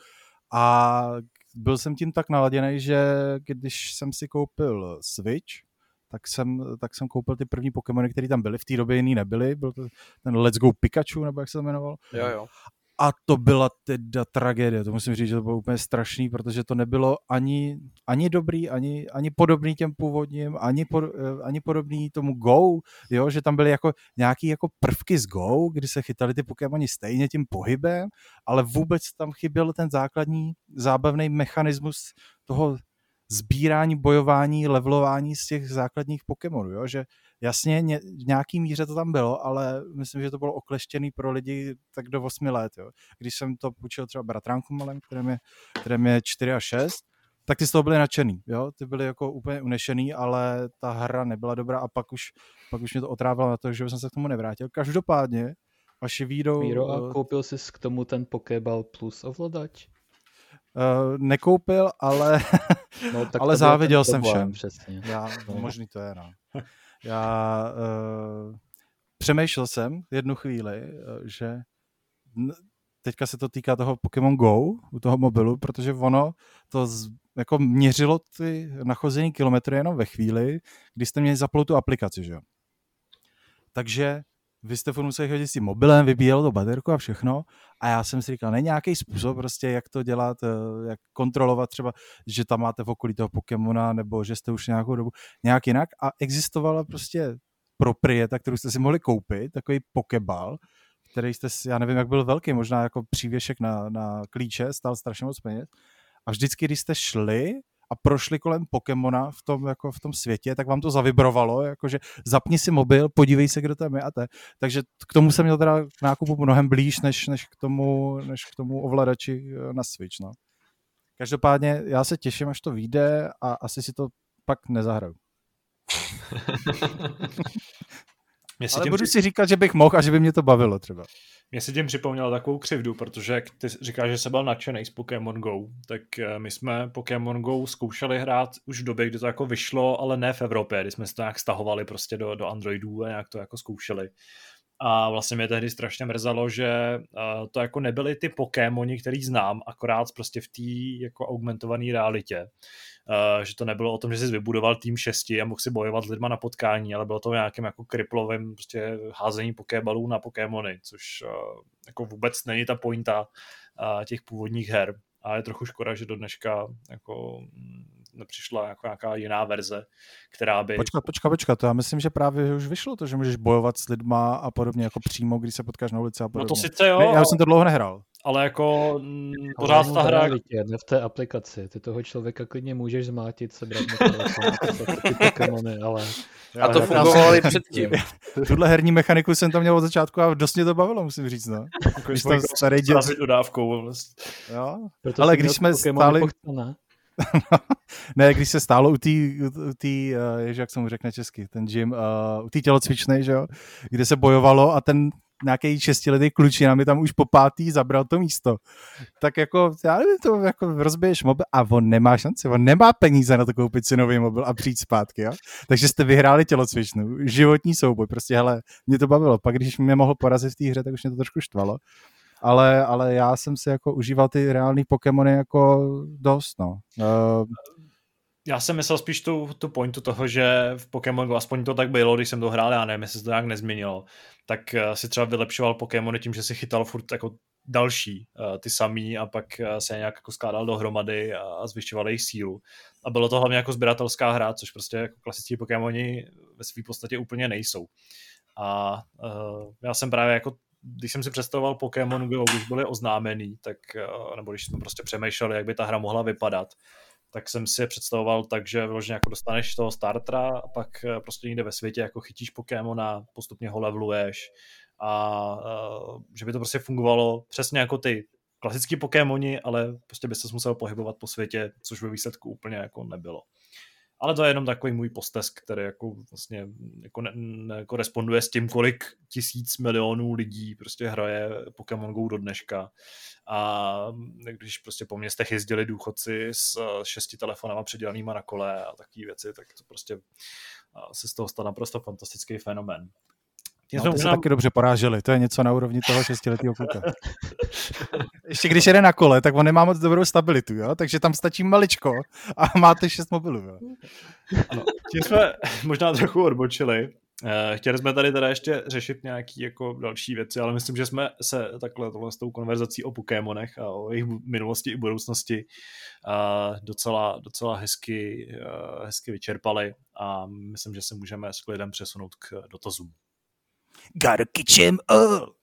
[SPEAKER 5] a byl jsem tím tak naladěný, že když jsem si koupil Switch, tak jsem, tak jsem koupil ty první Pokémony, které tam byly, v té době jiný nebyly, byl to ten Let's Go Pikachu, nebo jak se to jmenoval.
[SPEAKER 2] Jo, jo.
[SPEAKER 5] A to byla teda tragédie, to musím říct, že to bylo úplně strašný, protože to nebylo ani, ani dobrý, ani, ani podobný těm původním, ani, pod, ani podobný tomu Go, jo, že tam byly jako nějaký jako prvky z Go, kdy se chytali ty Pokémoni stejně tím pohybem, ale vůbec tam chyběl ten základní zábavný mechanismus toho sbírání, bojování, levelování z těch základních Pokémonů, jo? Že jasně ně, v nějaký míře to tam bylo, ale myslím, že to bylo okleštěný pro lidi tak do osmi let, jo? Když jsem to půjčil třeba bratránku malém, kterém je, kterém je čtyři a šest, tak ty z toho byly nadšený, jo? Ty byly jako úplně unešený, ale ta hra nebyla dobrá a pak už, pak už mě to otrávilo na to, že jsem se k tomu nevrátil. Každopádně, vaši výjdou...
[SPEAKER 3] Míro, a koupil jsi k tomu ten Pokéball Plus ovladač?
[SPEAKER 5] Uh, nekoupil, ale,
[SPEAKER 3] no,
[SPEAKER 5] ale záviděl jsem všem.
[SPEAKER 3] Přesně.
[SPEAKER 5] Já, no. Možný to je, no. Já uh, přemýšlel jsem jednu chvíli, uh, že teďka se to týká toho Pokémon Go u toho mobilu, protože ono to z, jako měřilo ty nachozený kilometry jenom ve chvíli, kdy jste měli zaplou tu aplikaci, že jo. Takže vy jste furt museli chodit s tím mobilem, vybíjelo to baterku a všechno a já jsem si říkal, není nějaký způsob prostě, jak to dělat, jak kontrolovat třeba, že tam máte v okolí toho Pokémona nebo že jste už nějakou dobu nějak jinak a existovala prostě proprieta, kterou jste si mohli koupit, takový Pokéball, který jste, já nevím, jak byl velký, možná jako přívěšek na, na klíče, stál strašně moc peněz a vždycky, když jste šli a prošli kolem Pokémona v tom, jako v tom světě, tak vám to zavibrovalo, jakože zapni si mobil, podívej se, kdo tam je a te. Takže k tomu jsem měl teda k nákupu mnohem blíž, než, než, k tomu, než k tomu ovladači na Switch. No. Každopádně já se těším, až to vyjde a asi si to pak nezahraju. Ale budu si říkat, že bych mohl a že by mě to bavilo třeba.
[SPEAKER 1] Mě si tím připomněl takovou křivdu, protože jak ty říkáš, že jsi byl nadšený z Pokémon Go, tak my jsme Pokémon Go zkoušeli hrát už v době, kdy to jako vyšlo, ale ne v Evropě, kdy jsme si to nějak stahovali prostě do, do Androidů a nějak to jako zkoušeli. A vlastně mě tehdy strašně mrzelo, že to jako nebyly ty Pokémoni, který znám, akorát prostě v té jako augmentované realitě. Uh, že to nebylo o tom, že jsi vybudoval tým šesti a mohl si bojovat s lidma na potkání, ale bylo to nějakým jako kriplovým prostě házení pokébalů na Pokémony, což uh, jako vůbec není ta pointa uh, těch původních her. A je trochu škoda, že do dneška jako nepřišla jako nějaká jiná verze, která by...
[SPEAKER 5] Počkat, počkat, počkat, to já myslím, že právě už vyšlo to, že můžeš bojovat s lidma a podobně, jako přímo, když se potkáš na ulici a podobně.
[SPEAKER 1] No to sice jo.
[SPEAKER 5] Ne, já už jsem to dlouho nehrál.
[SPEAKER 1] Ale jako m, pořád ta hra...
[SPEAKER 3] Realitě, ne v té aplikaci. Ty toho člověka klidně můžeš zmátit, sebrat na telefon, ty Pokémony, ale...
[SPEAKER 2] A to fungovalo i předtím.
[SPEAKER 5] Tuhle herní mechaniku jsem tam měl od začátku a dost mě to bavilo, musím říct, no. Když tam starý dět...
[SPEAKER 1] dodávkou.
[SPEAKER 5] Jo, ale když jsme stáli... Ne, když se stálo u té, u tý, uh, jak se mu řekne česky, ten gym, uh, u té tělocvičnej, že jo, kde se bojovalo a ten nějaký šestiletý klučina mi tam už po pátý zabral to místo. Tak jako, já nevím, to jako rozbiješ mobil a on nemá šanci, on nemá peníze na to koupit si nový mobil a přijít zpátky, jo. Takže jste vyhráli tělocvičnu, životní souboj, prostě hele, mě to bavilo, pak když mě mohl porazit v té hře, tak už mě to trošku štvalo. Ale, ale já jsem si jako užíval ty reální Pokémony jako dost, no. Uh,
[SPEAKER 1] Já jsem myslel spíš tu, tu pointu toho, že v Pokémon Go, aspoň to tak bylo, když jsem to hrál, já nevím, jestli se to nějak nezměnilo, tak uh, si třeba vylepšoval Pokémony tím, že si chytal furt jako další, uh, ty samý a pak uh, se nějak jako skládal dohromady a, a zvyšoval jejich sílu. A bylo to hlavně jako sběratelská hra, což prostě jako klasický Pokémoni ve své podstatě úplně nejsou. A uh, já jsem právě jako když jsem si představoval Pokémon Go, když byly oznámený, tak, nebo když jsme prostě přemýšleli, jak by ta hra mohla vypadat, tak jsem si je představoval tak, že vyloženě jako dostaneš toho startera a pak prostě někde ve světě jako chytíš Pokémona, postupně ho leveluješ a uh, že by to prostě fungovalo přesně jako ty klasický Pokémoni, ale prostě by se musel pohybovat po světě, což ve výsledku úplně jako nebylo. Ale to je jenom takový můj postesk, který jako vlastně jako ne, ne, koresponduje s tím, kolik tisíc milionů lidí prostě hraje Pokémon Go do dneška. A když prostě po městech jezdili důchodci s šesti telefonama předělanýma na kole a takové věci, tak to prostě se z toho stal naprosto fantastický fenomén.
[SPEAKER 5] No, ty možná... se taky dobře poráželi, to je něco na úrovni toho šestiletého kluka. Ještě když jede na kole, tak on nemá moc dobrou stabilitu, jo? Takže tam stačí maličko a máte šest mobilů. Jo?
[SPEAKER 1] Ano, tím jsme možná trochu odbočili. Chtěli jsme tady teda ještě řešit nějaké jako další věci, ale myslím, že jsme se takhle tohle s tou konverzací o Pokémonech a o jejich minulosti i budoucnosti docela, docela hezky, hezky vyčerpali a myslím, že se můžeme s klidem přesunout k dotazům.
[SPEAKER 5] Gotta catch 'em all.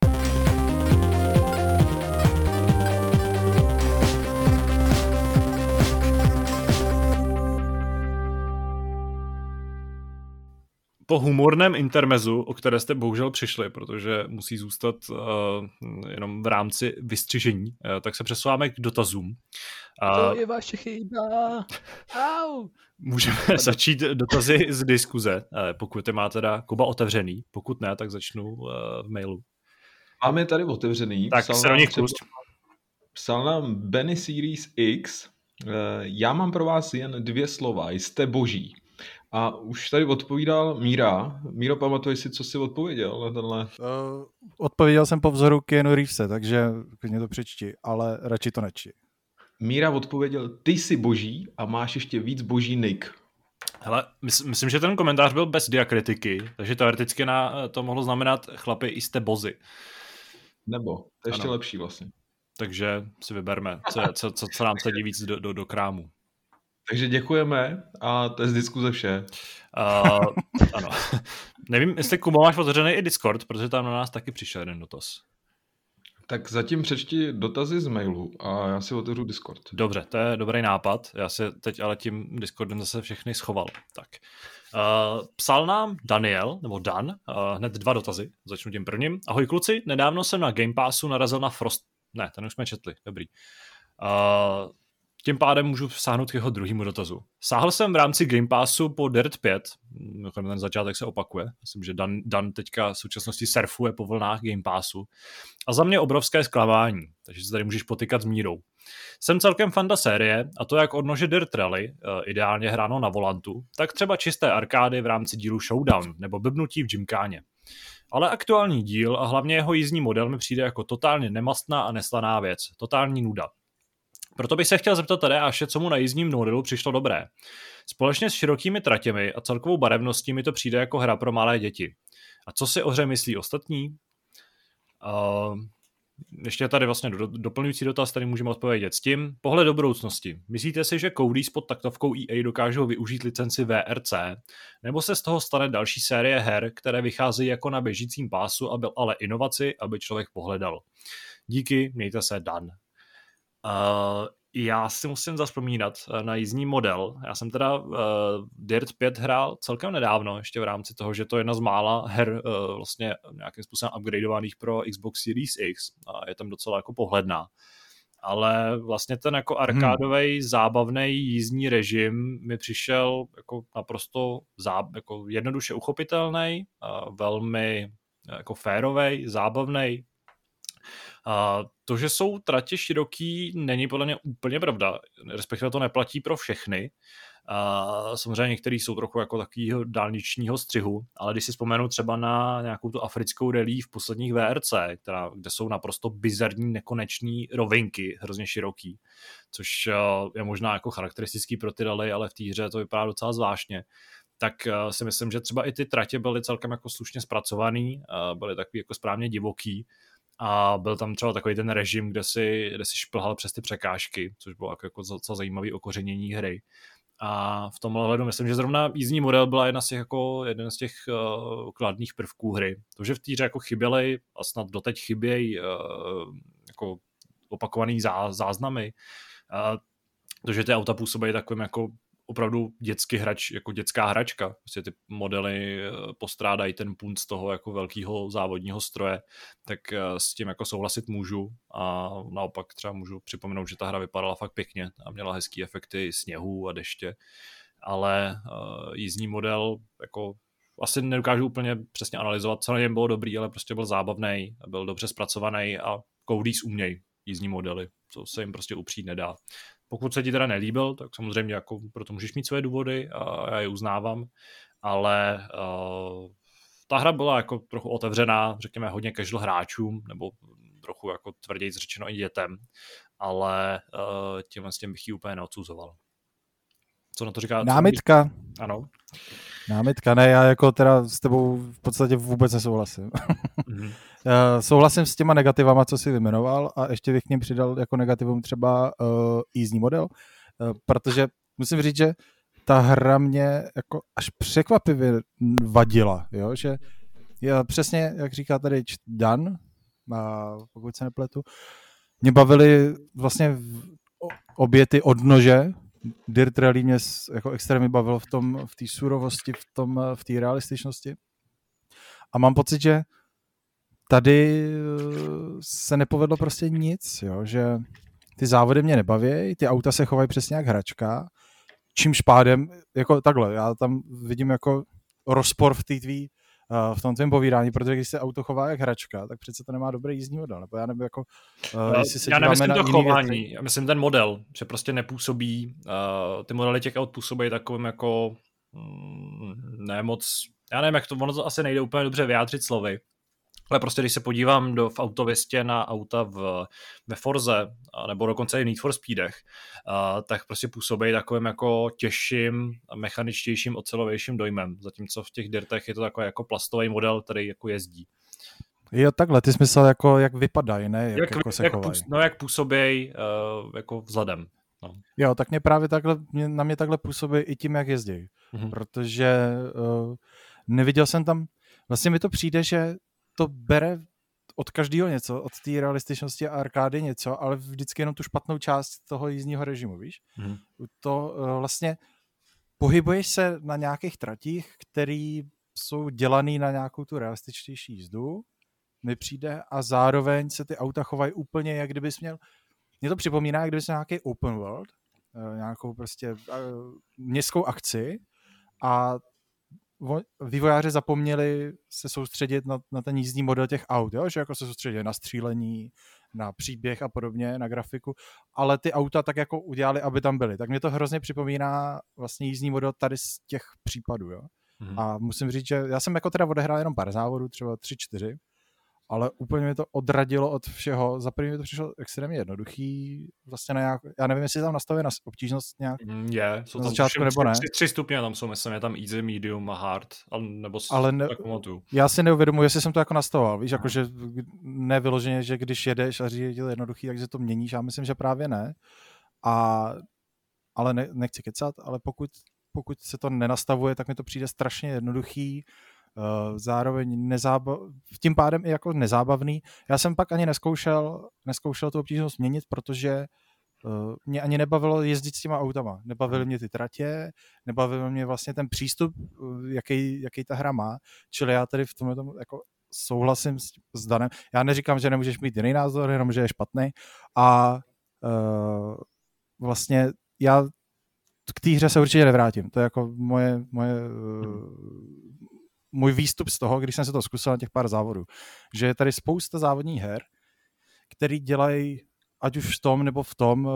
[SPEAKER 1] Po humorném intermezu, o které jste bohužel přišli, protože musí zůstat uh, jenom v rámci vystřižení, uh, tak se přesouváme k dotazům.
[SPEAKER 3] Uh, to je vaše chyba. Au.
[SPEAKER 1] Můžeme začít dotazy z diskuze, uh, pokud je má teda Kuba otevřený. Pokud ne, tak začnu uh, v mailu.
[SPEAKER 4] Máme tady otevřený.
[SPEAKER 1] Tak se do nich pust.
[SPEAKER 4] Psal nám Benny Series X. Uh, já mám pro vás jen dvě slova. Jste boží. A už tady odpovídal Míra. Míro, pamatuješ si, co jsi odpověděl na tenhle?
[SPEAKER 5] Uh, odpověděl jsem po vzoru Keanu Reevese, takže klidně to přečti, ale radši to nečti.
[SPEAKER 4] Míra odpověděl, ty jsi boží a máš ještě víc boží nick.
[SPEAKER 1] Hele, mys- myslím, že ten komentář byl bez diakritiky, takže teoreticky na to mohlo znamenat chlapi, jste bozy.
[SPEAKER 4] Nebo, to je ještě ano. Lepší vlastně.
[SPEAKER 1] Takže si vyberme, co, co, co, co nám sedí víc do, do, do krámu.
[SPEAKER 4] Takže děkujeme a to je z diskuze vše.
[SPEAKER 1] Uh, ano. Nevím, jestli Kuba máš otevřený i Discord, protože tam na nás taky přišel jeden dotaz.
[SPEAKER 4] Tak zatím přečti dotazy z mailu a já si otevřu Discord.
[SPEAKER 1] Dobře, to je dobrý nápad. Já se teď ale tím Discordem zase všechny schoval. Tak. Uh, psal nám Daniel, nebo Dan, uh, hned dva dotazy. Začnu tím prvním. Ahoj kluci, nedávno jsem na Game Passu narazil na Frost... Ne, ten už jsme četli, dobrý. Uh, Tím pádem můžu sáhnout k jeho druhému dotazu. Sáhl jsem v rámci Game Passu po Dirt pět, ten začátek se opakuje, myslím, že Dan, Dan teďka v současnosti surfuje po vlnách Game Passu a za mě obrovské zklamání, takže se tady můžeš potykat s Mírou. Jsem celkem fanda série a to jak odnože Dirt Rally, ideálně hráno na volantu, tak třeba čisté arkády v rámci dílu Showdown nebo blbnutí v gymkáně. Ale aktuální díl a hlavně jeho jízdní model mi přijde jako totálně nemastná a neslaná věc. Totální nuda. Proto bych se chtěl zeptat Tadeáše, co mu na jízdním modelu přišlo dobré. Společně s širokými tratěmi a celkovou barevností mi to přijde jako hra pro malé děti. A co si o hře myslí ostatní? Uh, ještě tady vlastně do, doplňující dotaz, tady můžeme odpovědět s tím. Pohled do budoucnosti. Myslíte si, že Codys pod taktovkou E A dokážou využít licenci V R C? Nebo se z toho stane další série her, které vycházejí jako na běžícím pásu, aby, ale inovaci, aby člověk pohledal? Díky, mějte se, Dan. Uh, já si musím zavzpomínat na jízdní model. Já jsem teda uh, Dirt pět hrál celkem nedávno, ještě v rámci toho, že to je jedna z mála her uh, vlastně nějakým způsobem upgradeovaných pro Xbox Series X a je tam docela jako pohledná. Ale vlastně ten jako arkádový hmm. zábavný jízdní režim mi přišel jako naprosto záb, jako jednoduše uchopitelný, uh, velmi jako férovej, zábavnej. A to, že jsou tratě široký, není podle mě úplně pravda, respektive to neplatí pro všechny. A samozřejmě některý jsou trochu jako takového dálničního střihu, ale když si vzpomenu třeba na nějakou tu africkou rally v posledních V R C, která, kde jsou naprosto bizarní, nekonečný rovinky, hrozně široký, což je možná jako charakteristický pro ty rally, ale v té hře to vypadá docela zvláštně. Tak si myslím, že třeba i ty tratě byly celkem jako slušně zpracovaný, byly takový jako správně divoký. A byl tam třeba takový ten režim, kde si, kde si šplhal přes ty překážky, což bylo jako, jako docela zajímavý okořenění hry. A v tomhle hledu myslím, že zrovna jízdní model byla jedna z těch, jako, jeden z těch uh, kladných prvků hry. To, že v té hře jako chyběly a snad doteď chybějí uh, jako opakovaný zá, záznamy, uh, to, že ty auta působí takovým jako opravdu dětský hrač, jako dětská hračka. Prostě ty modely postrádají ten punt z toho jako velkého závodního stroje, tak s tím jako souhlasit můžu a naopak třeba můžu připomenout, že ta hra vypadala fakt pěkně a měla hezký efekty sněhu a deště, ale uh, jízdní model jako asi nedokážu úplně přesně analyzovat, co na něm bylo dobrý, ale prostě byl zábavný, byl dobře zpracovaný a Codys umějí jízdní modely, co se jim prostě upřít nedá. Pokud se ti teda nelíbil, tak samozřejmě jako proto můžeš mít své důvody a já je uznávám, ale uh, ta hra byla jako trochu otevřená, řekněme hodně casual hráčům, nebo trochu jako tvrději řečeno i dětem, ale uh, tímhle s tím bych ji úplně neodsuzoval. Co na to říká?
[SPEAKER 5] Námitka.
[SPEAKER 1] Ano.
[SPEAKER 5] Námitka, ne, já jako teda s tebou v podstatě vůbec nesouhlasím. Mm-hmm. Souhlasím s těma negativama, co jsi vyjmenoval a ještě bych k ním přidal jako negativum třeba uh, jízdní model, uh, protože musím říct, že ta hra mě jako až překvapivě vadila, jo? Že já přesně, jak říká tady Dan, a pokud se nepletu, mě bavily vlastně obě ty odnože. Dirt Rally mě jako extrémně bavilo v tom, v té surovosti, v tom, v té realističnosti. A mám pocit, že tady se nepovedlo prostě nic, jo? Že ty závody mě nebaví, ty auta se chovají přesně jak hračka, čímž pádem, jako takhle, já tam vidím jako rozpor v té tvý, uh, v tom tvém povídání, protože když se auto chová jak hračka, tak přece to nemá dobrý jízdní model, nebo já nevím, jako uh, jestli se
[SPEAKER 1] já nemyslím to chování,
[SPEAKER 5] věci.
[SPEAKER 1] Já myslím ten model, že prostě nepůsobí, uh, ty modely těch aut působí takovým jako mm, ne moc, já nevím, jak to, ono to asi nejde úplně dobře vyjádřit slovy, ale prostě když se podívám do, v autověstě na auta v, ve Forze, nebo dokonce i v Need for Speedech, uh, tak prostě působí takovým jako těžším, mechaničtějším, ocelovějším dojmem, zatímco v těch dirtech je to takový jako plastový model, který jako jezdí.
[SPEAKER 5] Jo, takhle, ty jsi myslel, jako, jak vypadají, ne? Jak,
[SPEAKER 1] jak,
[SPEAKER 5] jako se
[SPEAKER 1] jak
[SPEAKER 5] chovají.
[SPEAKER 1] Půs, no, jak působí uh, jako vzhledem. No.
[SPEAKER 5] Jo, tak mě právě takhle, mě, na mě takhle působí i tím, jak jezdí. Mm-hmm. Protože uh, neviděl jsem tam, vlastně mi to přijde, že to bere od každého něco, od té realističnosti a arkády něco, ale vždycky jenom tu špatnou část toho jízdního režimu, víš? Mm. To uh, vlastně pohybuješ se na nějakých tratích, které jsou dělané na nějakou tu realističtější jízdu, mi přijde, a zároveň se ty auta chovají úplně, jak kdybys měl, mě to připomíná, jak kdybys měl nějaký open world, uh, nějakou prostě uh, městskou akci a vývojáři zapomněli se soustředit na, na ten jízdní model těch aut, jo? Že jako se soustředili na střílení, na příběh a podobně, na grafiku, ale ty auta tak jako udělali, aby tam byly. Tak mě to hrozně připomíná vlastně jízdní model tady z těch případů, jo? Hmm. A musím říct, že já jsem jako teda odehrál jenom pár závodů, třeba tři, čtyři, ale úplně mě to odradilo od všeho. Za první mi to přišlo extrémně jednoduchý, vlastně na nějak, já nevím, jestli tam nastavuje na obtížnost nějak
[SPEAKER 1] je, jsou
[SPEAKER 5] na
[SPEAKER 1] tam
[SPEAKER 5] začátku nebo ne.
[SPEAKER 1] Tři, tři stupně tam jsou, myslím, je tam easy, medium a hard, nebo
[SPEAKER 5] ale ne, já si neuvědomuji, jestli jsem to jako nastavoval, víš, jakože nevyloženě, že když jedeš a řídil jednoduchý, takže to měníš, já myslím, že právě ne. A, ale ne, nechci kecat, ale pokud, pokud se to nenastavuje, tak mi to přijde strašně jednoduchý, Uh, zároveň nezábav... tím pádem i jako nezábavný. Já jsem pak ani neskoušel, neskoušel tu obtížnost měnit, protože uh, mě ani nebavilo jezdit s těma autama. Nebavily mě ty tratě, nebavil mě vlastně ten přístup, uh, jaký, jaký ta hra má. Čili já tady v tomhle tomu jako souhlasím s, s Danem. Já neříkám, že nemůžeš mít jiný názor, jenom že je špatný. A uh, vlastně já k té hře se určitě nevrátím. To je jako moje, moje uh, můj výstup z toho, když jsem se to zkusil na těch pár závodů, že je tady spousta závodních her, který dělají ať už v tom nebo v tom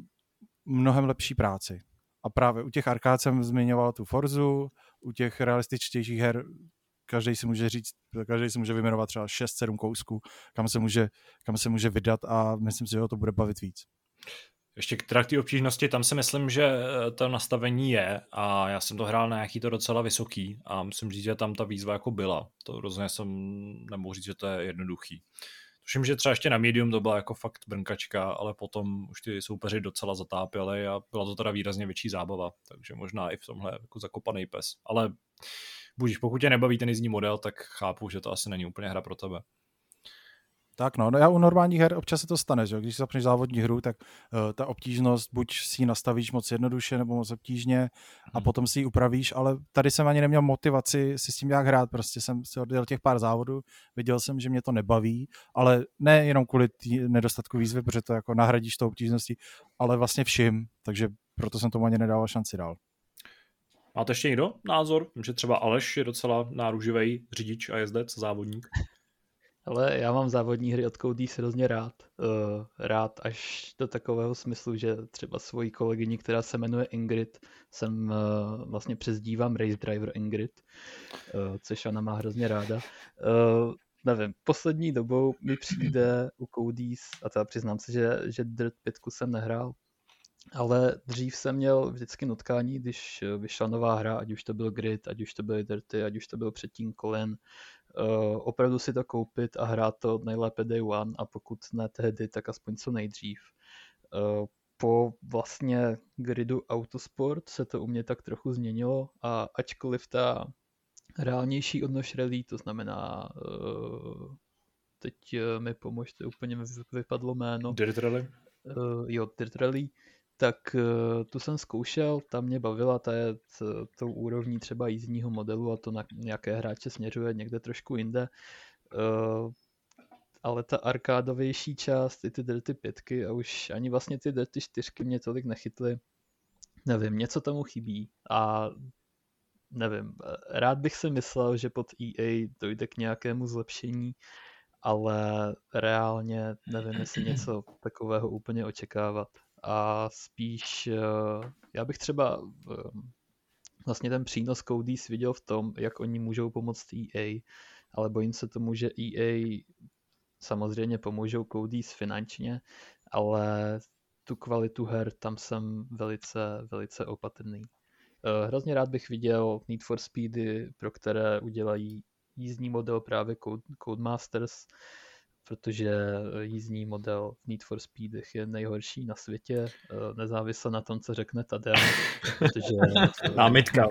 [SPEAKER 5] mnohem lepší práci. A právě u těch arkád jsem zmiňoval tu Forzu, u těch realističtějších her každý si může říct, každý si může vyjmenovat třeba šest sedm kousků, kam se může, kam se může vydat a myslím si, že ho to bude bavit víc.
[SPEAKER 1] Ještě k té obtížnosti, tam si myslím, že to nastavení je a já jsem to hrál na nějaký to docela vysoký a musím říct, že tam ta výzva jako byla. To rozhodně jsem nemohl říct, že to je jednoduchý. Tuším, že třeba ještě na medium to byla jako fakt brnkačka, ale potom už ty soupeři docela zatápěli a byla to teda výrazně větší zábava, takže možná i v tomhle jako zakopaný pes. Ale budíš, pokud tě nebaví ten jízdní model, tak chápu, že to asi není úplně hra pro tebe.
[SPEAKER 5] Tak no, no já u normálních her občas se to stane, že když zapneš závodní hru, tak uh, ta obtížnost, buď si ji nastavíš moc jednoduše nebo moc obtížně a hmm. potom si ji upravíš, ale tady jsem ani neměl motivaci si s tím jak hrát, prostě jsem si odjel těch pár závodů, viděl jsem, že mě to nebaví, ale ne jenom kvůli nedostatku výzvy, protože to jako nahradíš tou obtížností, ale vlastně všim, takže proto jsem tomu ani nedával šanci dál.
[SPEAKER 1] Máte ještě někdo názor? Že třeba Aleš je docela náruživý řidič a jezdec, závodník.
[SPEAKER 3] Ale já mám závodní hry od Cody's hrozně rád. Uh, rád až do takového smyslu, že třeba svoji kolegyni, která se jmenuje Ingrid, jsem uh, vlastně přezdívám Race Driver Ingrid, uh, což ona má hrozně ráda. Uh, nevím, poslední dobou mi přijde u Cody's, a teda přiznám se, že, že Dirt pět jsem nehrál, ale dřív jsem měl vždycky nutkání, když vyšla nová hra, ať už to byl Grid, ať už to byly Dirty, ať už to byl předtím Colin, Uh, opravdu si to koupit a hrát to nejlépe day one a pokud ne tehdy, tak aspoň co nejdřív. Uh, po vlastně gridu Autosport se to u mě tak trochu změnilo a ačkoliv ta reálnější odnož rally, to znamená uh, teď uh, mi pomožte, úplně mi vypadlo jméno.
[SPEAKER 1] Dirt Rally?
[SPEAKER 3] Uh, jo, Dirt Rally. Tak uh, tu jsem zkoušel, ta mě bavila, ta je t, tou úrovní třeba jízdního modelu a to na nějaké hráče směřuje někde trošku jinde. Uh, ale ta arkádovější část, i ty Dirty pětky a už ani vlastně ty Dirty čtyřky mě tolik nechytly. Nevím, něco tomu chybí a nevím, rád bych si myslel, že pod E A dojde k nějakému zlepšení, ale reálně nevím, jestli něco takového úplně očekávat. A spíš, já bych třeba vlastně ten přínos Cody's viděl v tom, jak oni můžou pomoct E A, ale bojím se tomu, že E A samozřejmě pomůžou Cody's finančně, ale tu kvalitu her tam jsem velice, velice opatrný. Hrozně rád bych viděl Need for Speedy, pro které udělají jízdní model právě Codemasters, protože jízdní model v Need for Speedech je nejhorší na světě, nezávisle na tom, co řekne Tadeusz, protože...
[SPEAKER 1] Námitka.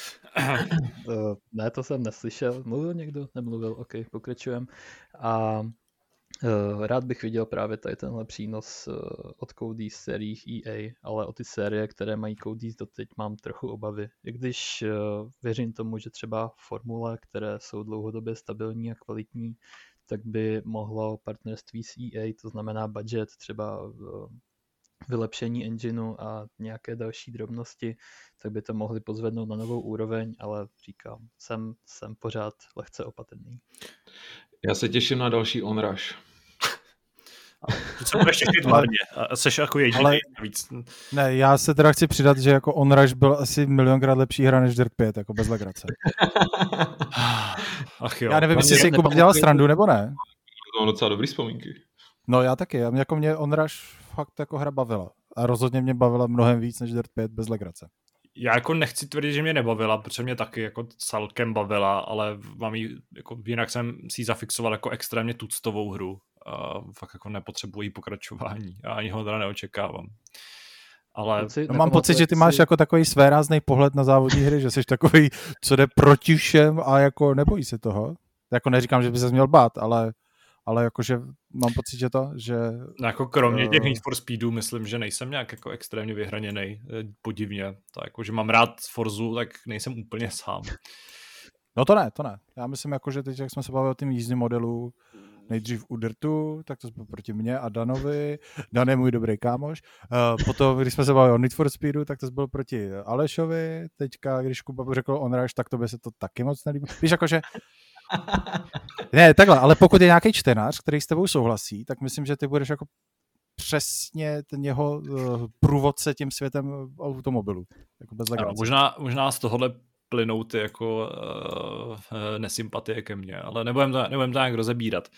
[SPEAKER 3] Ne, to jsem neslyšel. Mluvil někdo? Nemluvil, ok, pokračujem. A rád bych viděl právě tady tenhle přínos od Cody's sériích E A, ale o ty série, které mají Cody's doteď, mám trochu obavy. I když věřím tomu, že třeba formule, které jsou dlouhodobě stabilní a kvalitní, tak by mohlo partnerství s E A, to znamená budget, třeba vylepšení engineu a nějaké další drobnosti, tak by to mohli pozvednout na novou úroveň, ale říkám, jsem, jsem pořád lehce opatrný.
[SPEAKER 4] Já se těším na další Onrush.
[SPEAKER 1] se budeš těšit hlavně. A seš jako jediný
[SPEAKER 5] ale...
[SPEAKER 1] víc.
[SPEAKER 5] Ne, já se teda chci přidat, že jako Onrush byl asi milionkrát lepší hra než Dirt pět, jako bez legrace.
[SPEAKER 1] Ach jo.
[SPEAKER 5] Já nevím, jestli si Kuba dělal srandu, nebo ne.
[SPEAKER 4] To mám docela dobrý vzpomínky.
[SPEAKER 5] No já taky, jako mě Onrush fakt jako hra bavila. A rozhodně mě bavila mnohem víc než Dirt pět bez legrace.
[SPEAKER 1] Já jako nechci tvrdit, že mě nebavila, protože mě taky jako celkem bavila, ale mám jí, jako, jinak jsem si ji zafixoval jako extrémně tuctovou hru. A fakt jako nepotřebuji pokračování. A ani ho teda neočekávám. Ale
[SPEAKER 5] no, mám pocit, že ty máš jako takový svéráznej pohled na závodní hry, že jsi takový, co jde proti všem a jako nebojí se toho. Jako neříkám, že by se měl bát, ale ale jakože mám pocit, že to, že...
[SPEAKER 1] No jako kromě těch Need for Speedů myslím, že nejsem nějak jako extrémně vyhraněnej, podivně. Tak jako, že mám rád Forzu, tak nejsem úplně sám.
[SPEAKER 5] No to ne, to ne. Já myslím jako, že teď, jak jsme se bavili o tím jízdním modelu, nejdřív u Dirtu, tak to bylo proti mně a Danovi. Dan je můj dobrý kámoš. Uh, potom, když jsme se bavili o Need for Speedu, tak to bylo proti Alešovi. Teďka, když Kuba řekl Onrush, tak to by se to taky moc nelíbí. Víš, jakože ne, takhle, ale pokud je nějaký čtenář, který s tebou souhlasí, tak myslím, že ty budeš jako přesně ten jeho uh, průvodce tím světem automobilu. Jako bez legrace.
[SPEAKER 1] Možná, možná z tohohle plynou ty jako uh, nesympatie ke mně, ale nebudem to, nebudem to nějak rozebírat.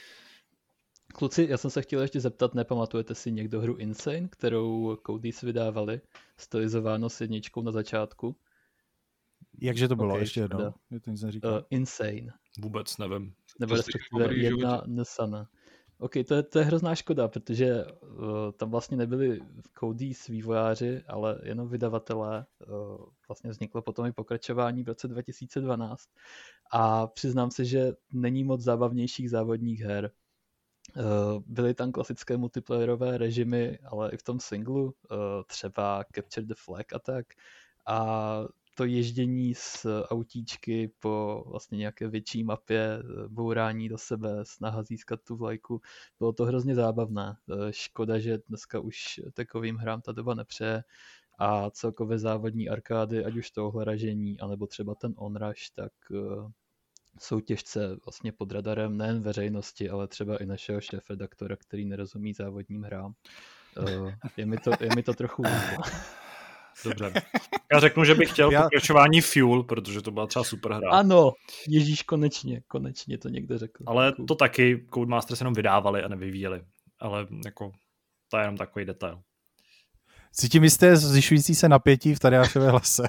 [SPEAKER 3] Kluci, já jsem se chtěl ještě zeptat, nepamatujete si někdo hru Insane, kterou Codys vydávali, stylizováno s jedničkou na začátku?
[SPEAKER 5] Jakže to bylo?
[SPEAKER 3] Okay,
[SPEAKER 5] ještě jednou? Mě to nic neříkal.
[SPEAKER 3] Uh, Insane.
[SPEAKER 1] Vůbec nevím.
[SPEAKER 3] Nebo respektive jedna Nesana. OK, to je, to je hrozná škoda, protože uh, tam vlastně nebyli Codys vývojáři, ale jenom vydavatelé. Uh, vlastně vzniklo potom i pokračování v roce dva tisíce dvanáct. A přiznám se, že není moc zábavnějších závodních her. Uh, byly tam klasické multiplayerové režimy, ale i v tom singlu, uh, třeba Capture the Flag a tak. A to ježdění z autíčky po vlastně nějaké větší mapě, bourání do sebe, snaha získat tu vlajku, bylo to hrozně zábavné. Škoda, že dneska už takovým hrám ta doba nepřeje a celkově závodní arkády, ať už tohle ražení, anebo třeba ten Onrush, tak uh, jsou těžce vlastně pod radarem nejen veřejnosti, ale třeba i našeho šéfredaktora, který nerozumí závodním hrám. Uh, je, mi to, je mi to trochu líto.
[SPEAKER 1] Dobře. Já řeknu, že bych chtěl Já... pokračování Fuel, protože to byla třeba super hra.
[SPEAKER 3] Ano, ježíš, konečně, konečně to někdo řekl.
[SPEAKER 1] Ale to taky Codemasters jenom vydávali a nevyvíjeli. Ale jako, to je jenom takový detail.
[SPEAKER 5] Cítím jisté zvyšující se napětí v Tadeášově hlase.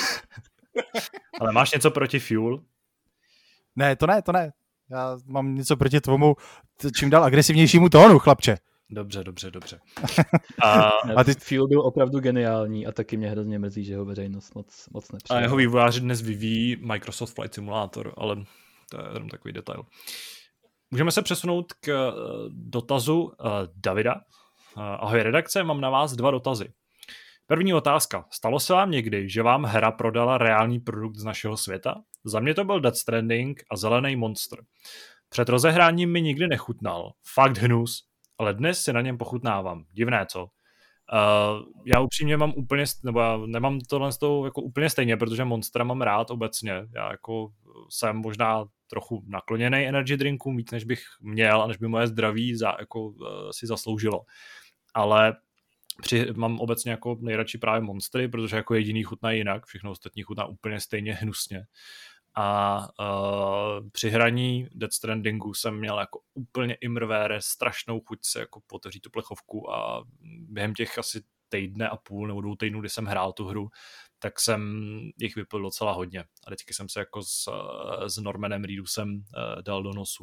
[SPEAKER 1] Ale máš něco proti Fuel?
[SPEAKER 5] Ne, to ne, to ne. Já mám něco proti tvomu čím dál agresivnějšímu tónu, chlapče.
[SPEAKER 1] Dobře, dobře, dobře.
[SPEAKER 3] A, a ty... Fuel byl opravdu geniální a taky mě hrozně mrzí, že ho veřejnost moc, moc nepřijala.
[SPEAKER 1] A jeho vývojáři dnes vyvíjí Microsoft Flight Simulator, ale to je jenom takový detail. Můžeme se přesunout k dotazu uh, Davida. Uh, ahoj redakce, mám na vás dva dotazy. První otázka. Stalo se vám někdy, že vám hra prodala reálný produkt z našeho světa? Za mě to byl Death Stranding a Zelený Monster. Před rozehráním mi nikdy nechutnal. Fakt hnus. Ale dnes si na něm pochutnávám. Divné, co? Uh, já upřímně mám úplně, nebo já nemám tohle s tou jako úplně stejně, protože Monstera mám rád obecně. Já jako jsem možná trochu nakloněný energy drinkům víc, než bych měl a než by moje zdraví za, jako, uh, si zasloužilo. Ale při, mám obecně jako nejradši právě Monstery, protože jako jediný chutná jinak, všechno ostatní chutná úplně stejně hnusně. A uh, při hraní Death Strandingu jsem měl jako úplně imrvére, strašnou chuť se jako otevřít tu plechovku a během těch asi týdne a půl nebo dvou týdnů, kdy jsem hrál tu hru, tak jsem jich vypil docela hodně. A vždycky jsem se jako s, s Normanem Reedusem uh, dal do nosu.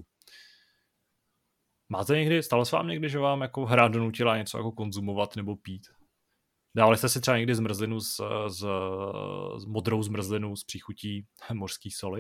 [SPEAKER 1] Máte někdy, stalo se vám někdy, že vám jako hra donutila něco jako konzumovat nebo pít? Dávali jste si třeba někdy zmrzlinu s, s, s modrou zmrzlinu s příchutí mořský soli?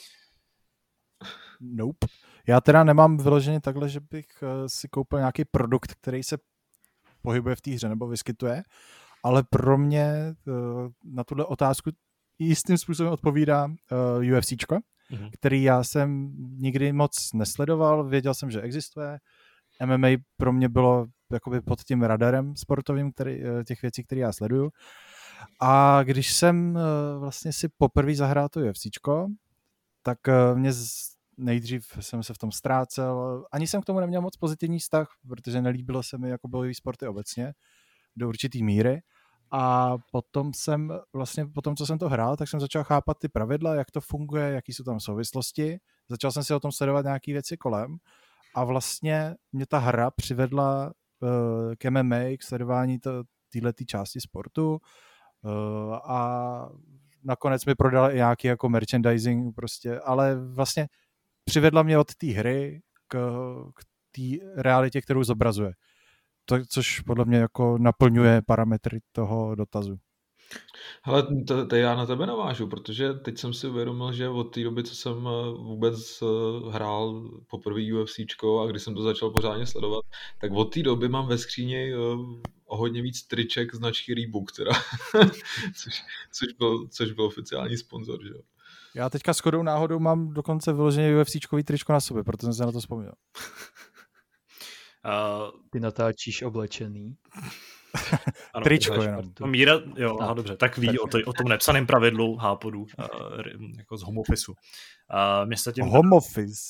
[SPEAKER 5] Nope. Já teda nemám vyloženě takhle, že bych si koupil nějaký produkt, který se pohybuje v té hře nebo vyskytuje, ale pro mě na tuhle otázku jistým způsobem odpovídá UFCčko, mm-hmm. který já jsem nikdy moc nesledoval, věděl jsem, že existuje. M M A pro mě bylo jakoby pod tím radarem sportovým který, těch věcí, které já sleduju. A když jsem vlastně si poprvé zahrál to UFCčko, tak mě nejdřív jsem se v tom ztrácel, ani jsem k tomu neměl moc pozitivní vztah, protože nelíbilo se mi jako bojový sporty obecně do určitý míry. A potom jsem vlastně, potom co jsem to hrál, tak jsem začal chápat ty pravidla, jak to funguje, jaký jsou tam souvislosti. Začal jsem si o tom sledovat nějaké věci kolem a vlastně mě ta hra přivedla uh, k M M A, k sledování této části sportu uh, a nakonec mi prodala i nějaký jako merchandising prostě, ale vlastně přivedla mě od té hry k, k té realitě, kterou zobrazuje. To, což podle mě jako naplňuje parametry toho dotazu.
[SPEAKER 4] Hele, to, to já na tebe navážu, protože teď jsem si uvědomil, že od té doby, co jsem vůbec hrál poprvé UFCčko a když jsem to začal pořádně sledovat, tak od té doby mám ve skříni o hodně víc triček značky Reebok, teda. což, což, byl, což byl oficiální sponzor, že jo.
[SPEAKER 5] Já teďka shodou náhodou mám dokonce vyloženě UFCčkový tričko na sobě, protože jsem se na to vzpomněl.
[SPEAKER 3] Uh, Ty natáčíš oblečený.
[SPEAKER 5] Ano, tričko jenom.
[SPEAKER 1] No, Míra, jo, aha, dobře, tak ví o, to, o tom nepsaném pravidlu hápodu, uh, jako z home officeu. Uh, mě se tím...
[SPEAKER 5] Home office.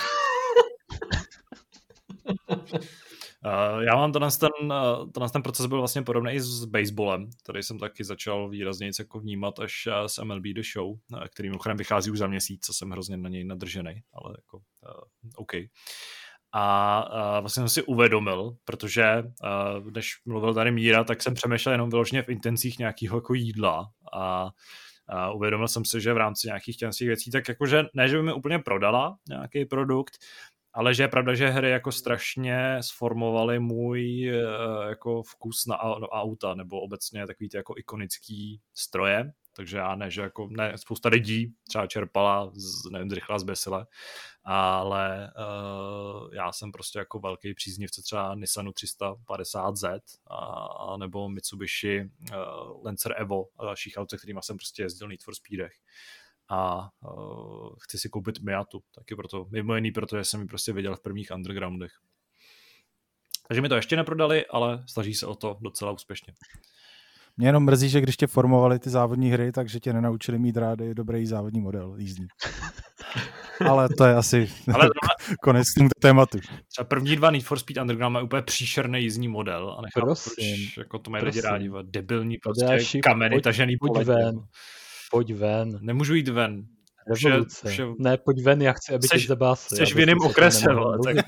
[SPEAKER 1] Uh, já mám tenhle ten, uh, tenhle ten proces byl vlastně podobný i s baseballem, který jsem taky začal výrazně jako vnímat až uh, s M L B The Show, uh, který mimochodem vychází už za měsíc, co jsem hrozně na něj nadržený, ale jako uh, OK. A uh, vlastně jsem si uvědomil, protože uh, když mluvil tady Míra, tak jsem přemýšlel jenom vyloženě v intencích nějakého jako jídla a uh, uvědomil jsem si, že v rámci nějakých těch věcí, tak jakože ne, že by mi úplně prodala nějaký produkt, ale že je pravda, že hry jako strašně sformovaly můj uh, jako vkus na auta, nebo obecně takový ty jako ikonický stroje. Takže já ne, že jako ne, spousta lidí třeba čerpala, z, nevím, z rychlá zbesile, ale uh, já jsem prostě jako velký příznivce třeba Nissanu tři sta padesát Z a, a nebo Mitsubishi uh, Lancer Evo a dalších aut, se kterýma jsem prostě jezdil Need for Speedech. A uh, chci si koupit Miatu, taky proto, mimo jiný, protože jsem ji prostě viděl v prvních undergroundech. Takže mi to ještě neprodali, ale snaží se o to docela úspěšně.
[SPEAKER 5] Mě jenom mrzí, že když tě formovali ty závodní hry, takže tě nenaučili mít rádi dobrý závodní model jízdní. Ale to je asi ale konec tomu tématu.
[SPEAKER 1] Třeba první dva Need for Speed Underground mají úplně příšerný jízdní model a nechápu, proč jako to mají lidi rádi. Debilní prostě Podáši, kameny, pojď, tažený
[SPEAKER 3] pojď
[SPEAKER 1] po
[SPEAKER 3] ven. Pojď ven.
[SPEAKER 1] Nemůžu jít ven.
[SPEAKER 3] Revoluce. Vše, vše... Ne, pojď ven, já chci, aby tě zabásli.
[SPEAKER 1] Jsi v jiném okrese. Tak...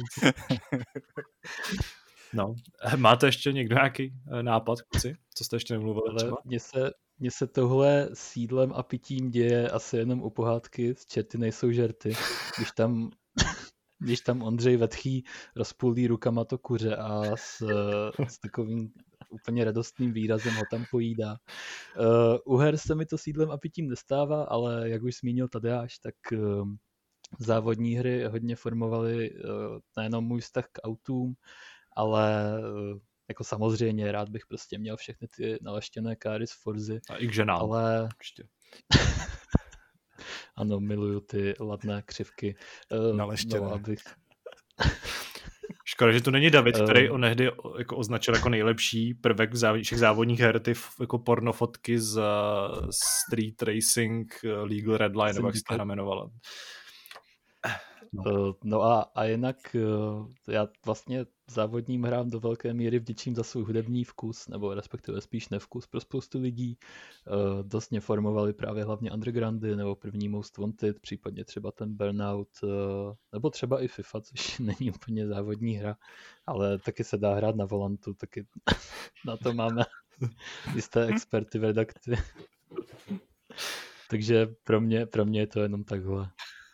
[SPEAKER 1] No, máte ještě někdo nějaký nápad, kluci? Co jste ještě nemluvili třeba?
[SPEAKER 3] Mně se, mně se tohle sídlem a pitím děje asi jenom u pohádky, z Čerty nejsou žerty. Když tam, když tam Ondřej Vetchý rozpůlí rukama to kuře a s, s takovým úplně radostným výrazem ho tam pojídá. Uh, u her se mi to sídlem a pitím nestává, ale jak už zmínil Tadeáš, tak uh, závodní hry hodně formovaly uh, nejenom můj vztah k autům, ale jako samozřejmě rád bych prostě měl všechny ty naleštěné káry z Forzy.
[SPEAKER 1] A i k ženám.
[SPEAKER 3] Ale... ano, miluju ty ladné křivky.
[SPEAKER 5] Naleštěné.
[SPEAKER 3] No, abych...
[SPEAKER 1] Škoda, že to není David, který onehdy jako označil jako nejlepší prvek všech závodních her, ty jako pornofotky z Street Racing Legal Red Line, nebo jak se to jmenovala.
[SPEAKER 3] No, no a, a jinak já vlastně závodním hrám do velké míry vděčím za svůj hudební vkus, nebo respektive spíš nevkus pro spoustu lidí. Dost mě formovali právě hlavně undergroundy, nebo první Most Wanted, případně třeba ten Burnout, nebo třeba i FIFA, což není úplně závodní hra, ale taky se dá hrát na volantu, taky na to máme jisté experty v redakci. Takže pro mě, pro mě je to jenom takhle.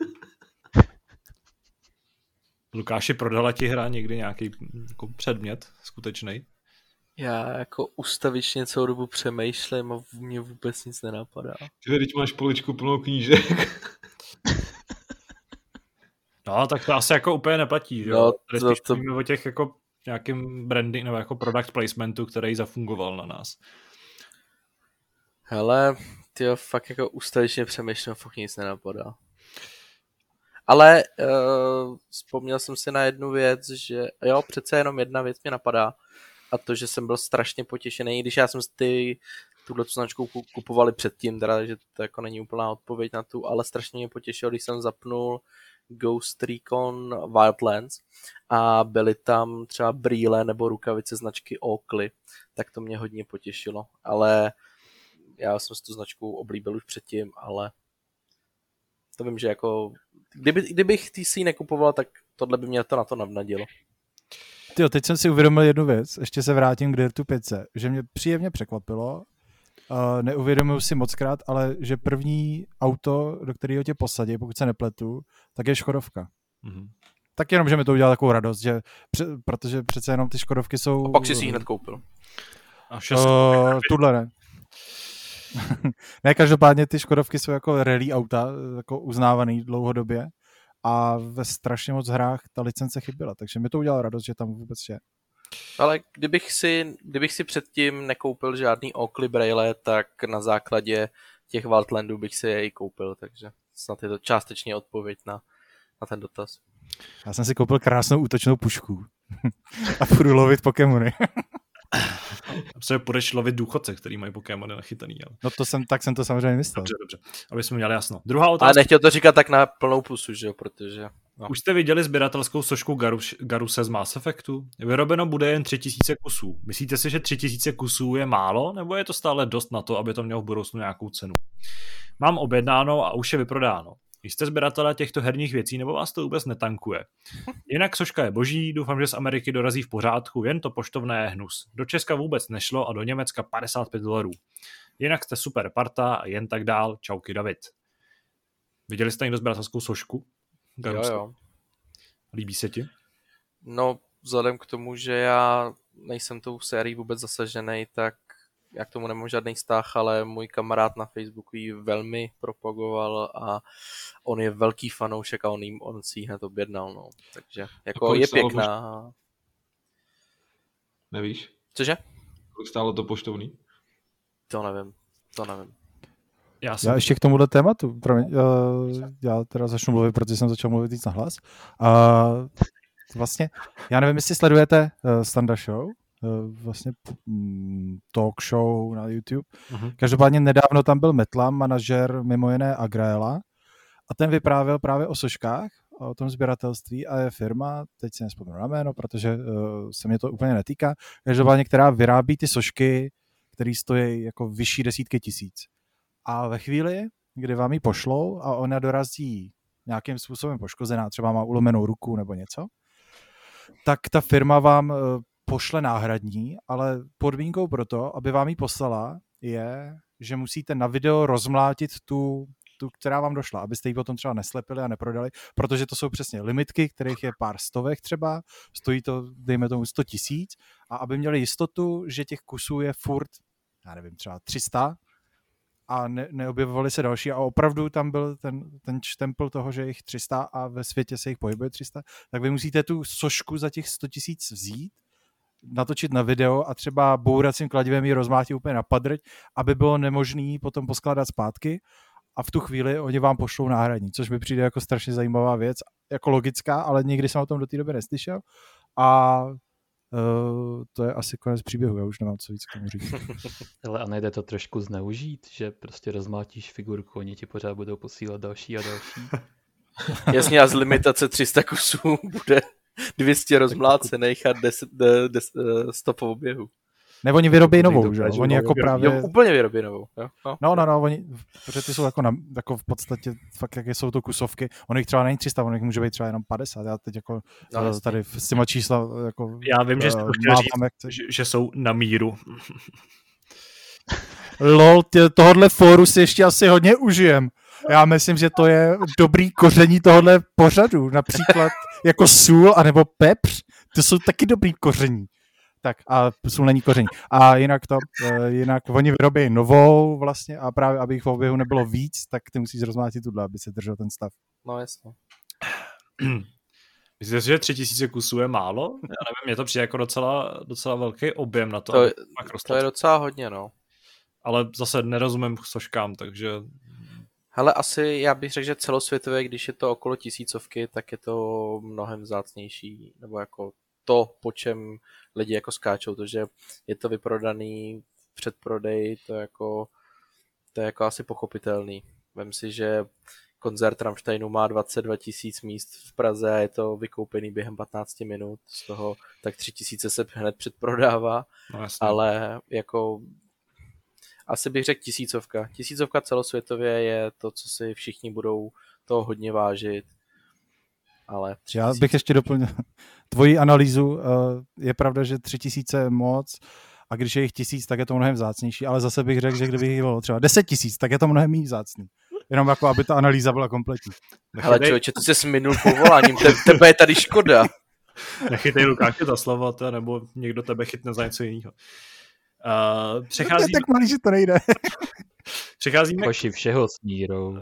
[SPEAKER 1] Lukáši, prodala ti hra někdy nějaký jako předmět skutečný?
[SPEAKER 2] Já jako ustavičně celou dobu přemýšlím a mě vůbec nic nenapadá.
[SPEAKER 4] Ty teď máš poličku plnou knížek.
[SPEAKER 1] No, tak to asi jako úplně neplatí, že jo?
[SPEAKER 2] No,
[SPEAKER 1] Tady
[SPEAKER 2] to,
[SPEAKER 1] spíš
[SPEAKER 2] to...
[SPEAKER 1] mluvíme o těch jako nějakým branding nebo jako product placementu, který zafungoval na nás.
[SPEAKER 2] Hele, tyjo, fakt jako ustavičně přemýšlím a fakt nic nenapadá. Ale uh, vzpomněl jsem si na jednu věc, že jo, přece jenom jedna věc mě napadá a to, že jsem byl strašně potěšený, když já jsem si ty tuhle značku kupovali předtím, teda, že to jako není úplná odpověď na tu, ale strašně mě potěšilo, když jsem zapnul Ghost Recon Wildlands a byly tam třeba brýle nebo rukavice značky Oakley, tak to mě hodně potěšilo, ale já jsem si tu značku oblíbil už předtím, ale to vím, že jako kdyby, kdybych ty si ji nekupoval, tak tohle by mě to na to navnadilo.
[SPEAKER 5] Tyjo, teď jsem si uvědomil jednu věc, ještě se vrátím k Dirtu pět, že mě příjemně překvapilo, uh, neuvědomuji si mockrát, ale že první auto, do kterého tě posadí, pokud se nepletu, tak je Škodovka. Mm-hmm. Tak jenom, že mi to udělalo takovou radost, že, protože přece jenom ty Škodovky jsou...
[SPEAKER 2] A pak jsi si ji hned koupil.
[SPEAKER 5] A uh, tuhle ne. Ne, každopádně ty Škodovky jsou jako rally auta, jako uznávaný dlouhodobě a ve strašně moc hrách ta licence chyběla, takže mi to udělalo radost, že tam vůbec je.
[SPEAKER 2] Ale kdybych si, kdybych si předtím nekoupil žádný Oakley braille, tak na základě těch Wildlandů bych si jej koupil, takže snad je to částečně odpověď na, na ten dotaz.
[SPEAKER 5] Já jsem si koupil krásnou útočnou pušku a půjdu lovit Pokémony.
[SPEAKER 1] Se půjdeš lovit důchodce, který mají Pokémony nachytaný. Ale...
[SPEAKER 5] No to jsem, tak jsem to samozřejmě myslel.
[SPEAKER 1] Dobře, dobře, aby jsme měli jasno. Druhá otázka.
[SPEAKER 2] Ale nechtěl to říkat tak na plnou pusu, že jo, protože... No.
[SPEAKER 1] Už jste viděli sběratelskou sošku Garus, Garuse z Mass Effectu? Vyrobeno bude jen tři tisíce kusů. Myslíte si, že tři tisíce kusů je málo, nebo je to stále dost na to, aby to mělo v budoucnu nějakou cenu? Mám objednáno a už je vyprodáno. Jste sběratelé těchto herních věcí, nebo vás to vůbec netankuje? Jinak soška je boží, doufám, že z Ameriky dorazí v pořádku, jen to poštovné je hnus. Do Česka vůbec nešlo a do Německa padesát pět dolarů. Jinak jste super parta a jen tak dál. Čauky David. Viděli jste někdo sběratelskou sošku?
[SPEAKER 2] Jo, jo.
[SPEAKER 1] Líbí se ti?
[SPEAKER 2] No, vzhledem k tomu, že já nejsem tou sérií vůbec zasažený, tak já k tomu nemám žádný vztah, ale můj kamarád na Facebooku ji velmi propagoval a on je velký fanoušek a on, jim, on si ji hned objednal, no. Takže jako je pěkná. Pošt...
[SPEAKER 4] Nevíš?
[SPEAKER 2] Cože?
[SPEAKER 4] Kolik stálo to poštovný?
[SPEAKER 2] To nevím, to nevím.
[SPEAKER 5] Já, jsem... já ještě k tomuhle tématu, promiň, uh, já teda začnu mluvit, protože jsem začal mluvit víc nahlas. Uh, vlastně, já nevím, jestli sledujete uh, Standa Show, vlastně talk show na YouTube. Uh-huh. Každopádně nedávno tam byl Metla, manažer mimo jiné Agraela a ten vyprávěl právě o soškách, o tom sběratelství a je firma, teď si nespomenu na jméno, protože uh, se mě to úplně netýká, každopádně která vyrábí ty sošky, které stojí jako vyšší desítky tisíc. A ve chvíli, kdy vám ji pošlou a ona dorazí nějakým způsobem poškozená, třeba má ulomenou ruku nebo něco, tak ta firma vám uh, pošle náhradní, ale podmínkou pro to, aby vám ji poslala, je, že musíte na video rozmlátit tu, tu, která vám došla, abyste ji potom třeba neslepili a neprodali, protože to jsou přesně limitky, kterých je pár stovek třeba, stojí to, dejme tomu, sto tisíc a aby měli jistotu, že těch kusů je furt, já nevím, třeba tři sta a ne, neobjevovaly se další a opravdu tam byl ten, ten štempel toho, že je jich tři sta a ve světě se jich pohybuje tři sta, tak vy musíte tu sošku za těch sto tisíc vzít, natočit na video a třeba bouracím kladivem ji rozmlátit úplně na padrť, aby bylo nemožné potom poskládat zpátky a v tu chvíli oni vám pošlou náhradní, což mi přijde jako strašně zajímavá věc, jako logická, ale nikdy jsem o tom do té doby neslyšel a uh, to je asi konec příběhu, já už nemám co víc k tomu říct.
[SPEAKER 3] Ale a nejde to trošku zneužít, že prostě rozmlátíš figurku, oni ti pořád budou posílat další a další?
[SPEAKER 2] Jasně, a z limitace tři sta kusů bude dvě stě rozmlácených a sto po oběhu.
[SPEAKER 5] Ne, oni vyrobí novou, že? Oni jako právě...
[SPEAKER 2] Jo, úplně vyrobí novou. Jo? No,
[SPEAKER 5] no, no, no, oni, protože ty jsou jako, na, jako v podstatě, fakt jak jsou to kusovky, ono jich třeba není tři sta, ono jich může být třeba jenom padesát, já teď jako no, tady s těma čísla jako...
[SPEAKER 1] Já vím, že jsi to chtěl říct, že, že jsou na míru.
[SPEAKER 5] Lol, tě, tohodle fóru si ještě asi hodně užijem. Já myslím, že to je dobrý koření tohohle pořadu, například jako sůl anebo pepř, to jsou taky dobrý koření. Tak a sůl není koření. A jinak to, jinak oni vyrobí novou vlastně a právě, aby jich v oběhu nebylo víc, tak ty musíš rozmlátit tuhle, aby se držel ten stav.
[SPEAKER 2] No jasně.
[SPEAKER 1] Myslíte si, že tři tisíce kusů je málo? Já nevím, mě to přijde jako docela, docela velký objem na to.
[SPEAKER 2] To, to je docela hodně, no.
[SPEAKER 1] Ale zase nerozumím soškám, takže...
[SPEAKER 2] Hele, asi já bych řekl, že celosvětově, když je to okolo tisícovky, tak je to mnohem vzácnější, nebo jako to, po čem lidi jako skáčou, to, že je to vyprodaný předprodej, to jako, to je jako asi pochopitelný. Vem si, že koncert Rammsteinu má dvacet dva tisíc míst v Praze a je to vykoupený během patnáct minut, z toho tak tři tisíce se hned předprodává,
[SPEAKER 1] No,
[SPEAKER 2] ale jako asi bych řekl tisícovka. Tisícovka celosvětově je to, co si všichni budou toho hodně vážit. Ale
[SPEAKER 5] Já bych ještě doplnil tvoji analýzu. Je pravda, že tři tisíce je moc a když je jich tisíc, tak je to mnohem vzácnější, ale zase bych řekl, že kdyby jich bylo třeba deset tisíc, tak je to mnohem méně vzácný. Jenom jako, aby ta analýza byla kompletní.
[SPEAKER 2] Hele člověče, ty jsi minul povoláním, Te, tebe je tady škoda.
[SPEAKER 1] Nechytej Lukáši za slovo, to, nebo někdo tebe chytne za něco jiného. Uh, přechází...
[SPEAKER 5] No, tak malý, že to nejde.
[SPEAKER 1] Přecházíme...
[SPEAKER 3] Hoši, všeho s mírou.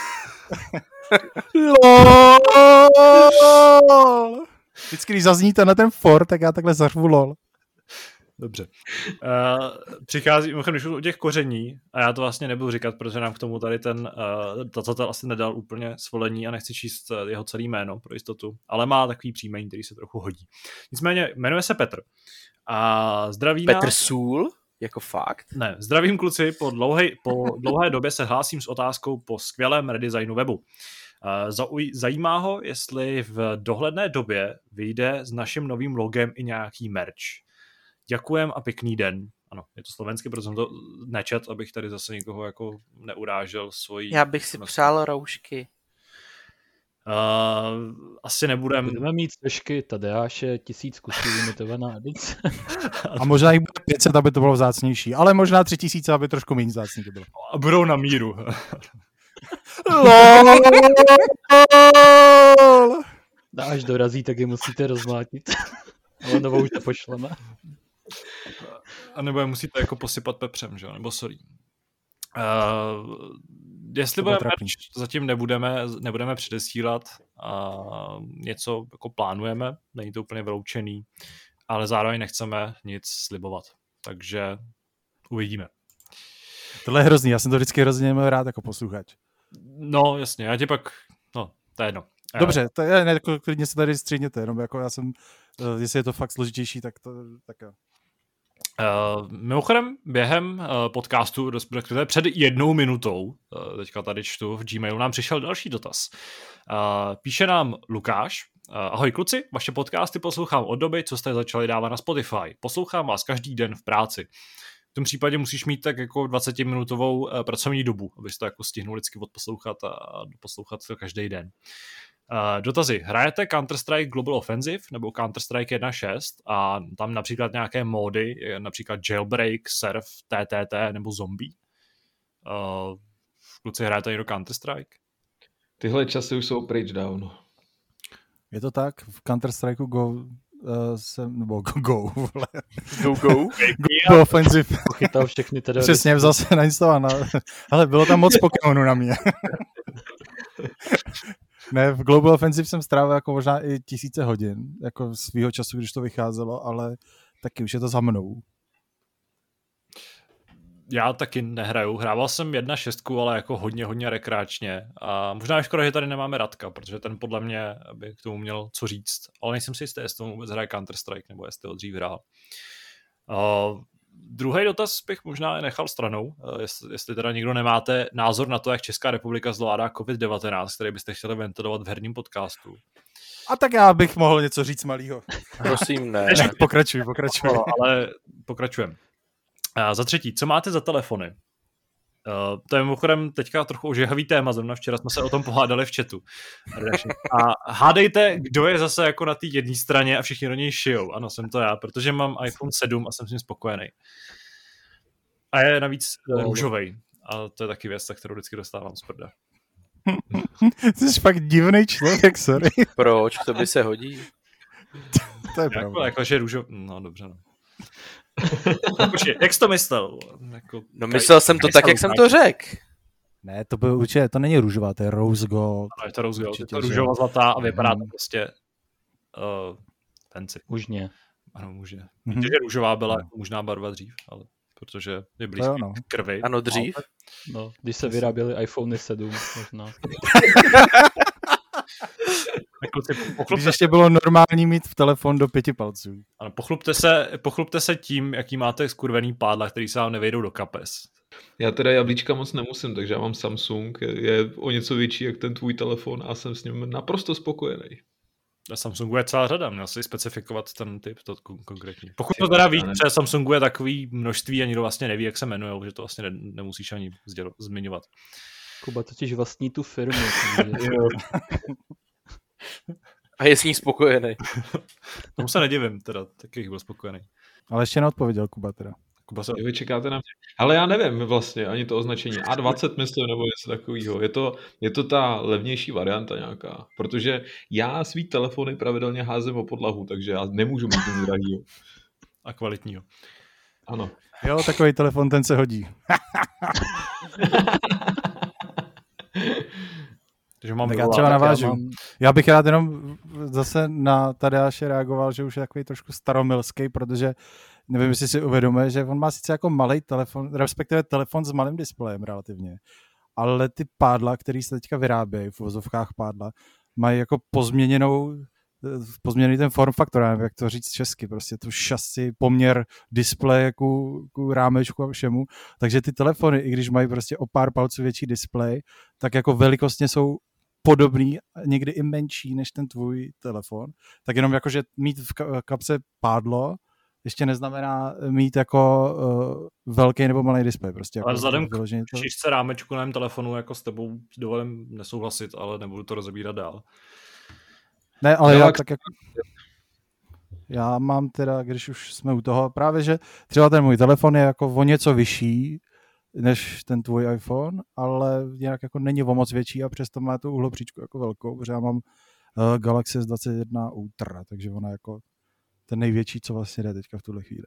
[SPEAKER 5] LOL! Vždycky, když zazníte na ten for, tak já takhle zařvu lol.
[SPEAKER 1] Dobře. Uh, přichází, když u těch koření, a já to vlastně nebudu říkat, protože nám k tomu tady ten uh, tacatel asi nedal úplně svolení a nechci číst jeho celé jméno pro jistotu, ale má takový příjmení, který se trochu hodí. Nicméně jmenuje se Petr. A zdraví
[SPEAKER 2] Petr
[SPEAKER 1] nás...
[SPEAKER 2] Sůl? Jako fakt?
[SPEAKER 1] Ne, zdravím kluci, po, dlouhej, po dlouhé době se hlásím s otázkou po skvělém redesignu webu. Zauj, zajímá ho, jestli v dohledné době vyjde s naším novým logem i nějaký merch. Děkujem a pěkný den. Ano, je to slovensky, protože jsem to nečet, abych tady zase nikoho jako neurážel svojí...
[SPEAKER 2] Já bych si přál roušky.
[SPEAKER 1] Uh, asi nebudem...
[SPEAKER 3] Budeme mít sošky Tadeáše, tisíc kusů limitovaná edice.
[SPEAKER 5] A možná jich bude pět set, aby to bylo vzácnější, ale možná tři tisíce, aby trošku méně vzácný to bylo.
[SPEAKER 1] A budou na míru.
[SPEAKER 5] LOL!
[SPEAKER 3] A až dorazí, tak je musíte rozmlátit. Ale novou už nepošleme.
[SPEAKER 1] A nebo je musíte jako posypat pepřem, že jo? Nebo solí. Uh, jestli budeme merch, zatím nebudeme, nebudeme předesílat a něco jako plánujeme, není to úplně vyloučený, ale zároveň nechceme nic slibovat, takže uvidíme.
[SPEAKER 5] Tohle je hrozný, já jsem to vždycky hrozně měl rád jako posluchač.
[SPEAKER 1] No jasně, já ti pak, no to je jedno.
[SPEAKER 5] Dobře, to je, ne, jako, klidně se tady střídněte, jenom jako já jsem, uh, jestli je to fakt složitější, tak to, tak jo.
[SPEAKER 1] Uh, mimochodem, během uh, podcastu, respektive před jednou minutou, uh, teďka tady čtu, v Gmailu nám přišel další dotaz. Uh, píše nám Lukáš, uh, ahoj kluci, vaše podcasty poslouchám od doby, co jste začali dávat na Spotify. Poslouchám vás každý den v práci. V tom případě musíš mít tak jako dvacetiminutovou uh, pracovní dobu, abys to jako stihnul vždycky odposlouchat a poslouchat to každý den. Uh, dotazy. Hrajete Counter-Strike Global Offensive nebo Counter-Strike jedna šest a tam například nějaké módy, například Jailbreak, Surf, T T T nebo Zombie? Uh, kluci, hrajete někdo Counter-Strike?
[SPEAKER 4] Tyhle časy už jsou pryč dávno.
[SPEAKER 5] Je to tak? V Counter-Strikeu Go uh, jsem, nebo Go, go, vole.
[SPEAKER 2] Go, go.
[SPEAKER 5] Go Offensive.
[SPEAKER 3] Pochytal všechny teda.
[SPEAKER 5] Přesně, vzal se nainstaloval. Ale bylo tam moc Pokémonů na mě. Ne, v Global Offensive jsem strávil jako možná i tisíce hodin, jako svýho času, když to vycházelo, ale taky už je to za mnou.
[SPEAKER 1] Já taky nehraju. Hrával jsem jedna šestku, ale jako hodně, hodně rekreačně. A možná je škoda, že tady nemáme Radka, protože ten podle mě by k tomu měl co říct. Ale nejsem si jistý, jestli tomu vůbec hraje Counter-Strike, nebo jestli ho dřív hrál. Uh, Druhý dotaz bych možná nechal stranou, jestli, jestli teda někdo nemáte názor na to, jak Česká republika zvládá covid devatenáct, který byste chtěli ventilovat v herním podcastu.
[SPEAKER 5] A tak já bych mohl něco říct malýho.
[SPEAKER 2] Prosím, ne.
[SPEAKER 5] ne pokračuj, pokračuj.
[SPEAKER 1] No, ale pokračujeme. A za třetí, co máte za telefony? Uh, to je mimochodem teďka trochu ožehavý téma, zrovna včera jsme se o tom pohádali v chatu. A hádejte, kdo je zase jako na té jedné straně a všichni do něj šijou. Ano, jsem to já, protože mám iPhone sedm a jsem s ním spokojený. A je navíc růžovej. A to je taky věc, za kterou vždycky dostávám z prda.
[SPEAKER 5] Ty jsi fakt divný člověk, sorry.
[SPEAKER 2] Proč? To by se hodí.
[SPEAKER 5] To je
[SPEAKER 1] jako,
[SPEAKER 5] pravda.
[SPEAKER 1] jako, že růžový. No, dobře, no. Počkej, jak jsi to myslel? Jako,
[SPEAKER 2] no myslel jsem to tak, jak jsem to řekl.
[SPEAKER 5] Ne, to bylo určitě, to není růžová, to je rose gold.
[SPEAKER 1] Ano, je to rose gold, je to růžová zlatá a vypadá to prostě uh, fancy.
[SPEAKER 3] Mužně.
[SPEAKER 1] Ano, může.
[SPEAKER 5] Mm-hmm.
[SPEAKER 1] Víte, že růžová byla no. možná barva dřív, ale protože je blízký
[SPEAKER 5] no.
[SPEAKER 1] k krvi.
[SPEAKER 2] Ano, dřív.
[SPEAKER 3] No, když se vyráběly iPhone sedm možná.
[SPEAKER 5] Když ještě bylo normální mít v telefon do pěti palců.
[SPEAKER 1] Ano, pochlupte se, pochlupte se tím, jaký máte skurvený pádla, který se vám nevejdou do kapes.
[SPEAKER 4] Já teda jablíčka moc nemusím, takže já mám Samsung, je o něco větší jak ten tvůj telefon a jsem s ním naprosto spokojený.
[SPEAKER 1] Na Samsungu je celá řada, měl si specifikovat ten typ, to kon- konkrétní. Pokud to teda víš, že Samsungu je takový množství a nikdo vlastně neví, jak se jmenuje, že to vlastně ne, nemusíš ani sdělo, zmiňovat.
[SPEAKER 3] Kuba totiž vlastní tu firmu.
[SPEAKER 2] A je s ní spokojený.
[SPEAKER 1] Tomu se nedivím, teda, taky bych byl spokojený.
[SPEAKER 5] Ale ještě neodpověděl Kuba teda.
[SPEAKER 1] Kuba se...
[SPEAKER 4] Vy čekáte na mě. Ale já nevím vlastně ani to označení. A dvacet myslím nebo něco takového. Je to, je to ta levnější varianta nějaká. Protože já svý telefony pravidelně házím o podlahu, takže já nemůžu mít nic drahýho.
[SPEAKER 1] A kvalitního.
[SPEAKER 4] Ano.
[SPEAKER 5] Jo, takový telefon, ten se hodí.
[SPEAKER 1] Takže mám
[SPEAKER 5] tak já třeba navážu. Já, mám... já bych rád jenom zase na Tadeáše reagoval, že už je takový trošku staromilský, protože nevím, jestli si uvědomuje, že on má sice jako malý telefon, respektive telefon s malým displejem relativně, ale ty pádla, který se teďka vyrábějí, v vozovkách pádla, mají jako pozměněnou, pozměněný ten form faktor, nevím, jak to říct česky, prostě tu šasi, poměr displeje ku, ku rámečku a všemu, takže ty telefony, i když mají prostě o pár palců větší displej, tak jako velikostně jsou podobný, někdy i menší než ten tvůj telefon, tak jenom jakože mít v kapse pádlo ještě neznamená mít jako uh, velký nebo malý displej. Prostě
[SPEAKER 1] ale
[SPEAKER 5] jako
[SPEAKER 1] vzhledem k
[SPEAKER 5] to...
[SPEAKER 1] šířce rámečku na mém telefonu jako s tebou dovolím nesouhlasit, ale nebudu to rozebírat dál.
[SPEAKER 5] Ne, ale no, já tak jako... Já mám teda, když už jsme u toho, právě, že třeba ten můj telefon je jako o něco vyšší než ten tvůj iPhone, ale nějak jako není o moc větší a přesto má tu uhlopříčku jako velkou, protože já mám uh, Galaxy S dvacet jedna Ultra, takže ona jako ten největší, co vlastně jde teďka v tuhle chvíli.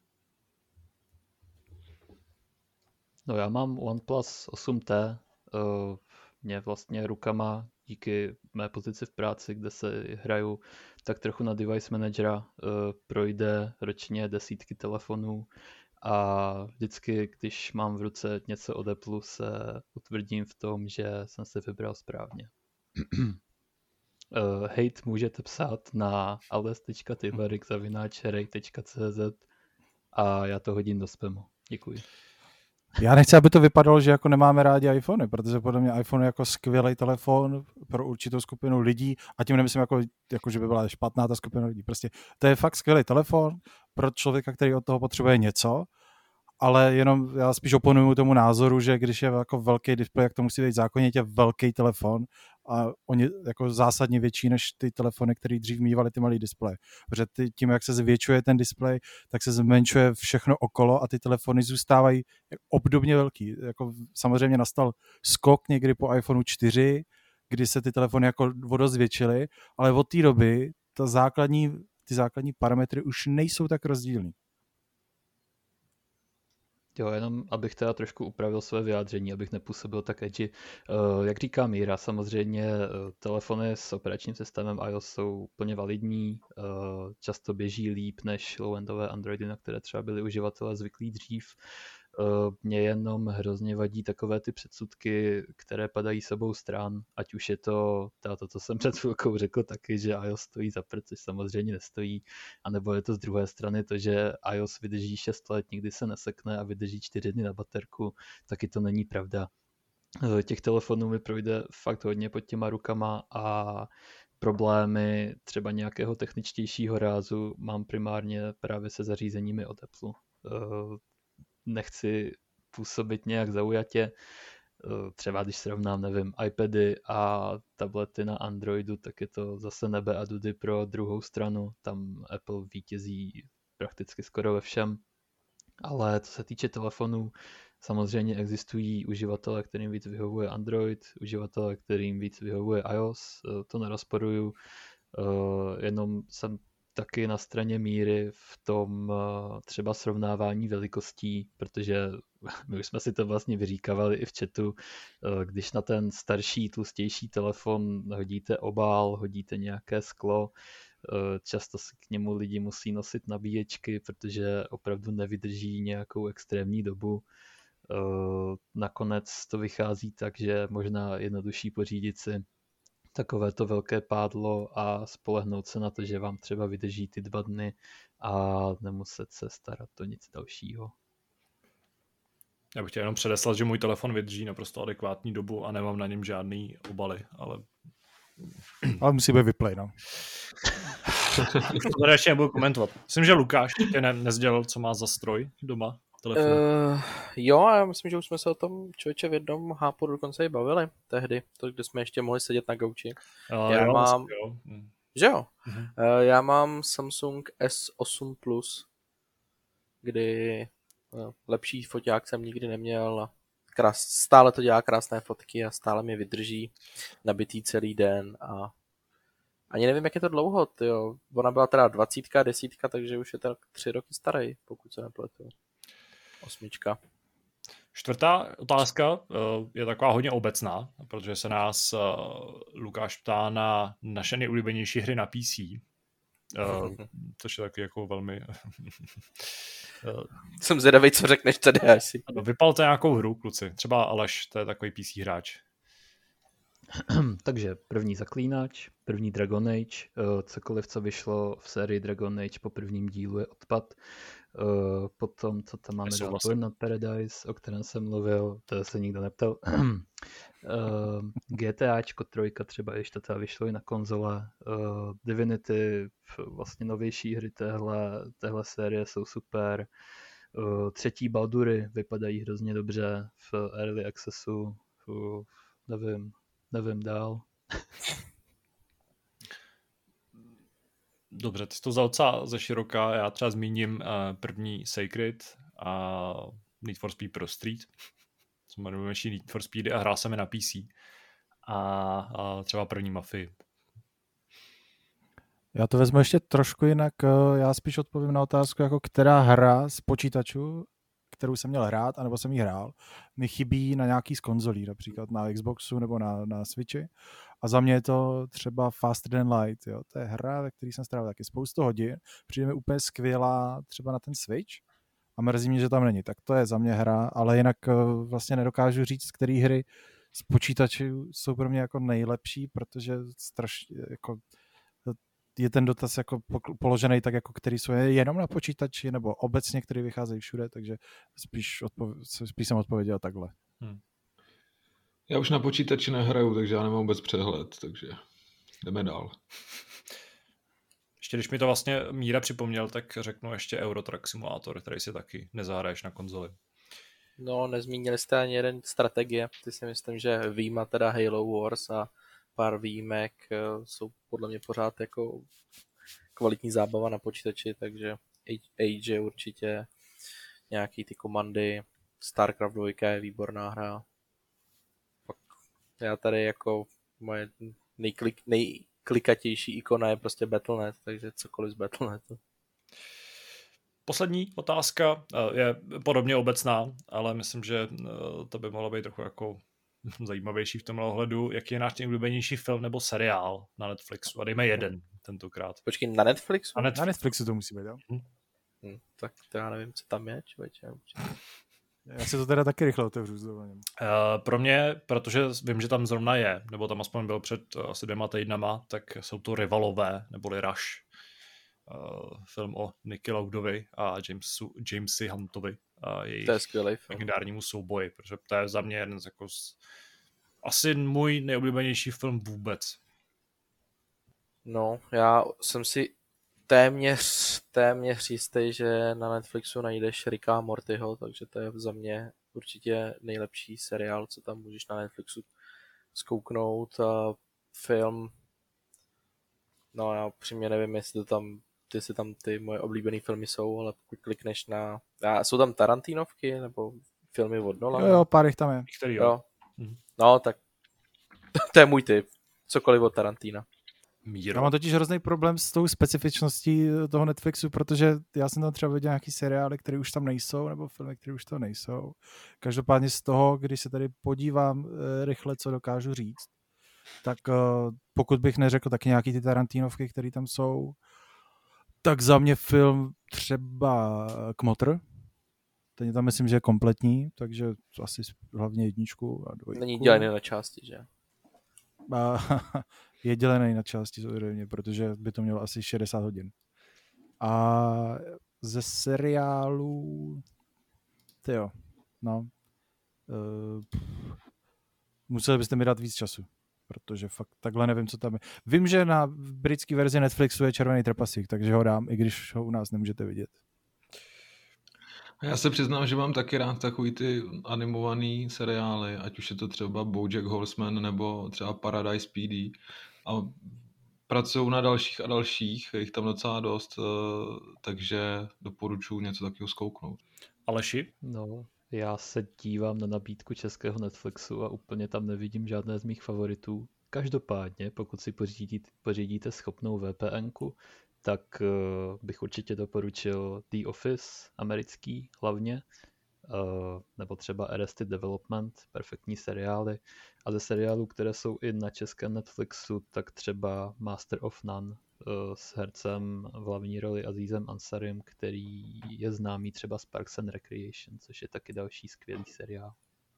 [SPEAKER 3] No já mám OnePlus osm T, uh, mě vlastně rukama díky mé pozici v práci, kde se hraju tak trochu na device managera, uh, projde ročně desítky telefonů a vždycky, když mám v ruce něco od Apple, se utvrdím v tom, že jsem se vybral správně. Uh, hate můžete psát na ales tečka tyvarik zavináč rej tečka cé zet a já to hodím do spamu. Děkuji.
[SPEAKER 5] Já nechci, aby to vypadalo, že jako nemáme rádi iPhony, protože podle mě iPhone je jako skvělý telefon pro určitou skupinu lidí a tím nemyslím, jako, jako že by byla špatná ta skupina lidí. Prostě to je fakt skvělý telefon pro člověka, který od toho potřebuje něco, ale jenom já spíš oponuju tomu názoru, že když je jako velký displej, jak to musí být zákonitě velký telefon a oni jako zásadně větší než ty telefony, které dřív mývaly ty malý displeje. Protože ty, tím, jak se zvětšuje ten displej, tak se zmenšuje všechno okolo a ty telefony zůstávají obdobně velký. Jako samozřejmě nastal skok někdy po iPhoneu čtyři, kdy se ty telefony jako vodost zvětšily, ale od té doby ta základní, ty základní parametry už nejsou tak rozdílný.
[SPEAKER 3] Jo, jenom abych teda trošku upravil své vyjádření, abych nepůsobil tak edgy. Uh, jak říká Míra, samozřejmě uh, telefony s operačním systémem iOS jsou plně validní, uh, často běží líp než low-endové Androidy, na které třeba byli uživatelé zvyklí dřív. Uh, mě jenom hrozně vadí takové ty předsudky, které padají sebou stran, ať už je to to, co jsem před chvilkou řekl taky, že iOS stojí za prd, což samozřejmě nestojí, anebo je to z druhé strany to, že iOS vydrží šest let, nikdy se nesekne a vydrží čtyři dny na baterku, taky to není pravda. Uh, těch telefonů mi projde fakt hodně pod těma rukama a problémy třeba nějakého techničtějšího rázu mám primárně právě se zařízeními od Apple. Uh, Nechci působit nějak zaujatě, třeba když srovnám, nevím, iPady a tablety na Androidu, tak je to zase nebe a dudy pro druhou stranu, tam Apple vítězí prakticky skoro ve všem, ale co se týče telefonů, samozřejmě existují uživatelé, kterým víc vyhovuje Android, uživatelé, kterým víc vyhovuje iOS, to nerozporuju, jenom jsem taky na straně Míry v tom třeba srovnávání velikostí, protože my už jsme si to vlastně vyříkavali i v chatu, když na ten starší, tlustější telefon hodíte obal, hodíte nějaké sklo, často si k němu lidi musí nosit nabíječky, protože opravdu nevydrží nějakou extrémní dobu. Nakonec to vychází tak, že možná jednodušší pořídit si takové to velké pádlo a spolehnout se na to, že vám třeba vydrží ty dva dny a nemuset se starat o nic dalšího.
[SPEAKER 1] Já bych chtěl jenom předeslat, že můj telefon vydrží naprosto adekvátní dobu a nemám na něm žádný obaly, ale...
[SPEAKER 5] Ale musí být vyplay, no.
[SPEAKER 1] To tady ještě nebudu komentovat. Myslím, že Lukáš tě ne- nezdělal, co má za stroj doma. Telefon.
[SPEAKER 2] Uh, jo, a já myslím, že už jsme se o tom člověče v jednom hápu dokonce i bavili tehdy, to, kde jsme ještě mohli sedět na gauči.
[SPEAKER 1] Uh,
[SPEAKER 2] já
[SPEAKER 1] jo,
[SPEAKER 2] mám...
[SPEAKER 1] myslím, jo. Hm.
[SPEAKER 2] Že jo?
[SPEAKER 1] Mhm.
[SPEAKER 2] Uh, já mám Samsung S osm plus, kdy uh, lepší foťák jsem nikdy neměl a krás, stále to dělá krásné fotky a stále mi vydrží nabitý celý den a ani nevím, jak je to dlouho, tyjo. Ona byla teda dvacítka, desítka, takže už je tak tři roky starý, pokud se nepletu. Osmička.
[SPEAKER 1] Čtvrtá otázka uh, je taková hodně obecná, protože se nás uh, Lukáš ptá na naše nejoblíbenější hry na P C. Uh, což je taky jako velmi... uh,
[SPEAKER 2] Jsem zvědavý, co řekneš tady asi.
[SPEAKER 1] Vypalte nějakou hru, kluci. Třeba Aleš, to je takový P C hráč.
[SPEAKER 3] Takže první Zaklínač, první Dragon Age, cokoliv, co vyšlo v sérii Dragon Age po prvním dílu je odpad. Potom, co tam máme dál, Burnout Paradise, o kterém jsem mluvil, to se nikdo neptal. GTAčko trojka třeba, když to teda vyšlo i na konzole. Divinity, vlastně novější hry téhle, téhle série jsou super. Třetí Baldury vypadají hrozně dobře v Early Accessu. Nevím, nevím dál.
[SPEAKER 1] Dobře, ty jsi to vzal docela ze široka. Já třeba zmíním uh, první Sacred a Need for Speed Pro Street. Jsou moje největší Need for Speedy a hrál jsem je na P C. A, a třeba první Mafii.
[SPEAKER 5] Já to vezmu ještě trošku jinak. Já spíš odpovím na otázku, jako která hra z počítačů, kterou jsem měl hrát, anebo jsem ji hrál, mi chybí na nějaký z konzolí, například na Xboxu nebo na, na Switchi. A za mě je to třeba Faster Than Light. Jo? To je hra, ve které jsem strávil taky spoustu hodin. Přijde mi úplně skvělá třeba na ten Switch a mrzí mě, že tam není. Tak to je za mě hra, ale jinak vlastně nedokážu říct, které hry z počítačů jsou pro mě jako nejlepší, protože strašně jako je ten dotaz jako položený tak, jako který jsou jenom na počítači, nebo obecně, který vycházejí všude, takže spíš, odpov- spíš jsem odpověděl takhle. Hmm.
[SPEAKER 4] Já už na počítači nehraju, takže já nemám vůbec přehled, takže jdeme dál.
[SPEAKER 1] Ještě když mi to vlastně Míra připomněl, tak řeknu ještě Euro Truck Simulator, který si taky nezahraješ na konzoli.
[SPEAKER 2] No, nezmínili jste ani jeden strategie. Ty si myslím, že výjima teda Halo Wars a pár výjimek jsou podle mě pořád jako kvalitní zábava na počítači, takže Age je určitě nějaký ty komandy, Starcraft dva je výborná hra. Pak já tady jako moje nejklik, nejklikatější ikona je prostě Battle dot net, takže cokoliv z Battle dot netu.
[SPEAKER 1] Poslední otázka je podobně obecná, ale myslím, že to by mohlo být trochu jako zajímavější v tomhle ohledu. Jaký je náš nejoblíbenější film nebo seriál na Netflixu? A dejme jeden tentokrát.
[SPEAKER 2] Počkej, na Netflixu?
[SPEAKER 5] Na Netflixu, na Netflixu to musí být, jo?
[SPEAKER 2] Hm. Hm, tak to já nevím, co tam je, člověče.
[SPEAKER 5] Já si to teda taky rychle otevřu. Uh,
[SPEAKER 1] pro mě, protože vím, že tam zrovna je, nebo tam aspoň byl před uh, asi dvěma týdnama, tak jsou to Rivalové, neboli Rush. Uh, film o Nicky Laudovi a Jamesu, Jamesi Huntovi a jejich legendárnímu souboji, protože to je za mě jeden z jako z, asi můj nejoblíbenější film vůbec.
[SPEAKER 2] No, já jsem si téměř, téměř jistý, že na Netflixu najdeš Ricka a Mortyho, takže to je za mě určitě nejlepší seriál, co tam můžeš na Netflixu zkouknout. A film, no já přímě nevím, jestli to tam jestli tam ty moje oblíbené filmy jsou, ale pokud klikneš na... A jsou tam Tarantinovky, nebo filmy od Nolana?
[SPEAKER 5] Jo, jo, pár jich tam je.
[SPEAKER 1] Který jo.
[SPEAKER 2] jo. Mhm. No, tak to je můj tip. Cokoliv od Tarantina.
[SPEAKER 5] Míro. Já mám totiž hrozný problém s tou specifičností toho Netflixu, protože já jsem tam třeba viděl nějaký seriály, které už tam nejsou, nebo filmy, které už tam nejsou. Každopádně z toho, když se tady podívám rychle, co dokážu říct, tak pokud bych neřekl taky nějaký ty Tarantinovky, které tam jsou, tak za mě film třeba Kmotr. Ten tam myslím, že je kompletní, takže asi hlavně jedničku a dvojku.
[SPEAKER 2] Není dělaný na části, že?
[SPEAKER 5] A je dělený na části samozřejmě, protože by to mělo asi šedesát hodin. A ze seriálů tyjo, no uh, museli byste mi dát víc času, protože fakt takhle nevím, co tam je. Vím, že na britské verzi Netflixu je Červený trpaslík, takže ho dám, i když ho u nás nemůžete vidět.
[SPEAKER 4] Já se přiznám, že mám taky rád takový ty animovaný seriály, ať už je to třeba BoJack Horseman nebo třeba Paradise P D. A pracují na dalších a dalších, je jich tam docela dost, takže doporučuji něco takového zkouknout.
[SPEAKER 1] Aleši?
[SPEAKER 3] No, já se dívám na nabídku českého Netflixu a úplně tam nevidím žádné z mých favoritů. Každopádně, pokud si pořídíte, pořídíte schopnou V P N ku, tak uh, bych určitě doporučil The Office, americký hlavně, uh, nebo třeba Arrested Development, perfektní seriály. A ze seriálů, které jsou i na českém Netflixu, tak třeba Master of None uh, s hercem v hlavní roli Azízem Ansarim, který je známý třeba z Parks and Recreation, což je taky další skvělý seriál.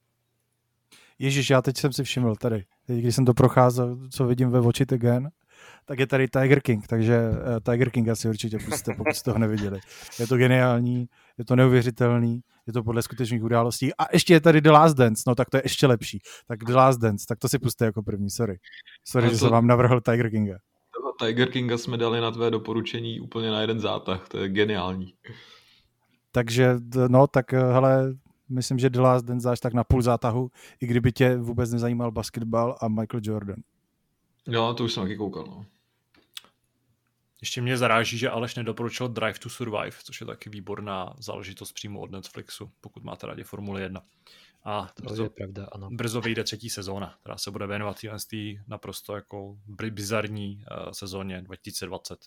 [SPEAKER 5] Ježíš, já teď jsem si všiml tady, teď, když jsem to procházel, co vidím ve Watch It Again, tak je tady Tiger King, takže uh, Tiger King asi určitě pusťte, pokud jste toho neviděli. Je to geniální, je to neuvěřitelný, je to podle skutečných událostí. A ještě je tady The Last Dance, no tak to je ještě lepší. Tak The Last Dance, tak to si pusťte jako první, sorry. Sorry, to... že jsem vám navrhl Tiger Kinga.
[SPEAKER 4] Tiger Kinga jsme dali na tvé doporučení úplně na jeden zátah, to je geniální.
[SPEAKER 5] Takže, no tak hele, myslím, že The Last Dance dáš tak na půl zátahu, i kdyby tě vůbec nezajímal basketbal a Michael Jordan.
[SPEAKER 4] Jo, to už jsem taky koukal, no.
[SPEAKER 1] Ještě mě zaráží, že Aleš nedoporučil Drive to Survive, což je taky výborná záležitost přímo od Netflixu, pokud máte rádi Formuli jedna. A
[SPEAKER 3] to
[SPEAKER 1] brzo,
[SPEAKER 3] je pravda, ano.
[SPEAKER 1] Brzo vyjde třetí sezóna, která se bude věnovat téhle naprosto jako bizarní uh, sezóně dva tisíce dvacet.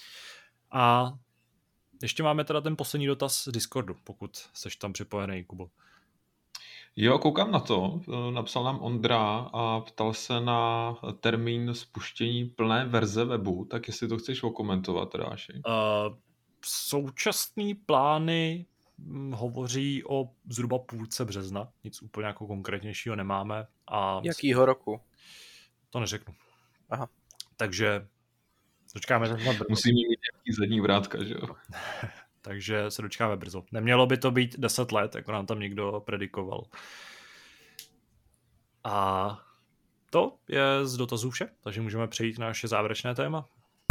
[SPEAKER 1] A ještě máme teda ten poslední dotaz z Discordu, pokud seš tam připojený, Kubo.
[SPEAKER 4] Jo, koukám na to. Napsal nám Ondra a ptal se na termín spuštění plné verze webu, tak jestli to chceš okomentovat, Ráši.
[SPEAKER 1] Uh, současný plány hovoří o zhruba půlce března, nic úplně jako konkrétnějšího nemáme. A
[SPEAKER 2] jakýho roku?
[SPEAKER 1] To neřeknu.
[SPEAKER 2] Aha.
[SPEAKER 1] Takže dočkáme se brzo.
[SPEAKER 4] Musíme mít nějaký zadní vrátka, že jo?
[SPEAKER 1] Takže se dočkáme brzo. Nemělo by to být deset let, jako nám tam někdo predikoval. A to je z dotazů vše, takže můžeme přejít na naše závěrečné téma.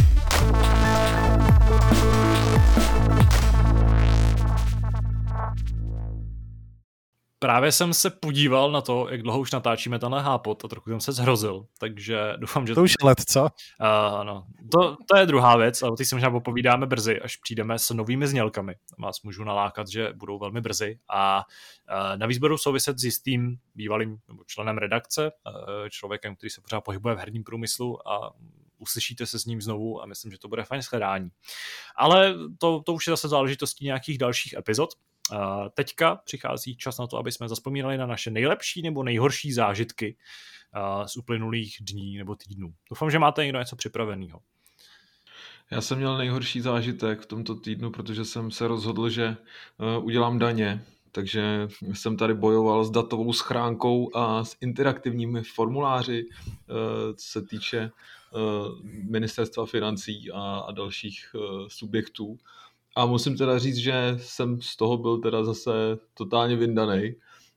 [SPEAKER 1] Právě jsem se podíval na to, jak dlouho už natáčíme tenhle hápot a trochu jsem se zhrozil, takže doufám, že...
[SPEAKER 5] To už je let, co?
[SPEAKER 1] Uh, no. to, to je druhá věc, ale ty si možná popovídáme brzy, až přijdeme s novými znělkami. Vás můžu nalákat, že budou velmi brzy a uh, navíc budou souviset s jistým bývalým nebo členem redakce, uh, člověkem, který se pořád pohybuje v herním průmyslu a uslyšíte se s ním znovu a myslím, že to bude fajn shledání. Ale to, to už je zase záležitostí nějakých dalších epizod. Uh, teďka přichází čas na to, aby jsme zazpomínali na naše nejlepší nebo nejhorší zážitky uh, z uplynulých dní nebo týdnů. Doufám, že máte někdo něco připraveného.
[SPEAKER 4] Já jsem měl nejhorší zážitek v tomto týdnu, protože jsem se rozhodl, že uh, udělám daně, takže jsem tady bojoval s datovou schránkou a s interaktivními formuláři, uh, co se týče uh, ministerstva financí a, a dalších uh, subjektů. A musím teda říct, že jsem z toho byl teda zase totálně vyndanej.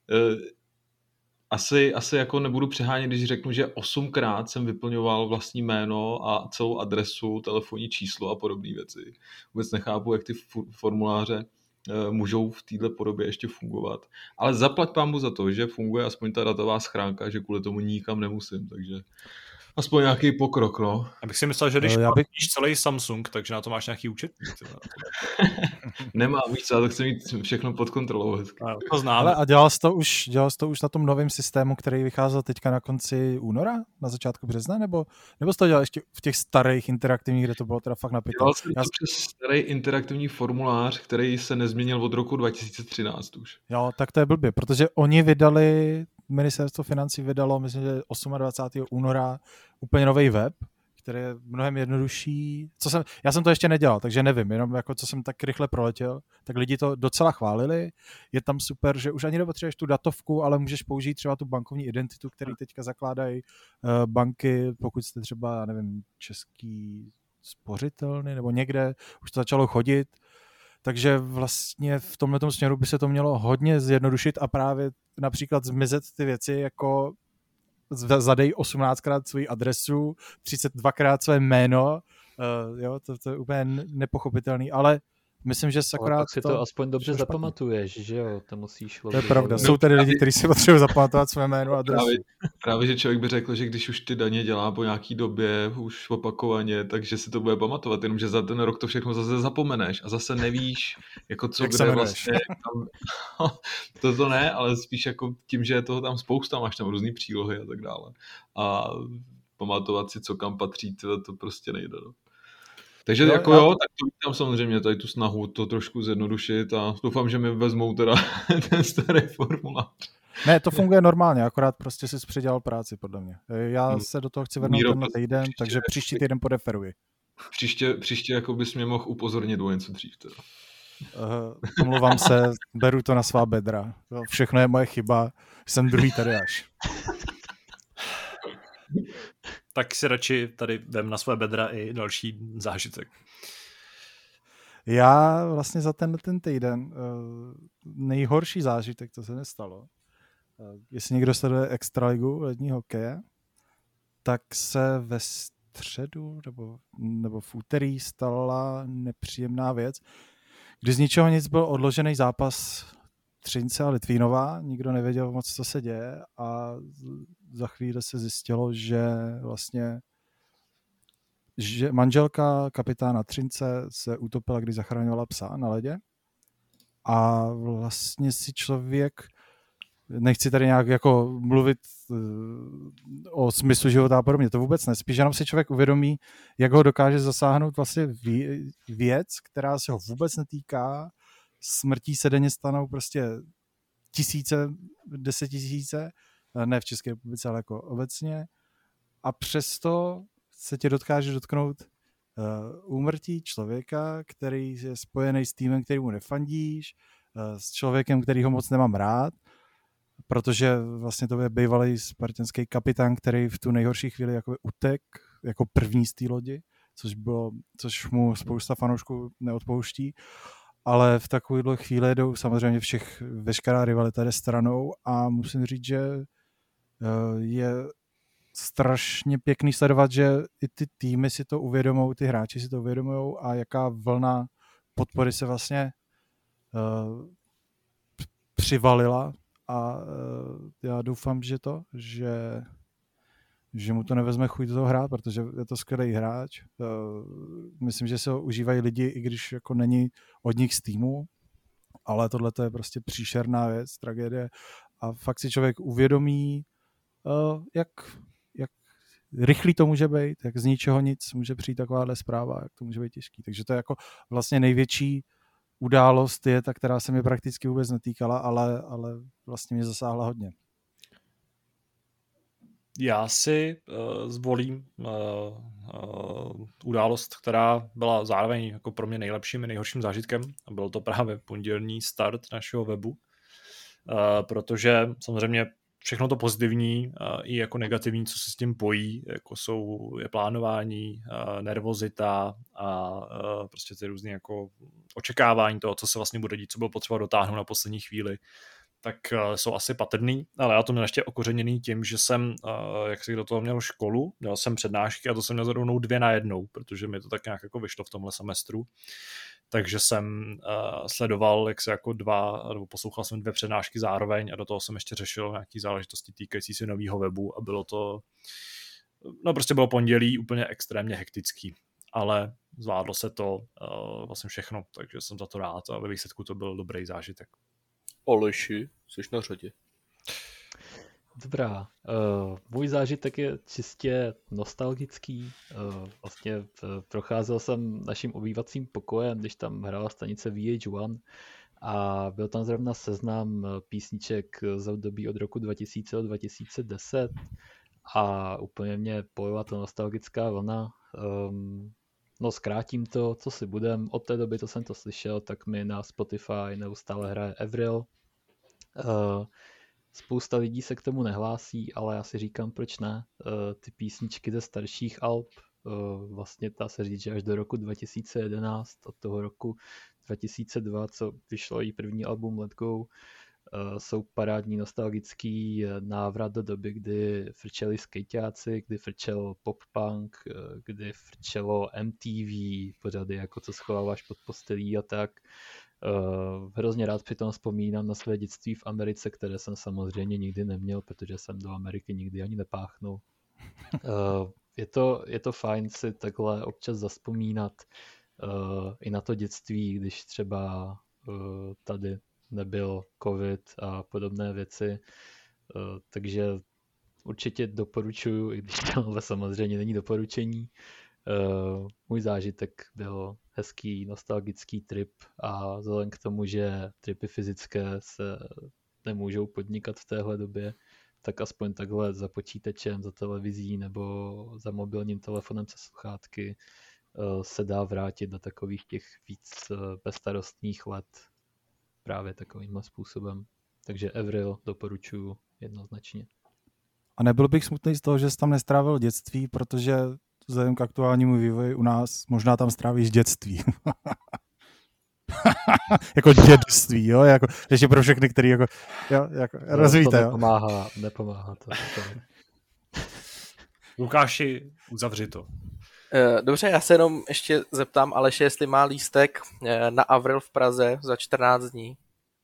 [SPEAKER 4] Asi, asi jako nebudu přehánět, když řeknu, že osmkrát jsem vyplňoval vlastní jméno a celou adresu, telefonní číslo a podobné věci. Vůbec nechápu, jak ty formuláře můžou v této podobě ještě fungovat. Ale zaplať pámu za to, že funguje aspoň ta datová schránka, že kvůli tomu nikam nemusím, takže aspoň nějaký pokrok, no.
[SPEAKER 1] Abych si myslel, že když
[SPEAKER 5] já bych...
[SPEAKER 1] máš celý Samsung, takže na to máš nějaký účet?
[SPEAKER 4] Nemám, víc, já to chci mít všechno pod kontrolou.
[SPEAKER 1] To znám.
[SPEAKER 5] Ale a dělal jsi to už, dělal jsi to už na tom novém systému, který vycházel teďka na konci února, na začátku března, nebo, nebo jsi to dělal ještě v těch starých interaktivních, kde to bylo teda fakt napěté?
[SPEAKER 4] Dělal jsem
[SPEAKER 5] já...
[SPEAKER 4] to přes starý interaktivní formulář, který se nezměnil od roku dva tisíce třináct už.
[SPEAKER 5] Jo, tak to je blbě, protože oni vydali, ministerstvo financí vydalo, myslím, že dvacátého osmého února úplně nový web, které je mnohem jednodušší. Co jsem, já jsem to ještě nedělal, takže nevím, jenom jako co jsem tak rychle proletěl, tak lidi to docela chválili. Je tam super, že už ani nepotřebuješ tu datovku, ale můžeš použít třeba tu bankovní identitu, který teďka zakládají uh, banky, pokud jste třeba, já nevím, český spořitelny nebo někde, už to začalo chodit. Takže vlastně v tomhletom směru by se to mělo hodně zjednodušit a právě například zmizet ty věci, jako zadej osmnáctkrát svou adresu, třicet dvakrát své jméno, uh, jo, to, to je úplně nepochopitelný, ale myslím, že se akorát
[SPEAKER 3] tak si to, to aspoň dobře
[SPEAKER 5] špatně.
[SPEAKER 3] Zapamatuješ, že jo, to musíš...
[SPEAKER 5] To je pravda, jsou tady lidi, kteří si potřebují zapamatovat své jméno a adresu.
[SPEAKER 4] Právě, právě, že člověk by řekl, že když už ty daně dělá po nějaký době, už opakovaně, takže si to bude pamatovat, jenomže za ten rok to všechno zase zapomeneš a zase nevíš, jako co,
[SPEAKER 5] jak
[SPEAKER 4] kde vlastně... Tam, to to ne, ale spíš jako tím, že je toho tam spousta, máš tam různý přílohy a tak dále. A pamatovat si, co kam patří, to, to prostě nejde. No. Takže jo, jako já... jo, tak to vítám samozřejmě tady tu snahu to trošku zjednodušit a doufám, že mi vezmou teda ten starý formulář.
[SPEAKER 5] Ne, to funguje normálně, akorát prostě jsi předělal práci, podle mě. Já hmm. se do toho chci vrnout tenhle týden, příště, takže příští týden podeferuji.
[SPEAKER 4] Příště, příště jako bys mě mohl upozornit o něco dřív teda.
[SPEAKER 5] Uh, omlouvám se, beru to na svá bedra. Všechno je moje chyba, jsem druhý tady až.
[SPEAKER 1] Tak si radši tady vem na své bedra i další zážitek.
[SPEAKER 5] Já vlastně za ten, ten týden nejhorší zážitek, to se nestalo. Jestli někdo sleduje Extraligu lední hokeje, tak se ve středu nebo, nebo v úterý stala nepříjemná věc, kdy z ničeho nic byl odložený zápas Třince a Litvínova, nikdo nevěděl moc, co se děje a za chvíli se zjistilo, že vlastně že manželka kapitána Třince se utopila, když zachraňovala psa na ledě a vlastně si člověk, nechci tady nějak jako mluvit o smyslu života a podobně, to vůbec ne, spíš jenom si člověk uvědomí, jak ho dokáže zasáhnout vlastně věc, která se ho vůbec netýká, smrtí se denně stanou prostě tisíce, desetitisíce, ne v České republice, ale jako obecně. A přesto se tě dokáže dotknout uh, úmrtí člověka, který je spojený s týmem, který mu nefandíš, uh, s člověkem, který ho moc nemám rád, protože vlastně to je bývalý spartanský kapitán, který v tu nejhorší chvíli jako utek jako první z té lodi, což bylo, což mu spousta fanoušků neodpouští. Ale v takovéhle chvíli jdou samozřejmě všech, veškerá rivalita jde stranou a musím říct, že je strašně pěkný sledovat, že i ty týmy si to uvědomou, ty hráči si to uvědomujou a jaká vlna podpory se vlastně uh, přivalila a uh, já doufám, že to, že že mu to nevezme chuť do toho hrát, protože je to skvělý hráč. Myslím, že se ho užívají lidi, i když jako není od nich z týmu, ale tohle je prostě příšerná věc, tragédie a fakt si člověk uvědomí, jak, jak rychlý to může být, jak z ničeho nic může přijít takováhle zpráva, jak to může být těžký. Takže to je jako vlastně největší událost je ta, která se mi prakticky vůbec netýkala, ale, ale vlastně mě zasáhla hodně.
[SPEAKER 1] Já si uh, zvolím uh, uh, událost, která byla zároveň jako pro mě nejlepším a nejhorším zážitkem. A byl to právě pondělní start našeho webu, uh, protože samozřejmě všechno to pozitivní uh, i jako negativní, co se s tím pojí, jako jsou je plánování, uh, nervozita a uh, prostě ty různé jako očekávání toho, co se vlastně bude dít, co bylo potřeba dotáhnout na poslední chvíli, tak uh, jsou asi patrný, ale já to měl ještě okořeněný tím, že jsem, uh, jak si do toho měl školu, dělal jsem přednášky a to jsem měl zrovnou dvě na jednou, protože mi to tak nějak jako vyšlo v tomhle semestru. Takže jsem uh, sledoval, jak se jako dva, nebo poslouchal jsem dvě přednášky zároveň a do toho jsem ještě řešil nějaký záležitosti týkající se nového webu a bylo to, no prostě bylo pondělí úplně extrémně hektický, ale zvládlo se to uh, vlastně všechno, takže jsem za to rád a ve výsledku to byl dobrý zážitek.
[SPEAKER 2] Oleši, jsi na řadě.
[SPEAKER 3] Dobrá. Uh, můj zážitek je čistě nostalgický. Uh, vlastně uh, procházel jsem naším obývacím pokojem, když tam hrála stanice V H jedna a byl tam zrovna seznam písniček z období od roku dva tisíce do dva tisíce deset a úplně mě pojela ta nostalgická vlna. Um, no zkrátím to, co si budem. Od té doby, co jsem to slyšel, tak mi na Spotify neustále hraje Avril. Uh, spousta lidí se k tomu nehlásí, ale já si říkám, proč ne. Uh, ty písničky ze starších alb, uh, vlastně dá se říct, že až do roku dva tisíce jedenáct, od toho roku dva tisíce dva, co vyšlo jí první album Let Go, uh, jsou parádní nostalgický návrat do doby, kdy frčeli skejťáci, kdy frčel pop-punk, uh, kdy frčelo M T V, pořady jako Co schováváš pod postelí a tak. Uh, hrozně rád přitom vzpomínám na své dětství v Americe, které jsem samozřejmě nikdy neměl, protože jsem do Ameriky nikdy ani nepáchnul. Uh, je, to, je to fajn si takhle občas zazpomínat uh, i na to dětství, když třeba uh, tady nebyl covid a podobné věci. Uh, takže určitě doporučuju, i když tohle samozřejmě není doporučení. Uh, můj zážitek byl hezký nostalgický trip a vzhledem k tomu, že tripy fyzické se nemůžou podnikat v téhle době, tak aspoň takhle za počítačem, za televizí nebo za mobilním telefonem se sluchátky uh, se dá vrátit do takových těch víc uh, bezstarostných let právě takovýmhle způsobem. Takže Avril doporučuji jednoznačně.
[SPEAKER 5] A nebyl bych smutný z toho, že jsi tam nestrávil dětství, protože vzhledem k aktuálnímu vývoji u nás možná tam strávíš dětství. Jako dětství, jo? Jako, ještě pro všechny, který jako, jo, jako no, rozvíte,
[SPEAKER 3] to nepomáhá, jo? Nepomáhá to. to.
[SPEAKER 1] Lukáši, uzavři to.
[SPEAKER 2] Dobře, já se jenom ještě zeptám Aleše, jestli má lístek na Avril v Praze za čtrnáct dní.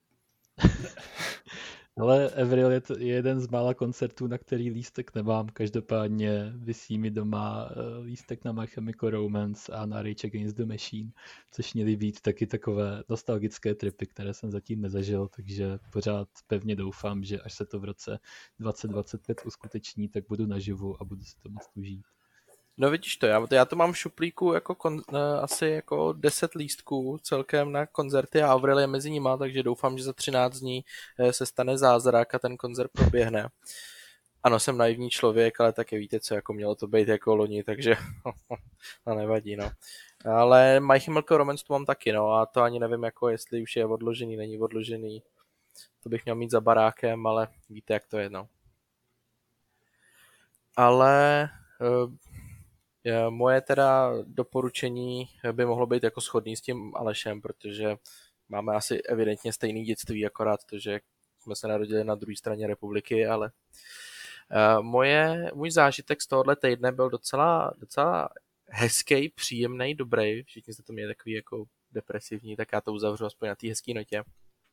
[SPEAKER 3] Ale Avril je, to, je jeden z mála koncertů, na který lístek nemám. Každopádně visí mi doma lístek na My Chemical Romance a na Rage Against the Machine, což měly být taky takové nostalgické tripy, které jsem zatím nezažil, takže pořád pevně doufám, že až se to v roce dvacet dvacet pět uskuteční, tak budu naživu a budu si to moc užít.
[SPEAKER 2] No vidíš to, já, já to mám v šuplíku jako kon, asi jako deset lístků celkem na koncerty a Avril je mezi nima, takže doufám, že za třináct dní se stane zázrak a ten koncert proběhne. Ano, jsem naivní člověk, ale také víte co, jako mělo to být jako loni, takže no nevadí, no. Ale My Chemical Romance tu mám taky, no a to ani nevím, jako jestli už je odložený, není odložený. To bych měl mít za barákem, ale víte, jak to je, no. Ale... Uh, moje teda doporučení by mohlo být jako shodný s tím Alešem, protože máme asi evidentně stejný dětství, akorát to, že jsme se narodili na druhé straně republiky, ale uh, moje, můj zážitek z tohohle týdne byl docela, docela hezký, příjemný, dobrý. Všichni jste to měli takový jako depresivní, tak já to uzavřu aspoň na té hezký notě.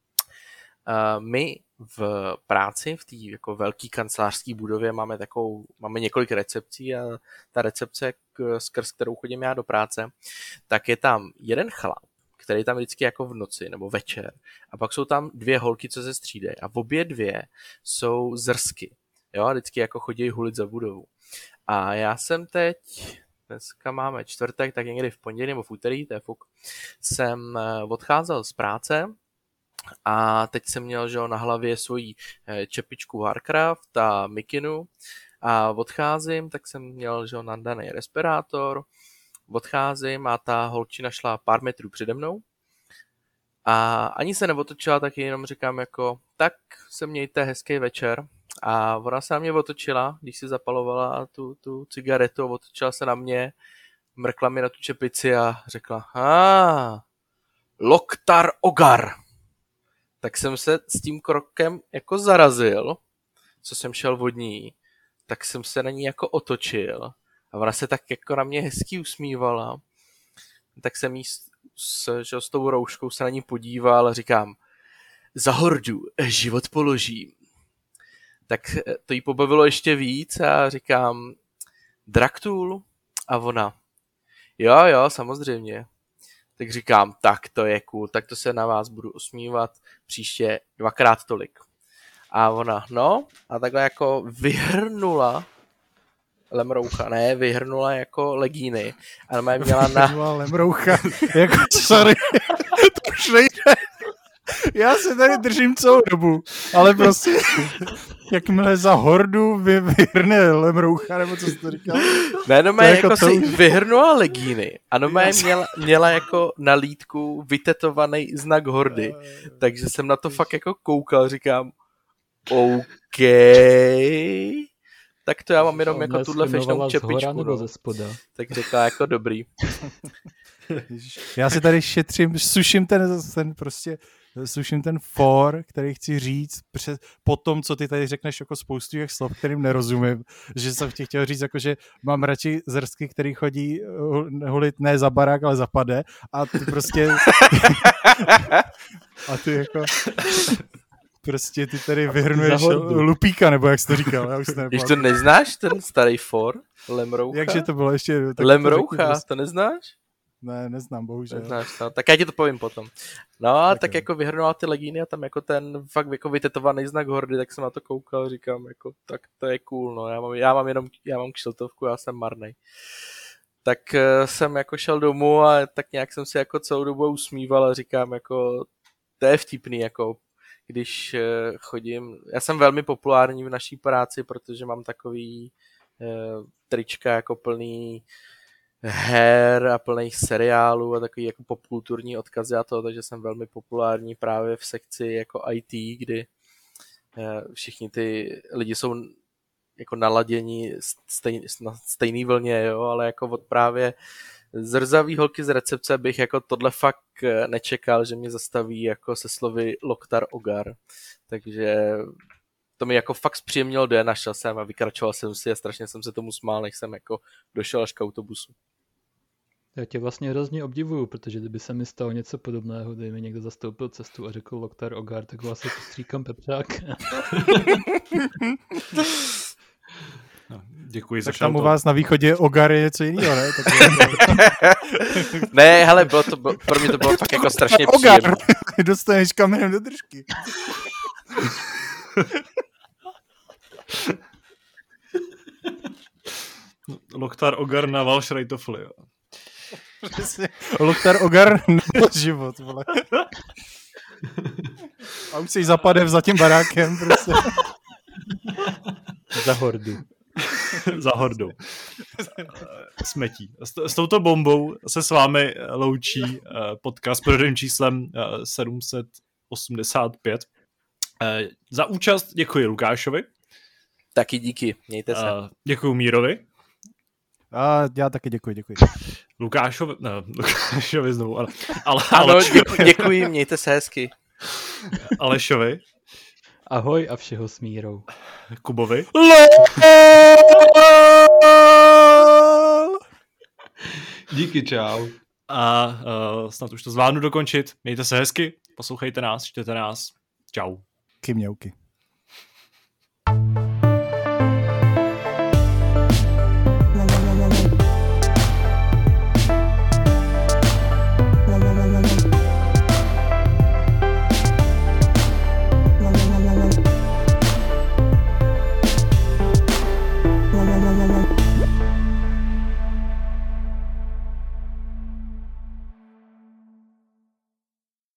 [SPEAKER 2] Uh, my v práci, v té jako velké kancelářské budově máme takovou, máme několik recepcí a ta recepce, k, skrz kterou chodím já do práce, tak je tam jeden chlap, který tam vždycky jako v noci nebo večer a pak jsou tam dvě holky, co se střídají a v obě dvě jsou zrsky, jo, a vždycky jako chodí hulit za budovu. A já jsem teď, dneska máme čtvrtek, tak někdy v pondělí nebo v úterý, to je fuk, jsem odcházel z práce. A teď jsem měl, že na hlavě svoji čepičku Warcraft a mikinu a odcházím, tak jsem měl, že nandaný respirátor, odcházím a ta holčina šla pár metrů přede mnou a ani se neotočila, tak jenom říkám jako, tak se mějte hezký večer a ona se na mě otočila, když si zapalovala tu, tu cigaretu, otočila se na mě, mrkla mi na tu čepici a řekla, a Loktar Ogar. Tak jsem se s tím krokem jako zarazil, co jsem šel od ní, tak jsem se na ní jako otočil a ona se tak jako na mě hezky usmívala, tak jsem jí s, s, že, s tou rouškou se na ní podíval a říkám, za hordu život položím. Tak to jí pobavilo ještě víc a říkám, Draktul? A ona, jo, jo, samozřejmě. Tak říkám, tak to je cool, tak to se na vás budu usmívat příště dvakrát tolik. A ona, no, a takhle jako vyhrnula lemroucha, ne, vyhrnula jako legíny. A ona měla na...
[SPEAKER 5] Vyhrnula lemroucha, jako sorry, to už nejde. Já se tady držím celou dobu, ale prostě jakmile za hordu vy, vyhrne Lemroucha, nebo co jsi to říkal?
[SPEAKER 2] Ne, no
[SPEAKER 5] To je
[SPEAKER 2] jako,
[SPEAKER 5] jako
[SPEAKER 2] jako
[SPEAKER 5] to
[SPEAKER 2] si
[SPEAKER 5] už-
[SPEAKER 2] vyhrnula legíny a no měla, měla jako na lítku vytetovaný znak hordy, takže jsem na to fakt jako koukal, říkám OK, tak to já mám jenom jako tuhle fešnou čepičku,
[SPEAKER 3] nebo
[SPEAKER 2] no.
[SPEAKER 3] ze spoda.
[SPEAKER 2] Tak řekla jako dobrý.
[SPEAKER 5] Ježiš. Já si tady šetřím, suším ten, ten prostě, suším ten for, který chci říct před, po tom, co ty tady řekneš jako spoustu těch slov, kterým nerozumím, že jsem ti chtěl říct, jako, že mám radši zrsky, který chodí hulit ne za barák, ale za pade a ty prostě a ty jako prostě ty tady vyhrnuješ lupíka, nebo jak jsi to říkal, já už to
[SPEAKER 2] Když to neznáš, ten starý for, Lemroucha?
[SPEAKER 5] Jakže to bylo ještě?
[SPEAKER 2] Lemroucha, to, to neznáš?
[SPEAKER 5] Ne, neznám, bohužel.
[SPEAKER 2] Neznáš, no. Tak já ti to povím potom. No a tak, tak jako vyhrnula ty legíny a tam jako ten fakt jako vytetovaný znak hordy, tak jsem na to koukal, říkám jako, tak to je cool, no. Já mám, já mám jenom, já mám kšiltovku, já jsem marnej. Tak uh, jsem jako šel domů a tak nějak jsem si jako celou dobu usmíval a říkám jako, to je vtipný, jako když uh, chodím, já jsem velmi populární v naší práci, protože mám takový uh, trička jako plný her a plných seriálů a takový jako popkulturní odkazy a to, takže jsem velmi populární právě v sekci jako í té, kdy všichni ty lidi jsou jako naladění stejný, na stejný vlně, jo, ale jako od právě zrzavý holky z recepce bych jako tohle fakt nečekal, že mě zastaví jako se slovy Loktar Ogar, takže to mi jako fakt zpříjemnilo den, našel jsem a vykračoval jsem si a strašně jsem se tomu smál, než jsem jako došel až k autobusu.
[SPEAKER 3] Já tě vlastně hrozně obdivuju, protože kdyby se mi stalo něco podobného, kdyby mi někdo zastoupil cestu a řekl Loktar Ogar, tak ho asi postříkám pepřák.
[SPEAKER 1] No, děkuji za
[SPEAKER 5] tak tam u
[SPEAKER 1] šalto.
[SPEAKER 5] vás na východě Ogar je něco jiného, ne? Tak
[SPEAKER 2] ne, hele, bylo to, bylo, pro mě to bylo fakt jako strašně
[SPEAKER 5] Ogar,
[SPEAKER 2] příjemné.
[SPEAKER 5] dostaneš kamenem do držky.
[SPEAKER 1] Loktar Ogar na Valšrajtofli, jo.
[SPEAKER 5] Loktar Ogar nebo život, vole. A už jsi zapadev za tím barákem, prostě.
[SPEAKER 3] Za hordu.
[SPEAKER 1] Za hordou. Smetí. S, s touto bombou se s vámi loučí podcast s pořadovým číslem sedm set osmdesát pět. Za účast děkuji Lukášovi.
[SPEAKER 2] Taky díky, mějte se.
[SPEAKER 1] Děkuji Mírovi.
[SPEAKER 5] A já taky děkuji, děkuji.
[SPEAKER 1] Lukášovi, ne, Lukášovi znovu, ale, ale
[SPEAKER 2] ano,
[SPEAKER 1] Alešovi.
[SPEAKER 2] děkuji, děkuji, mějte se hezky.
[SPEAKER 1] Alešovi.
[SPEAKER 3] Ahoj a všeho s mírou.
[SPEAKER 1] Kubovi.
[SPEAKER 4] Díky, čau.
[SPEAKER 1] A uh, snad už to zvládnu dokončit. Mějte se hezky, poslouchejte nás, čtěte nás. Čau.
[SPEAKER 5] Kymňauky.